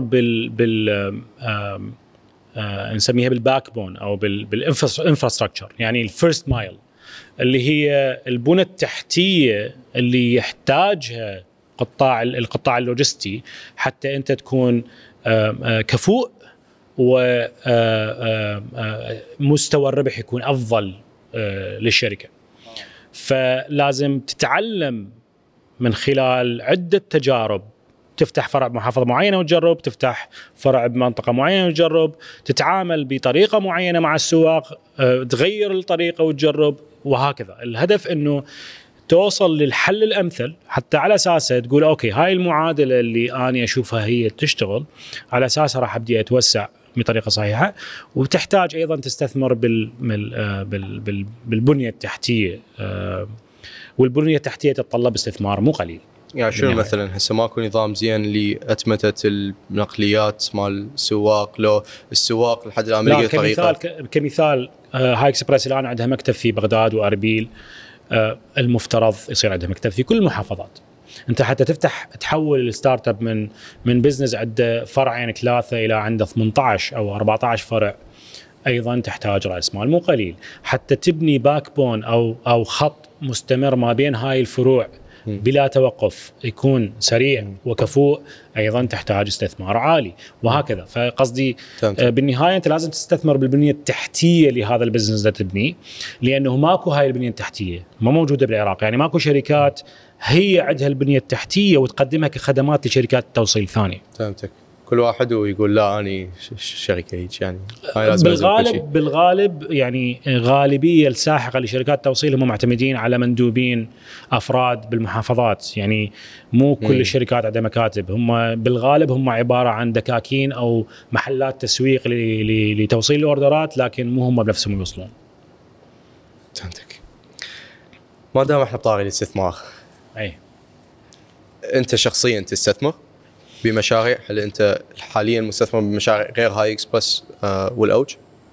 A: نسميها بالباك بون او بالانفراستراكشر، يعني الفيرست مايل اللي هي البنى التحتية اللي يحتاجها القطاع اللوجستي حتى انت تكون كفؤ ومستوى الربح يكون افضل للشركة. فلازم تتعلم من خلال عدة تجارب، تفتح فرع بمحافظة معينة وتجرب، تفتح فرع بمنطقة معينة وتجرب، تتعامل بطريقة معينة مع السواق، تغير الطريقة وتجرب، وهكذا. الهدف انه توصل للحل الامثل حتى على اساسه تقول اوكي هاي المعادلة اللي انا اشوفها هي تشتغل، على اساسها راح ابدي اتوسع بطريقة صحيحة. وتحتاج ايضا تستثمر بالبنية التحتية، والبنية التحتية تتطلب استثمار مو قليل.
B: يعني شنو مثلا هسه ماكو نظام زين لأتمتة النقليات مال السواق؟ لو السواق لحد الآن لقى طريقة.
A: كمثال هاي اكسبرس الآن عندها مكتب في بغداد وأربيل، المفترض يصير عندها مكتب في كل المحافظات. انت حتى تحول الستارت اب من بزنس عنده فرعين 3 الى عنده 18 او 14 فرع، ايضا تحتاج راس مال مو قليل. حتى تبني باك بون او خط مستمر ما بين هاي الفروع بلا توقف يكون سريع وكفؤ، ايضا تحتاج استثمار عالي، وهكذا. فقصدي بالنهايه انت لازم تستثمر بالبنيه التحتيه لهذا البزنس اللي تبنيه، لانه ماكو هاي البنيه التحتيه ما موجوده بالعراق. يعني ماكو شركات هي عندها البنيه التحتيه وتقدمها كخدمات لشركات التوصيل الثانيه.
B: فهمتك. كل واحد ويقول لا أنا شركة هيك، يعني
A: بالغالب يعني غالبية الساحقة لشركات التوصيل هم معتمدين على مندوبين أفراد بالمحافظات. يعني مو كل الشركات عندها مكاتب، هم بالغالب هم عبارة عن دكاكين أو محلات تسويق لتوصيل الأوردرات، لكن مو هم بنفسهم يوصلون.
B: فهمتك. ما دام احنا بطاري الاستثمار، أنت شخصيا تستثمر بمشاريع؟ هل أنت حالياً مستثمر بمشاريع غير هاي إكسبرس والأوج؟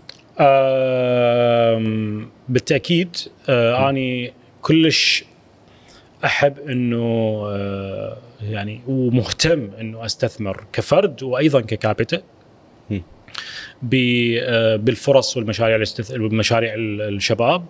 A: بالتأكيد. أنا كلش أحب إنه يعني ومهتم إنه أستثمر كفرد وأيضاً ككابيتا بالفرص والمشاريع الشباب.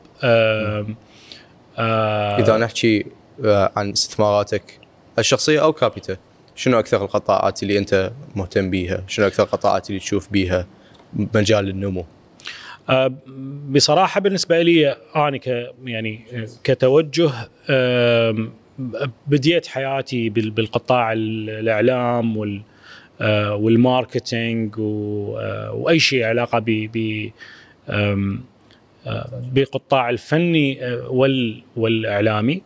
B: إذا نحكي عن استثماراتك الشخصية أو كابيتا، شنو أكثر القطاعات اللي أنت مهتم بيها؟ شنو أكثر القطاعات اللي تشوف بيها مجال النمو؟
A: بصراحة بالنسبة لي أنا يعني كتوجه بديت حياتي بالقطاع الإعلام والماركتينج وأي شيء علاقة بقطاع الفني والإعلامي،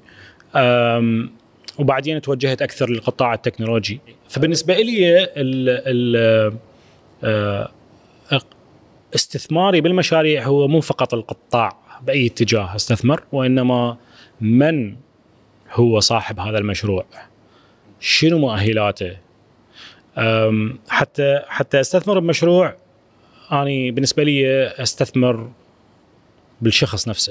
A: وبعدين توجهت أكثر للقطاع التكنولوجي. فبالنسبة لي استثماري بالمشاريع هو مو فقط القطاع بأي اتجاه استثمر، وإنما من هو صاحب هذا المشروع، شنو مؤهلاته. حتى استثمر بمشروع، أنا بالنسبة لي استثمر بالشخص نفسه.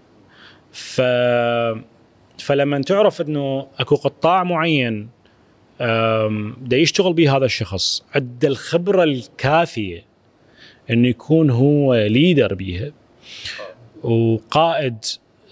A: فلما تعرف انه اكو قطاع معين دا يشتغل به هذا الشخص، عنده الخبرة الكافية انه يكون هو ليدر بيها وقائد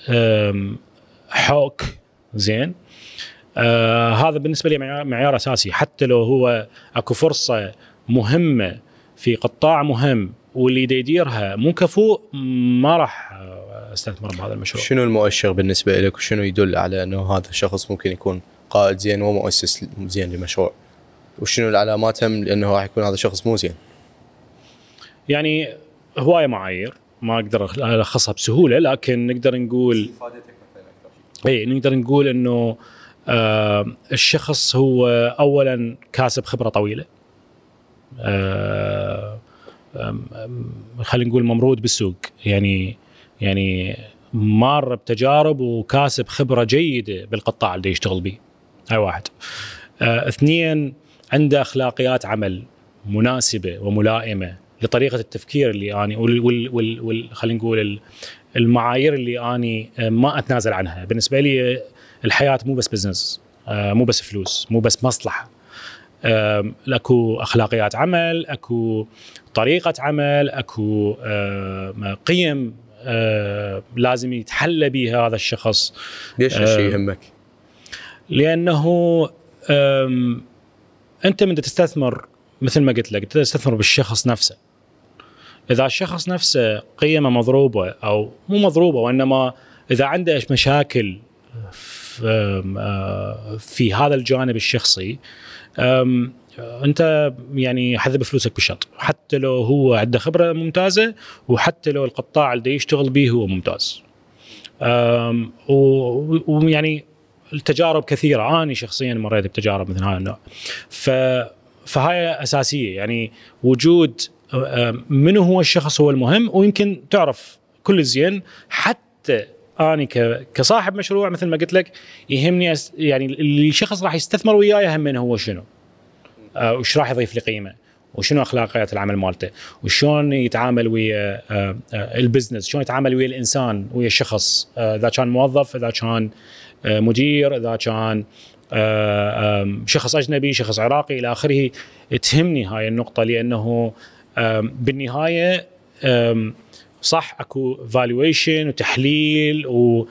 A: حوك زين، هذا بالنسبة لي معيار اساسي. حتى لو هو اكو فرصة مهمة في قطاع مهم واللي دا يديرها مو كفؤ، ما راح استثمر بهذا المشروع.
B: شنو المؤشر بالنسبة لك وشنو يدل على أنه هذا الشخص ممكن يكون قائد زين ومؤسس زين لمشروع؟ وشنو العلامات هم لأنه راح يكون هذا الشخص مو زين؟
A: يعني هواية معايير ما أقدر ألخصها بسهولة، لكن نقدر نقول نقدر نقول إنه الشخص هو أولاً كاسب خبرة طويلة، خلينا نقول ممرود بالسوق، يعني مار بتجارب وكاسب خبرة جيدة بالقطاع اللي يشتغل به. هاي واحد. 2 عنده أخلاقيات عمل مناسبة وملائمة لطريقة التفكير اللي أنا خلينا نقول المعايير اللي اني ما اتنازل عنها. بالنسبه لي الحياه مو بس بزنس، مو بس فلوس، مو بس مصلحه. اكو اخلاقيات عمل، اكو طريقه عمل، اكو قيم لازم يتحلى بها هذا الشخص.
B: ليش هالشيء يهمك؟
A: لانه انت من تستثمر مثل ما قلت لك تستثمر بالشخص نفسه. اذا الشخص نفسه قيمه مضروبه او مو مضروبه، وانما اذا عنده مشاكل في هذا الجانب الشخصي، انت يعني حذب فلوسك بالشط، حتى لو هو عنده خبره ممتازه، وحتى لو القطاع اللي يشتغل به هو ممتاز. ويعني التجارب كثيره، انا شخصيا مريت بتجارب مثل هذا النوع. فهاي اساسيه، يعني وجود من هو الشخص هو المهم. ويمكن تعرف كل زين، حتى أنا كصاحب مشروع مثل ما قلت لك يهمني يعني الشخص راح يستثمر وياي يهم من هو شنو، وش راح يضيف لي قيمة، وشنو أخلاقيات العمل مالته، وشون يتعامل ويا البزنس، شلون يتعامل ويا الإنسان، ويا الشخص، إذا كان موظف، إذا كان مدير، إذا كان شخص أجنبي، شخص عراقي إلى آخره. تهمني هاي النقطة، لأنه بالنهاية صح اكو فالويشن وتحليل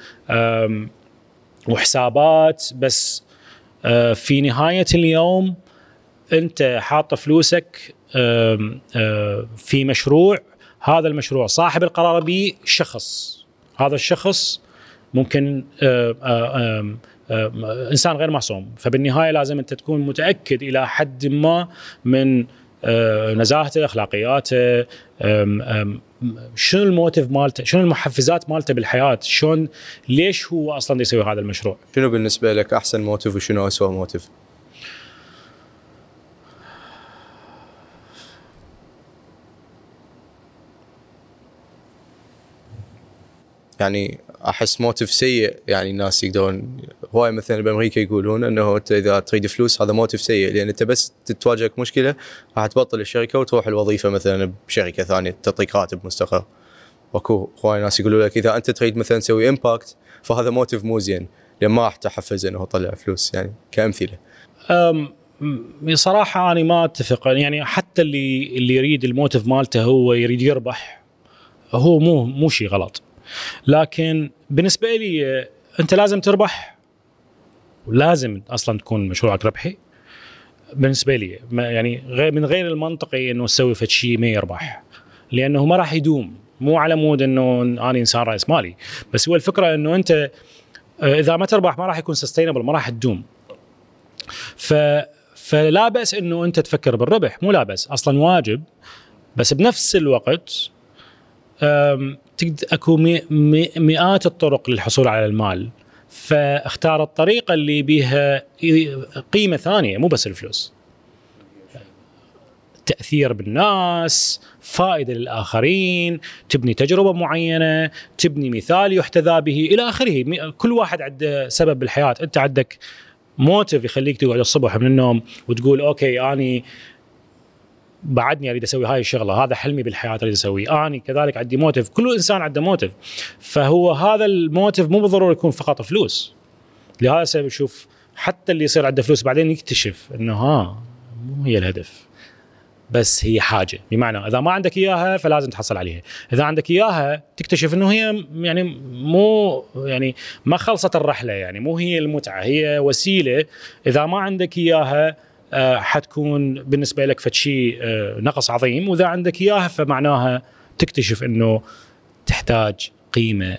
A: وحسابات، بس في نهاية اليوم انت حاط فلوسك في مشروع. هذا المشروع صاحب القرار به شخص، هذا الشخص ممكن انسان غير معصوم. فبالنهاية لازم انت تكون متأكد الى حد ما من نزاهته، اخلاقياته، شنو الموتيف مالته، شنو المحفزات مالته بالحياه، شلون ليش هو اصلا يسوي هذا المشروع.
B: شنو بالنسبه لك احسن موتيف وشنو اسوأ موتيف؟ يعني احس موتيف سيء، يعني الناس يقدرون هواي مثلا بامريكا يقولون انه انت اذا تريد فلوس هذا موتيف سيء، لان انت بس تتواجهك مشكله راح تبطل الشركه وتروح الوظيفه مثلا بشركه ثانيه تعطيك راتب مستقر. واكو هواي ناس يقولوا لك اذا انت تريد مثلا تسوي امباكت فهذا موتيف مو زين، لان ما راح تحفز انه طلع فلوس، يعني كامثله.
A: بصراحه انا ما اتفق، يعني حتى اللي يريد الموتيف مالته هو يريد يربح، هو مو شيء غلط. لكن بالنسبه لي انت لازم تربح، ولازم اصلا تكون مشروعك ربحي. بالنسبه لي يعني من غير المنطقي انه تسوي فد شيء ما يربح، لانه ما راح يدوم. مو على مود انه انا انسان راس مالي، بس هو الفكره انه انت اذا ما تربح ما راح يكون سستينبل، ما راح تدوم. فلا بأس انه انت تفكر بالربح، مو لا بأس، اصلا واجب. بس بنفس الوقت اكو مئات الطرق للحصول على المال، فاختار الطريقه اللي بيها قيمه ثانيه مو بس الفلوس. تأثير بالناس، فائدة للآخرين، تبني تجربة معينة، تبني مثال يحتذى به إلى آخره. كل واحد عنده سبب بالحياة. أنت عندك موتيف يخليك تقعد الصبح من النوم وتقول أوكي أنا بعدني أريد أسوي هاي الشغلة، هذا حلمي بالحياة أريد أسويه. أنا كذلك عندي موتيف، كل إنسان عنده موتيف. فهو هذا الموتيف مو بالضرورة يكون فقط فلوس. لهذا السبب شوف حتى اللي يصير عنده فلوس بعدين يكتشف إنه مو هي الهدف، بس هي حاجة. بمعنى إذا ما عندك إياها فلازم تحصل عليها، إذا عندك إياها تكتشف إنه هي يعني مو يعني ما خلصت الرحلة، يعني مو هي المتعة، هي وسيلة. إذا ما عندك إياها حتكون بالنسبة لك فشي نقص عظيم، وإذا عندك إياها فمعناها تكتشف إنه تحتاج قيمة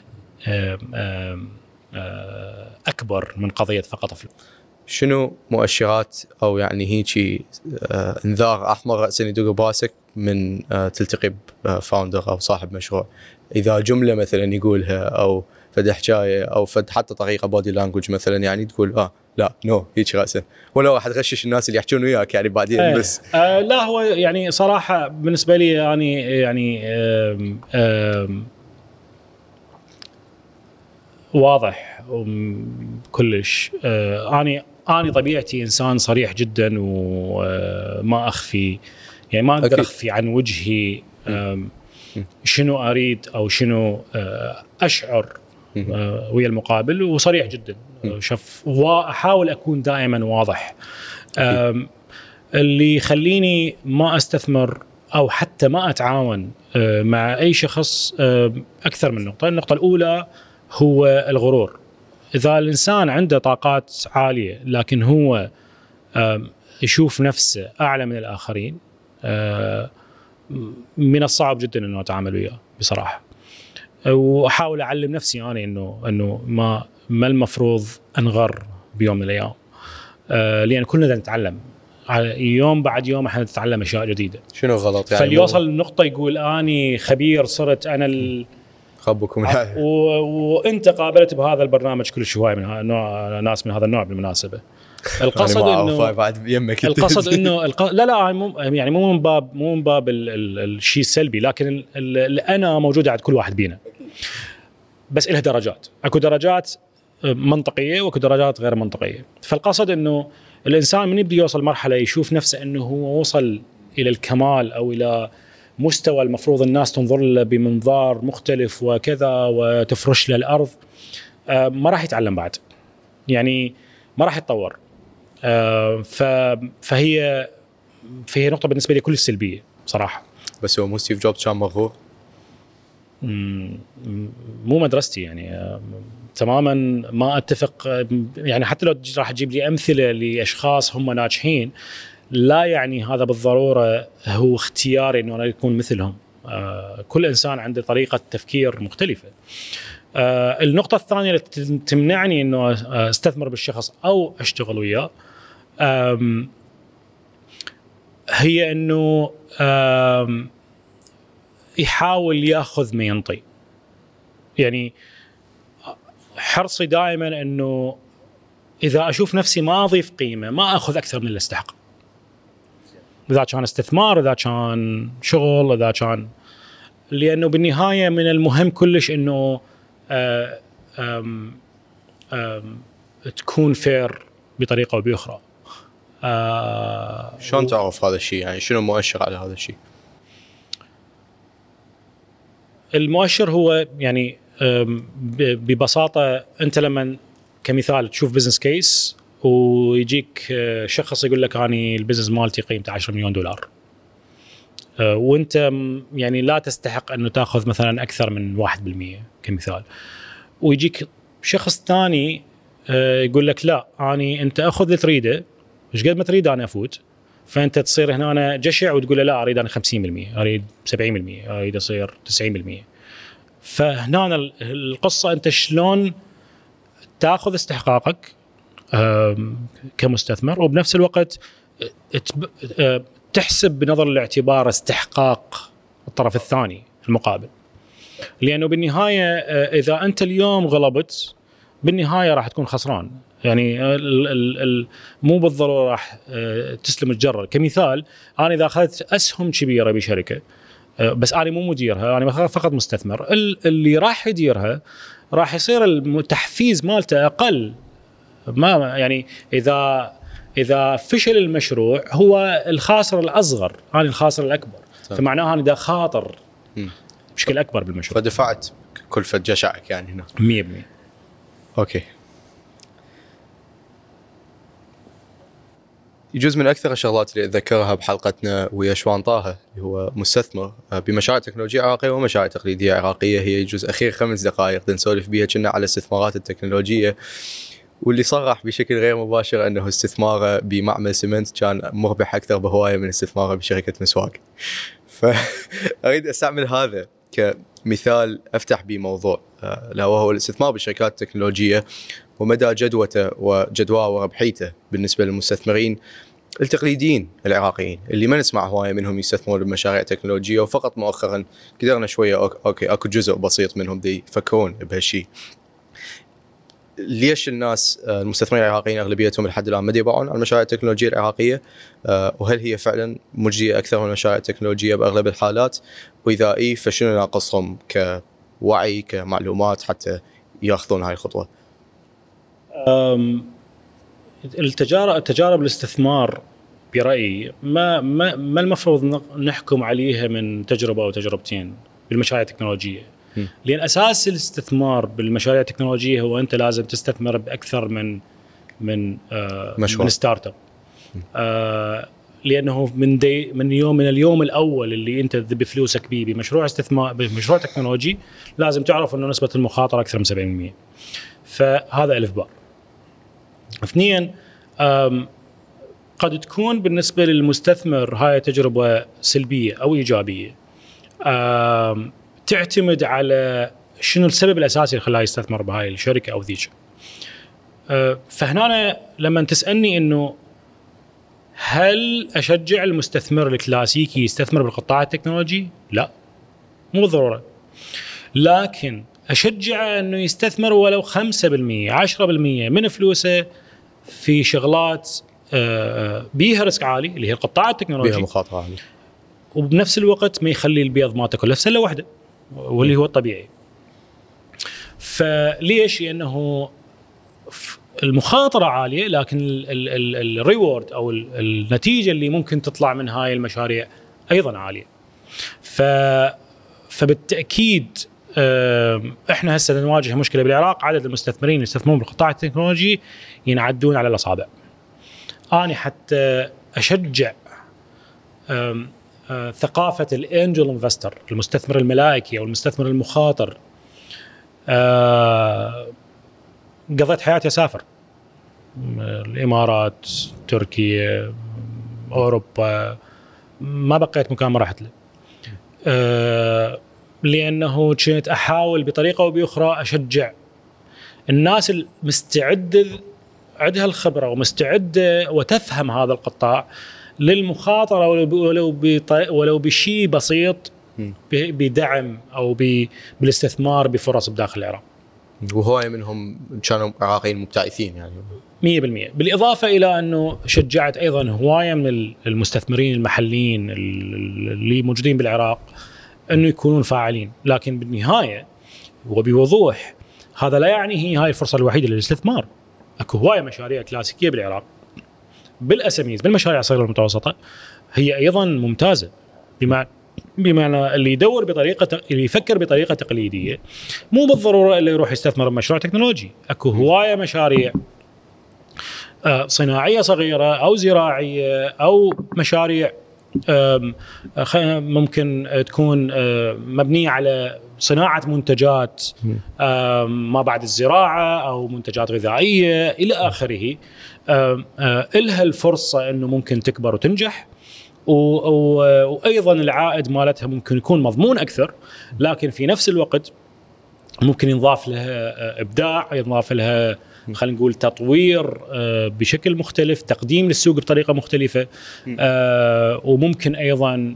A: أكبر من قضية فقط فلوس.
B: شنو مؤشرات او يعني هيجي انذار احمر راسا يدق براسك من تلتقي بفاوندر او صاحب مشروع؟ اذا جمله مثلا يقولها او فد حكايه او فد حتى طريقه بودي لانجوج مثلا، يعني تقول لا هيك راسا، ولا واحد غشش الناس اللي يحكون وياك يعني بعدين بس
A: لا هو يعني صراحه بالنسبه لي يعني واضح كلش. أنا طبيعتي إنسان صريح جدا وما أخفي، يعني ما أقدر أخفي عن وجهي شنو اريد او شنو اشعر ويا المقابل، وصريح جدا. واحاول اكون دائما واضح. اللي يخليني ما استثمر او حتى ما اتعاون مع اي شخص اكثر من نقطه. النقطه الاولى هو الغرور. اذا الانسان عنده طاقات عاليه لكن هو يشوف نفسه اعلى من الاخرين، من الصعب جدا انه اتعامل وياه بصراحه. واحاول اعلم نفسي انا انه ما المفروض انغر بيوم من الايام، لان كلنا نتعلم يوم بعد يوم، احنا نتعلم اشياء جديده.
B: شنو غلط يعني؟
A: فليوصل النقطه يقول اني خبير، صرت انا
B: خبكم
A: وانت قابلت بهذا البرنامج كل شوي من النوع، ناس من هذا النوع بالمناسبه. القصد انه
B: بعد يمك
A: القصد انه لا يعني مو من باب الشيء السلبي، لكن انا موجوده عند كل واحد بينا، بس لها درجات. اكو درجات منطقيه واكو درجات غير منطقيه. فالقصد انه الانسان من يبدي يوصل مرحله يشوف نفسه انه هو وصل الى الكمال او الى مستوى المفروض الناس تنظر له بمنظار مختلف وكذا وتفرش له الارض، ما راح يتعلم بعد، يعني ما راح يتطور. فهي نقطه بالنسبه لي كل السلبيه صراحه.
B: بس هو مو ستيف جوبز كان مغرور؟
A: مو مدرستي يعني، تماما ما اتفق. يعني حتى لو راح تجيب لي امثله لاشخاص هم ناجحين، لا يعني هذا بالضروره هو اختياري انه انا اكون مثلهم. كل انسان عنده طريقه تفكير مختلفه. النقطه الثانيه اللي تمنعني انه استثمر بالشخص او اشتغل وياه هي انه يحاول ياخذ ما ينطي. يعني حرصي دائما انه اذا اشوف نفسي ما اضيف قيمه ما اخذ اكثر من اللي استحق، اذا كان استثمار، اذا كان شغل، اذا كان، لانه بالنهايه من المهم كلش انه تكون فير بطريقه او باخرى.
B: شلون تعرف هذا الشيء؟ يعني شنو المؤشر على هذا الشيء؟
A: المؤشر هو يعني ببساطه انت لما كمثال تشوف بزنس كيس ويجيك شخص يقول لك اني البزنس مالتي قيمته 10 مليون دولار، وانت يعني لا تستحق انه تاخذ مثلا اكثر من 1% كمثال، ويجيك شخص ثاني يقول لك لا انت اخذ اللي تريده، ايش قد ما تريد انا افوت. فانت تصير هنا أنا جشع وتقول لا اريد انا 50%، اريد 70%، اريد اصير 90%. فهنا القصه انت شلون تاخذ استحقاقك كمستثمر، وبنفس الوقت تحسب بنظر الاعتبار استحقاق الطرف الثاني المقابل. لانه بالنهايه اذا انت اليوم غلبت بالنهايه راح تكون خسران. يعني مو بالضروره راح تسلم الجره. كمثال انا اذا اخذت اسهم كبيره بشركه بس انا مو مديرها، انا فقط مستثمر، اللي راح يديرها راح يصير التحفيز مالته اقل. ما يعني اذا فشل المشروع هو الخاسر الاصغر، انا الخاسر الاكبر. فمعناها انا دا خاطر بشكل اكبر بالمشروع،
B: فدفعت كلفه جشعك يعني هنا
A: 100%.
B: اوكي. يجوز من أكثر الشغلات اللي أتذكرها بحلقتنا ويا شوان طه اللي هو مستثمر بمشاريع تكنولوجية عراقية ومشاريع تقليدية عراقية، هي يجوز أخير 5 دقائق نسولف بيها كنا على الاستثمارات التكنولوجية، واللي صرح بشكل غير مباشر أنه استثماره بمعمل سمنت كان مربح أكثر بهواية من استثماره بشركة مسواق. فأريد أستعمل هذا كمثال أفتح به موضوع لا وهو الاستثمار بالشركات التكنولوجية ومدى جدوته وجدواه وربحيته بالنسبة للمستثمرين التقليديين العراقيين اللي ما نسمع هواية منهم يستثمرون بمشاريع تكنولوجية، وفقط مؤخرا قدرنا شوية أكو جزء بسيط منهم دي يفكرون بهالشيء. ليش الناس المستثمرين العراقيين أغلبيتهم لحد الآن ما يبيعون على المشاريع التكنولوجية العراقية؟ وهل هي فعلا مجزية أكثر من المشاريع التكنولوجية بأغلب الحالات؟ وإذا إيه فشنو ناقصهم كوعي كمعلومات حتى يأخذون هاي الخطوة؟
A: التجارب الاستثمار برأيي ما المفروض نحكم عليها من تجربة أو تجربتين بالمشاريع التكنولوجيه. لان اساس الاستثمار بالمشاريع التكنولوجيه هو انت لازم تستثمر باكثر من ستارت اب. لانه من اليوم الاول اللي انت تذبي فلوسك بيه بمشروع استثمار بمشروع تكنولوجي لازم تعرف انه نسبه المخاطره اكثر من 70%. فهذا الف باء. اثنين، قد تكون بالنسبه للمستثمر هاي تجربه سلبيه او ايجابيه، تعتمد على شنو السبب الاساسي اللي خلاه يستثمر بهاي الشركه او ذيك. فهنا لما تسالني انه هل اشجع المستثمر الكلاسيكي يستثمر بالقطاع التكنولوجي؟ لا، مو بالضروره، لكن اشجعه انه يستثمر ولو 5% 10% من فلوسه في شغلات بيها ريسك عالي اللي هي القطاع التكنولوجي،
B: بيها مخاطره عاليه،
A: وبنفس الوقت ما يخلي البيض ما تاكل في سله واحده، واللي هو الطبيعي. فليش؟ لانه المخاطره عاليه، لكن الريورد او النتيجه اللي ممكن تطلع من هاي المشاريع ايضا عاليه. فبالتاكيد احنا هسه نواجه مشكله بالعراق، عدد المستثمرين اللي يستثمرون بالقطاع التكنولوجي ينعدون على الاصابع. انا حتى اشجع ثقافه الانجل انفستر، المستثمر الملائكي او المستثمر المخاطر. قضيت حياتي اسافر الامارات، تركيا، اوروبا، ما بقيت مكان ما رحت له، لانه كنت احاول بطريقه او باخرى اشجع الناس المستعده عندها الخبره ومستعده وتفهم هذا القطاع للمخاطره ولو بشيء بسيط، بدعم او بالاستثمار بفرص بداخل العراق.
B: وهواي منهم كانوا عراقيين مبتعثين يعني
A: 100%. بالاضافه الى انه شجعت ايضا هوايه من المستثمرين المحليين اللي موجودين بالعراق انه يكونون فاعلين، لكن بالنهايه وبوضوح هذا لا يعني هي هاي الفرصه الوحيده للاستثمار. اكو هوايه مشاريع كلاسيكيه بالعراق بالاسميز بالمشاريع الصغيره والمتوسطه هي ايضا ممتازه، بمعنى اللي يدور بطريقه اللي يفكر بطريقه تقليديه مو بالضروره اللي يروح يستثمر بمشروع تكنولوجي. اكو هوايه مشاريع صناعيه صغيره او زراعيه او مشاريع ممكن تكون مبنيه على صناعه منتجات ما بعد الزراعه او منتجات غذائيه الى اخره، إلها الفرصه انه ممكن تكبر وتنجح، وايضا العائد مالتها ممكن يكون مضمون اكثر، لكن في نفس الوقت ممكن ينضاف لها ابداع، ينضاف لها خلينا نقول تطوير بشكل مختلف، تقديم للسوق بطريقه مختلفه، وممكن ايضا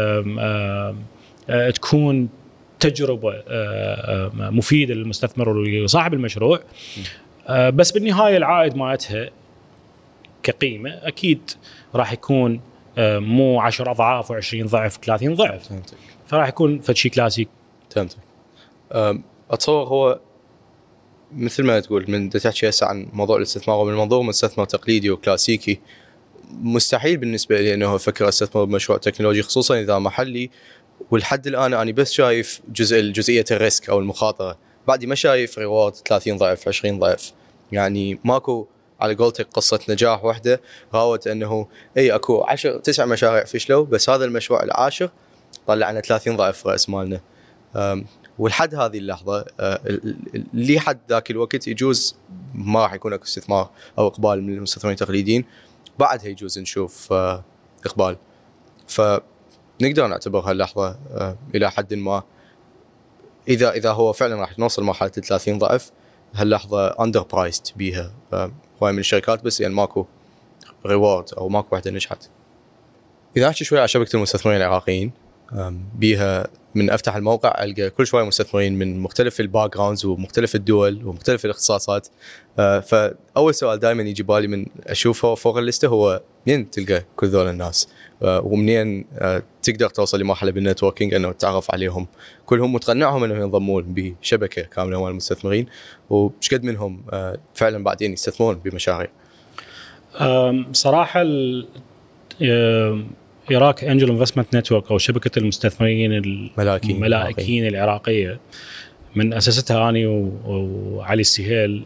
A: تكون تجربه مفيده للمستثمر وصاحب المشروع. بس بالنهايه العائد مالتها كقيمه اكيد راح يكون مو 10 اضعاف و20 ضعف 30 ضعف، فراح يكون فشي كلاسيك.
B: فهمتك. اتصور هو مثل ما تقول من تحكي هسه عن موضوع الاستثمار ومن منظور مستثمر تقليدي وكلاسيكي، مستحيل بالنسبه لي انه افكر استثمر بمشروع تكنولوجي خصوصا اذا محلي. ولحد الان انا بس شايف جزئيه الريسك او المخاطره، بعدي ما شايف ريورد 30 ضعف 20 ضعف. يعني ماكو على قولتك قصه نجاح واحده راوت انه اكو 9 مشاريع فشلوا بس هذا المشروع العاشر طلع لنا 30 ضعف راس مالنا. ولحد هذه اللحظه اللي حد ذاك الوقت يجوز ما راح يكون اكو استثمار او اقبال من المستثمرين التقليديين، بعدها يجوز نشوف اقبال. فنقدر نعتبر هاللحظه الى حد ما اذا هو فعلا راح نوصل مرحله 30 ضعف، هاللحظه اندر برايست بيها هواي من الشركات، بس يعني ماكو ريورد او ماكو واحده نجحت. اذا احكي شوي على شبكه المستثمرين العراقيين، بيها من افتح الموقع القى كل شوي مستثمرين من مختلف الباك جراوندز ومختلف الدول ومختلف الاختصاصات. فاول سؤال دائما يجي بالي من اشوفه فوق الليسته هو منين تلقى كل ذول الناس، ومنين تقدر توصل لمرحله بالنتوركينج انه تتعرف عليهم كلهم وتقنعهم انهم ينضمون بشبكه كامله من المستثمرين، وش قد منهم فعلا بعدين يستثمرون بمشاريع.
A: صراحه إيراك أنجل إنفستمنت نتورك أو شبكة المستثمرين الملائكيين العراقية، من أسستها أنا وعلي السهيل.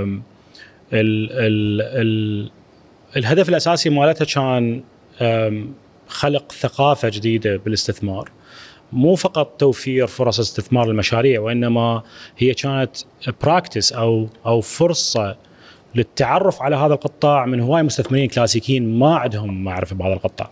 A: الهدف الأساسي مالتها كان خلق ثقافة جديدة بالاستثمار، مو فقط توفير فرص استثمار للمشاريع، وإنما هي كانت براكتس أو فرصة للتعرف على هذا القطاع من هواية مستثمرين كلاسيكيين ما عندهم معرفة بهذا القطاع.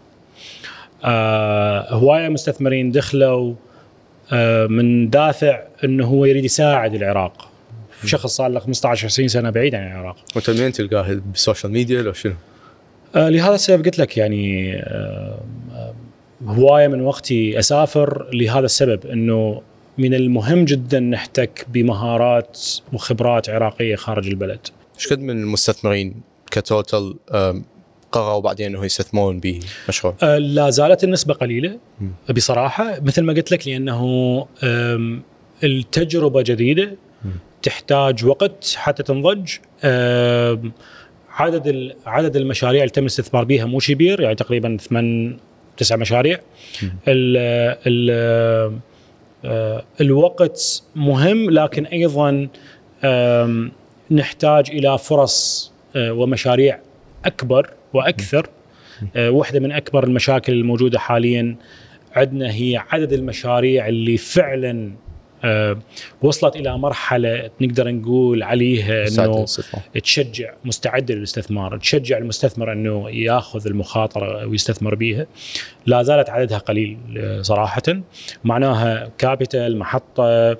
A: هواية مستثمرين دخلوا من دافع أنه هو يريد يساعد العراق، شخص صار له 15-20 سنة بعيد عن العراق.
B: وانت منين تلقاه؟ بالسوشيال ميديا لو شنو؟
A: لهذا السبب قلت لك يعني هواية من وقتي أسافر لهذا السبب، أنه من المهم جدا نحتك بمهارات وخبرات عراقية خارج البلد.
B: ايش قد من المستثمرين كتوتال قرروا بعدين انه يستثمرون بمشروع؟
A: لا زالت النسبة قليلة بصراحة، مثل ما قلت لك، لأنه التجربة جديدة تحتاج وقت حتى تنضج. عدد المشاريع اللي تم الاستثمار بها مو كبير، يعني تقريبا 8-9 مشاريع. الوقت مهم، لكن أيضا نحتاج إلى فرص ومشاريع أكبر وأكثر. واحدة من أكبر المشاكل الموجودة حاليا عندنا هي عدد المشاريع اللي فعلا وصلت إلى مرحلة نقدر نقول عليها أنه تشجع مستعد للاستثمار، تشجع المستثمر أنه يأخذ المخاطرة ويستثمر بيها. لا زالت عددها قليل صراحة، معناها كابيتال، محطة،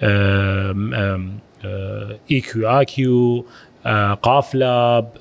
A: EQ قاف لاب،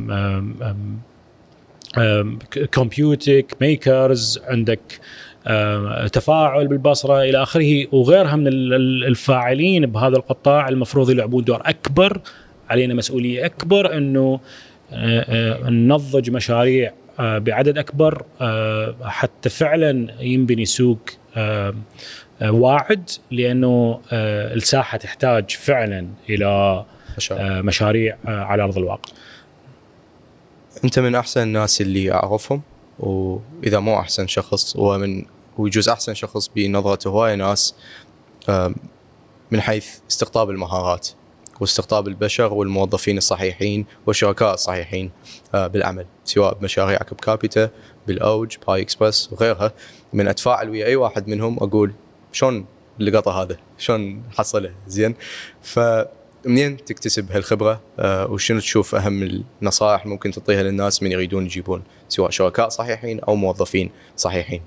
A: كومبيوتك ميكرز، عندك تفاعل بالبصرة إلى آخره، وغيرها من الفاعلين بهذا القطاع المفروض يلعبون دور أكبر. علينا مسؤولية أكبر أنه ننضج مشاريع بعدد أكبر حتى فعلا ينبني سوق واعد، لأنه الساحة تحتاج فعلا إلى مشاريع على أرض الواقع.
B: أنت من أحسن الناس اللي أعرفهم، وإذا مو أحسن شخص ويجوز أحسن شخص بنظرة هواية ناس من حيث استقطاب المهارات واستقطاب البشر والموظفين الصحيحين والشركاء الصحيحين بالعمل، سواء بمشاريعك بكابيتا، بالأوج، باي إكسبرس وغيرها. من أتفاعل ويا أي واحد منهم أقول شلون اللقطة هذا، شلون حصله زين. فمنين تكتسب هالخبرة؟ وشنو تشوف أهم النصائح ممكن تعطيها للناس من يريدون يجيبون سواء شركاء صحيحين أو موظفين صحيحين؟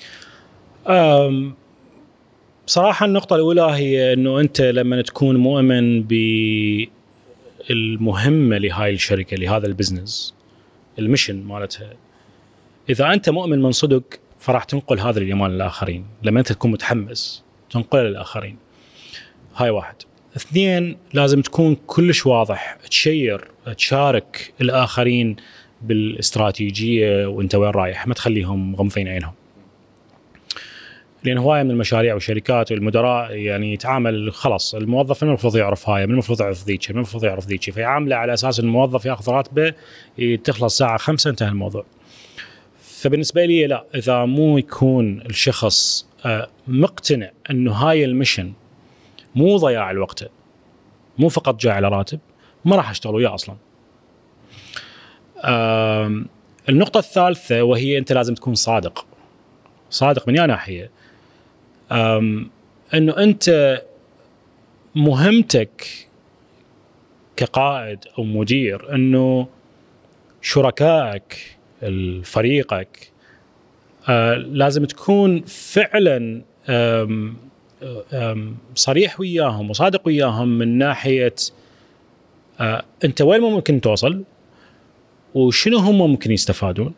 A: بصراحة النقطة الأولى هي أنه أنت لما تكون مؤمن بالمهمة لهاي الشركة، لهذا البزنس، الميشن مالتها، إذا أنت مؤمن من صدق فراح تنقل هذا الإيمان للآخرين. لما أنت تكون متحمس تنقله للآخرين. هاي واحد. 2، لازم تكون كلش واضح، تشارك الآخرين بالاستراتيجية وأنت وين رايح، ما تخليهم غمضين عينهم. لأن هواية من المشاريع والشركات والمدراء يعني يتعامل خلاص، الموظف من المفروض يعرف هاي، من المفروض يعرف ذيك، من المفروض يعرف ذيك، فيعامله على أساس الموظف يأخذ راتبه تخلص الساعة 5 انتهى الموضوع. فبالنسبة لي لا، إذا مو يكون الشخص مقتنع أنه هاي الميشن مو ضياع الوقت، مو فقط جاء على راتب، ما راح أشتغل وياه أصلا. النقطة الثالثة وهي أنت لازم تكون صادق من أي ناحية. أنه أنت مهمتك كقائد أو مدير أنه شركائك فريقك لازم تكون فعلا صريح وياهم وصادق وياهم من ناحية أنت وين ممكن توصل وشنو هم ممكن يستفادون.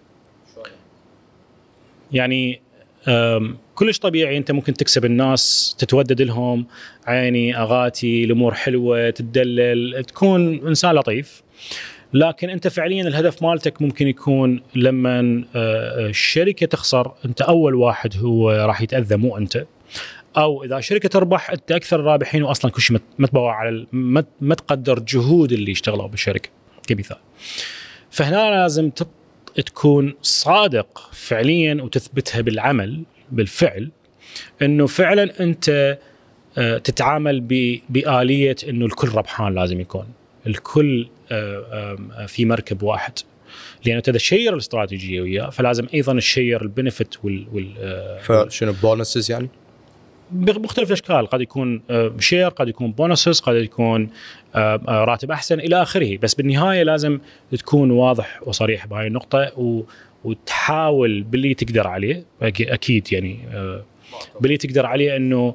A: يعني كلش طبيعي أنت ممكن تكسب الناس، تتودد لهم، عيني أغاتي، الأمور حلوة، تدلل، تكون إنسان لطيف، لكن أنت فعليا الهدف مالتك ممكن يكون لما الشركة تخسر أنت أول واحد هو راح يتأذى، مو أنت. أو إذا شركة تربح أنت أكثر الرابحين، وأصلا كل شيء ما تبغى على ما تقدر جهود اللي يشتغلوا بالشركة كمثال. فهنا لازم تكون صادق فعليا وتثبتها بالعمل بالفعل، انه فعلا انت تتعامل بآلية انه الكل ربحان، لازم يكون الكل في مركب واحد، لانه تشير الاستراتيجيه وياه، فلازم ايضا الشير البنفيت
B: فشنو بونسز يعني
A: بمختلف الاشكال، قد يكون شير، قد يكون بونسز، قد يكون راتب احسن الى اخره. بس بالنهايه لازم تكون واضح وصريح بهاي النقطه، وتحاول باللي تقدر عليه اكيد، يعني باللي تقدر عليه انه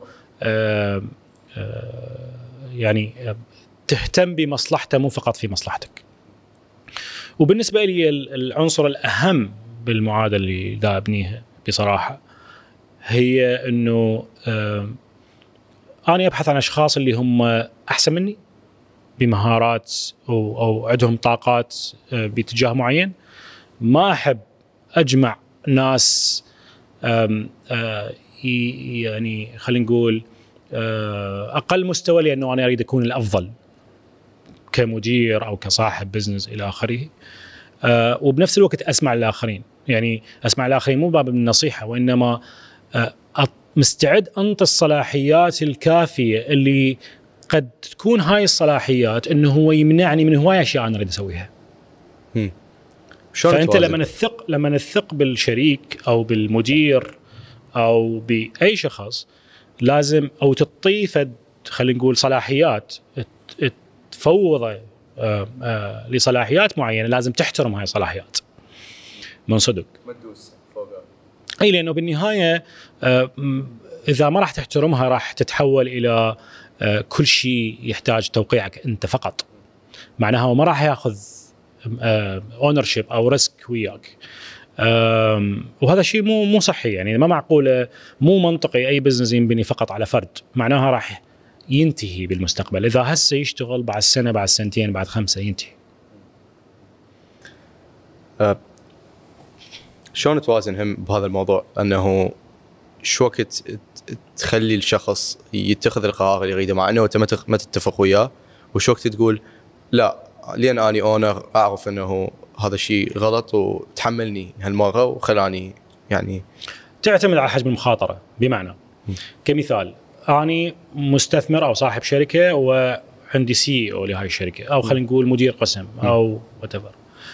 A: يعني تهتم بمصلحته مو فقط في مصلحتك. وبالنسبه لي العنصر الاهم بالمعادله اللي دا ابنيها بصراحه هي انه انا ابحث عن اشخاص اللي هم احسن مني بمهارات او عندهم طاقات باتجاه معين. ما احب اجمع ناس يعني خلينا نقول اقل مستوى، لانه انا اريد اكون الافضل كمدير او كصاحب بزنس الى اخره. وبنفس الوقت اسمع الاخرين، يعني اسمع الاخرين مو باب النصيحه، وانما مستعد انطي الصلاحيات الكافيه اللي قد تكون هاي الصلاحيات انه هو يمنعني من هوايه اشياء انا اريد اسويها. فانت لما نثق بالشريك او بالمدير او باي شخص، لازم او تعطيه خلينا نقول صلاحيات، تفوضه لصلاحيات معينه، لازم تحترم هاي الصلاحيات من صدق. اي لانه بالنهايه اذا ما راح تحترمها راح تتحول الى كل شيء يحتاج توقيعك انت فقط، معناها وما راح ياخذ اونرشيب او ريسك وياك. وهذا شيء مو صحي، يعني ما معقوله، مو منطقي اي بزنس ينبني فقط على فرد، معناها راح ينتهي بالمستقبل. اذا هسه يشتغل بعد سنه بعد سنتين بعد 5 ينتهي.
B: شلون توازن هم بهذا الموضوع، انه شو وقت تخلي الشخص يتخذ القرار اللي يريده مع انه انت ما تتفق وياه، وشو وقت تقول لا لين اني اونر اعرف انه هذا الشيء غلط وتحملني هالمره وخلاني يعني.
A: تعتمد على حجم المخاطره. بمعنى كمثال اني مستثمر او صاحب شركه وعندي سي او لهاي الشركه، او خلينا نقول مدير قسم او واتيفر.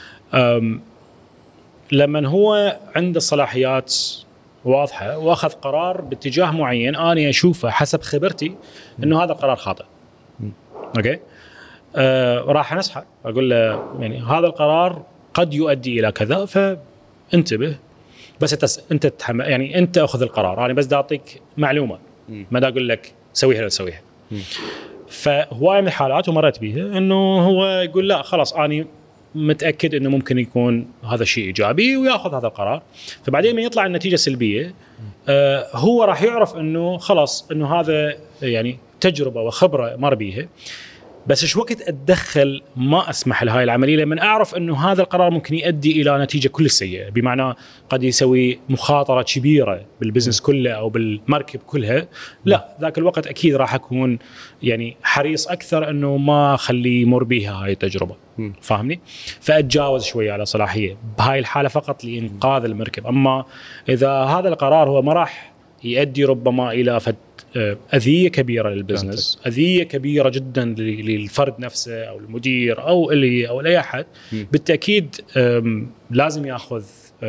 A: لما هو عنده الصلاحيات واضحه واخذ قرار باتجاه معين، انا اشوفه حسب خبرتي انه هذا قرار خاطئ، اوكي، راح انصحه اقول له يعني هذا القرار قد يؤدي الى كذا، فانتبه. بس انت تتحمل، يعني انت اخذ القرار، انا بس دا اعطيك معلومه، ما دا اقول لك سويها ولا تسويها. فهواي من الحالات ومرت بيها انه هو يقول لا خلاص انا متاكد انه ممكن يكون هذا الشيء ايجابي وياخذ هذا القرار. فبعدين من يطلع النتيجه سلبيه، هو راح يعرف انه خلاص انه هذا يعني تجربه وخبره مر بيها، بس ايش وقت اتدخل ما اسمح لهاي العمليه لما اعرف انه هذا القرار ممكن يؤدي الى نتيجه كل سيئه، بمعنى قد يسوي مخاطره كبيره بالبزنس كله او بالمركب كلها. لا ذاك الوقت اكيد راح اكون يعني حريص اكثر انه ما اخليه يمر بها هاي التجربه، فاهمني؟ فاتجاوز شويه على صلاحيه بهاي الحاله فقط لانقاذ المركب. اما اذا هذا القرار هو ما راح يؤدي ربما الى أذية كبيرة للبزنس، أذية كبيرة جدا للفرد نفسه أو المدير أو اللي أو أي أحد، بالتأكيد لازم يأخذ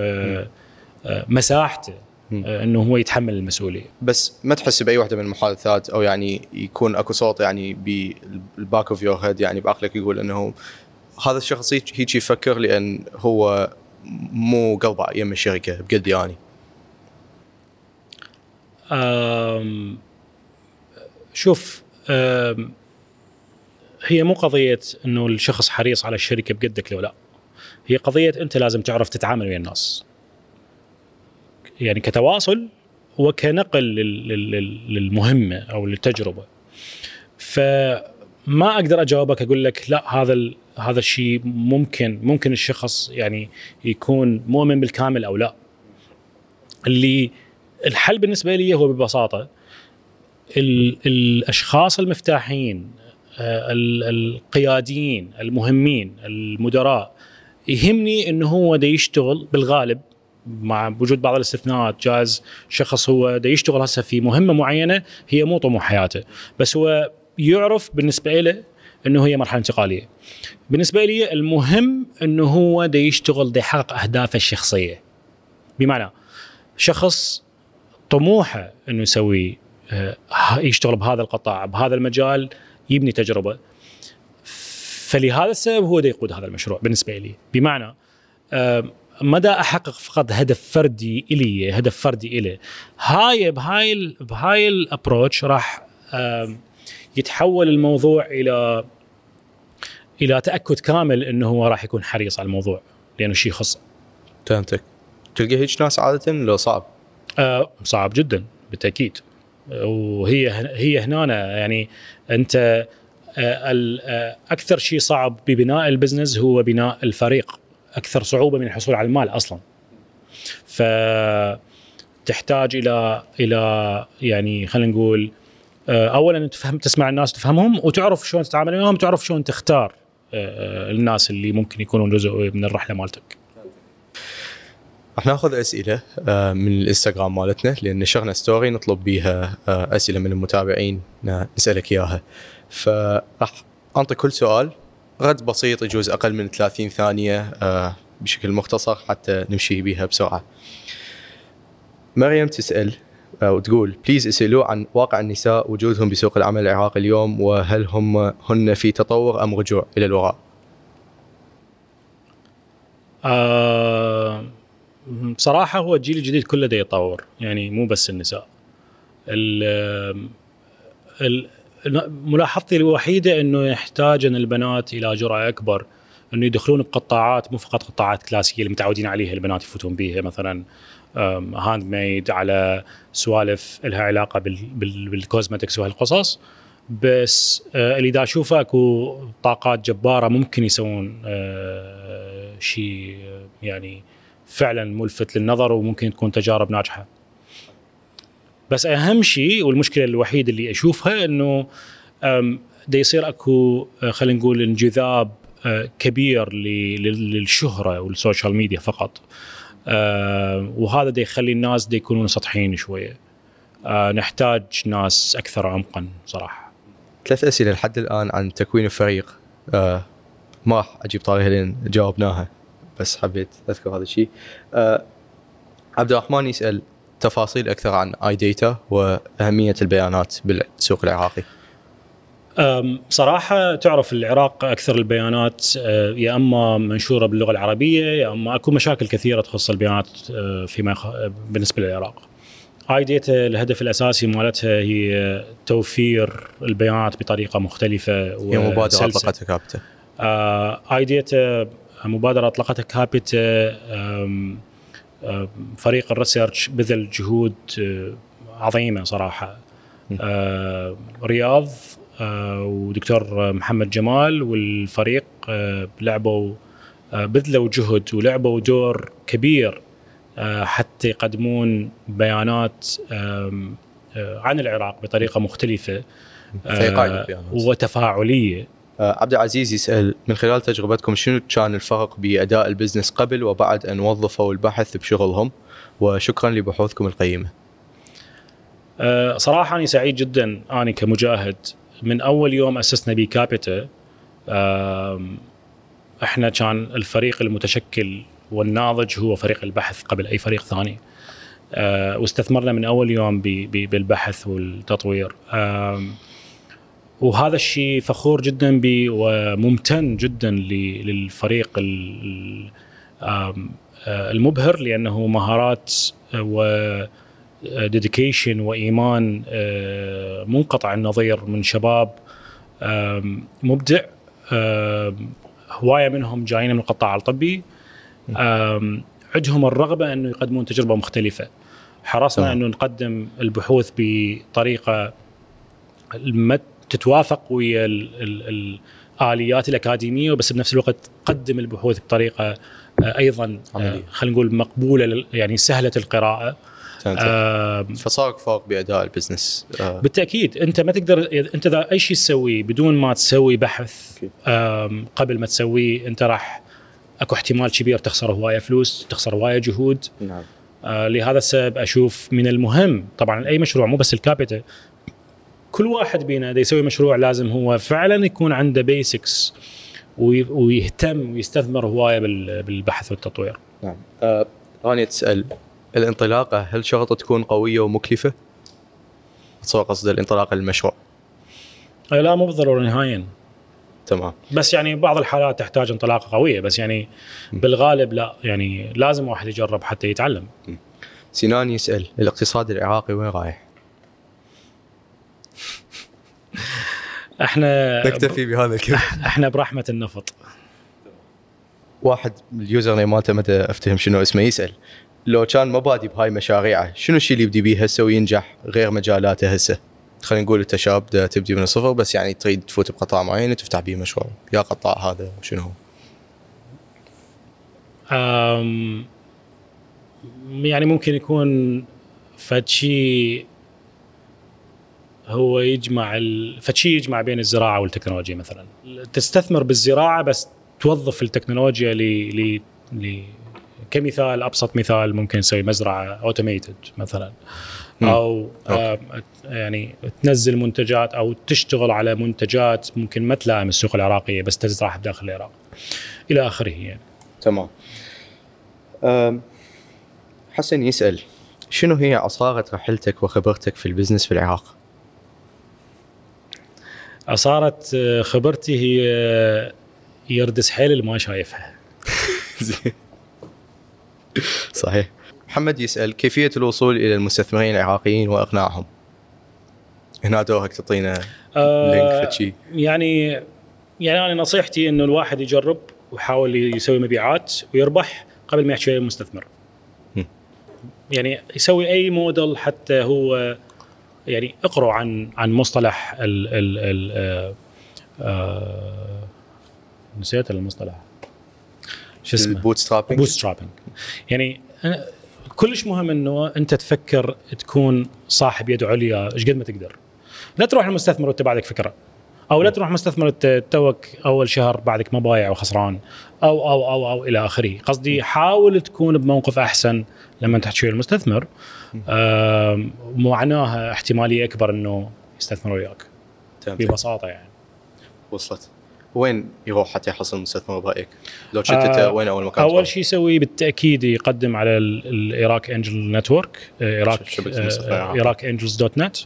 A: مساحته أنه هو يتحمل المسؤولية.
B: بس ما تحس بأي واحدة من المحادثات أو يعني يكون أكو صوت يعني بالباك أوف يور هيد، يعني بعقلك يقول أنه هذا الشخص هيك يفكر لأن هو مو قلبه يم الشركة بقد يعني؟
A: شوف، هي مو قضية إنه الشخص حريص على الشركة بقدك لو لا، هي قضية أنت لازم تعرف تتعامل ويا الناس، يعني كتواصل وكنقل للمهمة أو للتجربة. فما أقدر أجاوبك أقول لك لا هذا الشيء ممكن الشخص يعني يكون مؤمن بالكامل أو لا. اللي الحل بالنسبة لي هو ببساطة الأشخاص المفتاحين، القياديين المهمين، المدراء يهمني انه هو دا يشتغل بالغالب مع وجود بعض الاستثناءات. جاز شخص هو دا يشتغل هسه في مهمه معينه هي مو طموح حياته، بس هو يعرف بالنسبه له انه هي مرحله انتقاليه. بالنسبه لي المهم انه هو دا يشتغل دا يحقق اهدافه الشخصيه. بمعنى شخص طموحه انه يسوي يشتغل بهذا القطاع بهذا المجال، يبني تجربه، فلهذا السبب هو دا يقود هذا المشروع. بالنسبه لي بمعنى مدى احقق فقط هدف فردي الي، هدف فردي الي، بهاي الابروتش راح يتحول الموضوع الى تاكد كامل انه هو راح يكون حريص على الموضوع لانه شيء يخصه.
B: فهمتك. تلقى هيك ناس عاده لو صعب؟
A: صعب جدا بالتاكيد. وهي هنا يعني انت اكثر شيء صعب ببناء البزنس هو بناء الفريق، اكثر صعوبه من الحصول على المال اصلا. فتحتاج الى يعني خلينا نقول اولا تفهم، تسمع الناس تفهمهم، وتعرف شلون تتعامل معهم، تعرف شلون تختار الناس اللي ممكن يكونون جزء من الرحله مالتك.
B: راح ناخذ اسئله من الانستغرام مالتنا، لان نشرنا ستوري نطلب بيها اسئله من المتابعين نسالك اياها. فراح انطي كل سؤال رد بسيط يجوز اقل من 30 ثانيه بشكل مختصر حتى نمشي بيها بسرعه. مريم تسال وتقول بليز اسالوا عن واقع النساء، وجودهم بسوق العمل العراقي اليوم، وهل هن في تطور ام رجوع الى الوراء؟
A: بصراحه هو الجيل الجديد كله دا يتطور، يعني مو بس النساء. ملاحظتي الوحيده انه يحتاج ان البنات الى جرأة اكبر انه يدخلون بقطاعات، مو فقط قطاعات كلاسيكيه اللي متعودين عليها البنات يفوتون بيها، مثلا هاند ميد، على سوالف لها علاقه بالكوزمتكس وهالقصص. بس اللي دا اشوفه اكو طاقات جباره ممكن يسوون شيء يعني فعلا ملفت للنظر، وممكن تكون تجارب ناجحه. بس اهم شيء والمشكله الوحيده اللي اشوفها انه دا يصير اكو خلينا نقول انجذاب كبير للشهره والسوشيال ميديا فقط، وهذا دا يخلي الناس دا يكونون سطحيين شويه. نحتاج ناس اكثر عمقا صراحه.
B: 3 اسئله لحد الان عن تكوين الفريق، ما راح اجيب طاريها لين جاوبناها، بس حبيت اذكر هذا الشيء. عبد الرحمن يسال تفاصيل اكثر عن اي داتا واهميه البيانات بالسوق العراقي.
A: صراحه تعرف العراق اكثر البيانات يا اما منشوره باللغه العربيه، يا اما اكو مشاكل كثيره تخص البيانات بالنسبه للعراق. اي داتا الهدف الاساسي مالتها هي توفير البيانات بطريقه مختلفه
B: هي مبادره اطلقتها كابيتا.
A: اي داتا مبادره اطلقتها كابيتا. فريق الريسيرش بذل جهود عظيمه صراحه. رياض ودكتور محمد جمال والفريق بذلوا جهد ولعبوا دور كبير حتى يقدمون بيانات عن العراق بطريقه مختلفه وتفاعليه.
B: عبد العزيز يسأل من خلال تجربتكم شنو كان الفرق بأداء البزنس قبل وبعد أن وظفوا البحث بشغلهم، وشكرا لبحوثكم القيمة.
A: صراحة أنا سعيد جدا، أنا كمجاهد من أول يوم أسسنا بكابيتا إحنا كان الفريق المتشكل والناضج هو فريق البحث قبل أي فريق ثاني، واستثمرنا من أول يوم بالبحث والتطوير. وهذا الشيء فخور جدا به وممتن جدا للفريق المبهر، لأنه مهارات وديديكيشن وإيمان منقطع النظير من شباب مبدع. هواية منهم جايين من القطاع الطبي، عندهم الرغبة أنه يقدمون تجربة مختلفة. حرصنا أنه نقدم البحوث بطريقة تتوافق ويا الآليات الأكاديمية، وبس بنفس الوقت تقدم البحوث بطريقة أيضا خلينا نقول مقبولة، يعني سهلة القراءة.
B: فصار فرق بأداء البزنس.
A: بالتأكيد أنت ما تقدر، أنت إذا أي شيء تسوي بدون ما تسوي بحث قبل ما تسويه، أنت راح اكو احتمال كبير تخسر هوايه فلوس، تخسر هوايه جهود.
B: نعم.
A: لهذا السبب اشوف من المهم طبعا اي مشروع مو بس الكابيتا، كل واحد بينا دا يسوي مشروع لازم هو فعلا يكون عنده بيسكس ويهتم ويستثمر هوايه بالبحث والتطوير.
B: نعم. رانيا تسأل الانطلاقه هل شرط تكون قويه ومكلفه؟ تصور قصد الانطلاقه للمشروع.
A: لا مو بالضروره نهائيا.
B: تمام.
A: بس يعني بعض الحالات تحتاج انطلاقه قويه، بس يعني بالغالب لا، يعني لازم واحد يجرب حتى يتعلم.
B: سنان يسأل الاقتصاد العراقي وين رايح؟
A: احنا
B: نكتفي بهذا الكلام.
A: احنا برحمه النفط.
B: واحد اليوزر نيم مالته متى افتهم شنو اسمه يسأل لو كان ما بادي بهاي مشاريعه شنو الشيء اللي يبدي بيه هسه وينجح غير مجالاته هسه؟ خلينا نقول انت شاب تبدي من الصفر بس يعني تريد تفوت بقطاع معين وتفتح به مشروع، يا قطاع هذا شنو هو؟
A: يعني ممكن يكون فشي هو فشي يجمع بين الزراعه والتكنولوجيا. مثلا تستثمر بالزراعه بس توظف التكنولوجيا كمثال ابسط مثال ممكن نسوي مزرعه اوتوميتد مثلا، او يعني تنزل منتجات او تشتغل على منتجات ممكن ما تلائم السوق العراقيه بس تزرعها بداخل العراق الى اخره يعني.
B: تمام. حسن يسأل شنو هي عصارة رحلتك وخبرتك في البزنس في العراق؟
A: عصارة خبرتي هي يردس حيل اللي ما شايفها.
B: صحيح. محمد يسأل كيفية الوصول إلى المستثمرين العراقيين وإقناعهم؟ هنا دورك تعطينا لينك فتشي.
A: يعني أنا نصيحتي إنه الواحد يجرب ويحاول يسوي مبيعات ويربح قبل ما يحكي المستثمر. يعني يسوي أي موديل حتى هو يعني اقرأوا عن مصطلح نسيت المصطلح شو اسمه، بوتسترابينج. يعني كلش مهم انه انت تفكر تكون صاحب يد عليا ايش قد ما تقدر. لا تروح المستثمر وانت بعدك فكره، او لا تروح مستثمر توك اول شهر بعدك ما بايع وخسران او او او او الى اخره. قصدي حاول تكون بموقف احسن لما تحكي المستثمر، معناها احتماليه اكبر انه يستثمر وياك ببساطه يعني.
B: وصلت. وين يروح حتى يحصل مستثمر برايك؟ لو شفت وين اول مكان؟
A: اول شيء يسوي بالتاكيد يقدم على العراق انجل نتورك، iraqangels.net،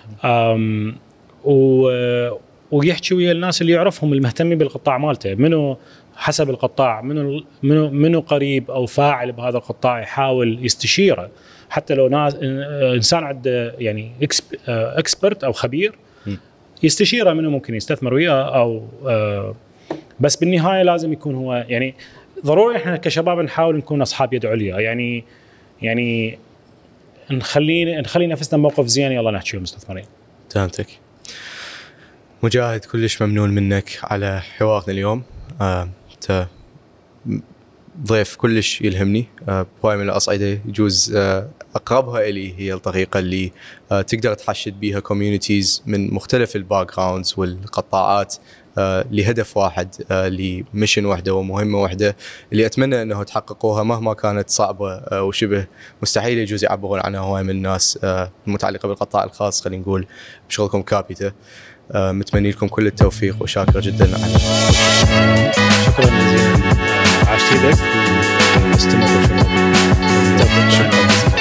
A: ويحكي ويا الناس اللي يعرفهم المهتمين بالقطاع مالته، منو حسب القطاع منو قريب او فاعل بهذا القطاع، يحاول يستشيره. حتى لو انسان عنده يعني اكسبرت او خبير يستشيره منه ممكن يستثمر وياه او بس بالنهايه لازم يكون هو يعني ضروري احنا كشباب نحاول نكون اصحاب يد عليا، يعني نخلي نفسنا موقف زين يلا نحكي المستثمرين.
B: فهمتك. مجاهد كلش ممنون منك على حوارنا اليوم. انت ضيف كلش يلهمني. هواي من الأصعدة يجوز أقربها إلي هي الطريقة اللي تقدر تحشد بيها كوميونيتيز من مختلف الباك جراوندز والقطاعات لهدف واحد، لميشن واحدة ومهمة واحدة اللي أتمنى أنه تحققوها مهما كانت صعبة وشبه مستحيل يجوز يعبرون عنها هواي من الناس المتعلقة بالقطاع الخاص. خلينا نقول بشغلكم كابيتا. متمني لكم كل التوفيق وشاكر جدا على
A: شكرا جزيلا عاشتي بك واستمروا.